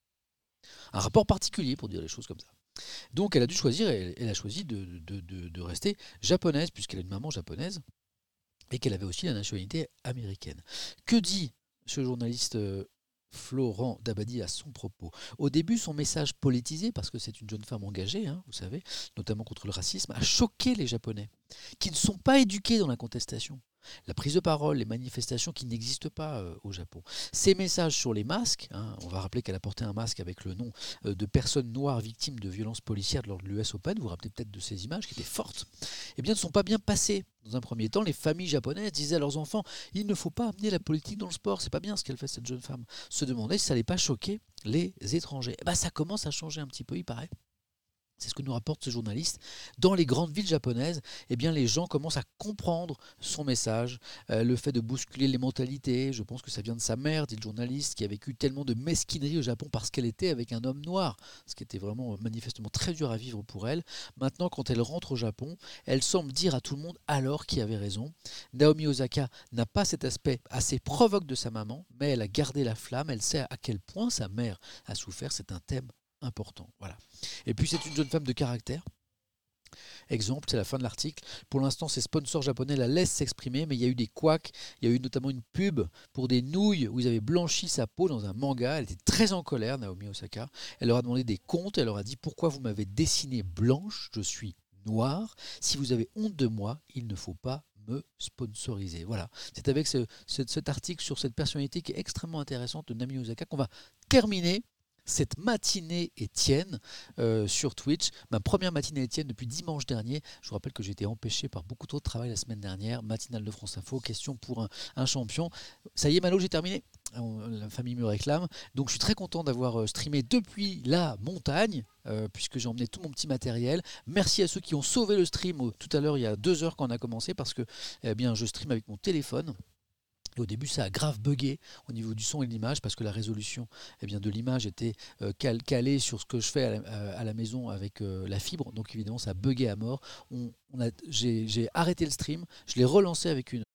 un rapport particulier, pour dire les choses comme ça. Donc elle a dû choisir, elle a choisi de rester japonaise, puisqu'elle a une maman japonaise, et qu'elle avait aussi la nationalité américaine. Que dit ce journaliste Florent Dabadi à son propos? Au début, son message politisé, parce que c'est une jeune femme engagée, hein, vous savez, notamment contre le racisme, a choqué les Japonais, qui ne sont pas éduqués dans la contestation. La prise de parole, les manifestations qui n'existent pas au Japon. Ces messages sur les masques, hein, on va rappeler qu'elle a porté un masque avec le nom de personnes noires victimes de violences policières lors de l'US Open, vous vous rappelez peut-être de ces images qui étaient fortes, eh bien ne sont pas bien passées. Dans un premier temps, les familles japonaises disaient à leurs enfants « Il ne faut pas amener la politique dans le sport, c'est pas bien ce qu'elle fait cette jeune femme ». Se demandaient si ça n'allait pas choquer les étrangers. Eh bien, ça commence à changer un petit peu, il paraît. C'est ce que nous rapporte ce journaliste. Dans les grandes villes japonaises, eh bien, les gens commencent à comprendre son message, le fait de bousculer les mentalités. Je pense que ça vient de sa mère, dit le journaliste, qui a vécu tellement de mesquinerie au Japon parce qu'elle était avec un homme noir, ce qui était vraiment manifestement très dur à vivre pour elle. Maintenant, quand elle rentre au Japon, elle semble dire à tout le monde alors qui avait raison. Naomi Osaka n'a pas cet aspect assez provoque de sa maman, mais elle a gardé la flamme, elle sait à quel point sa mère a souffert, c'est un thème important. Voilà. Et puis c'est une jeune femme de caractère. Exemple, c'est la fin de l'article. Pour l'instant, ses sponsors japonais la laissent s'exprimer, mais il y a eu des couacs. Il y a eu notamment une pub pour des nouilles où ils avaient blanchi sa peau dans un manga. Elle était très en colère, Naomi Osaka. Elle leur a demandé des comptes. Elle leur a dit « Pourquoi vous m'avez dessinée blanche? Je suis noire. Si vous avez honte de moi, il ne faut pas me sponsoriser. » Voilà. C'est avec cet article sur cette personnalité qui est extrêmement intéressante de Naomi Osaka qu'on va terminer cette matinée Étienne sur Twitch, ma première matinée Étienne depuis dimanche dernier. Je vous rappelle que j'ai été empêché par beaucoup trop de travail la semaine dernière. Matinale de France Info, question pour un champion. Ça y est Malo, j'ai terminé. La famille me réclame. Donc je suis très content d'avoir streamé depuis la montagne, puisque j'ai emmené tout mon petit matériel. Merci à ceux qui ont sauvé le stream tout à l'heure, il y a 2 heures quand on a commencé, parce que eh bien, je stream avec mon téléphone. Et au début, ça a grave bugué au niveau du son et de l'image parce que la résolution eh bien, de l'image était calée sur ce que je fais à la maison avec la fibre. Donc évidemment, ça a bugué à mort. J'ai arrêté le stream, je l'ai relancé avec une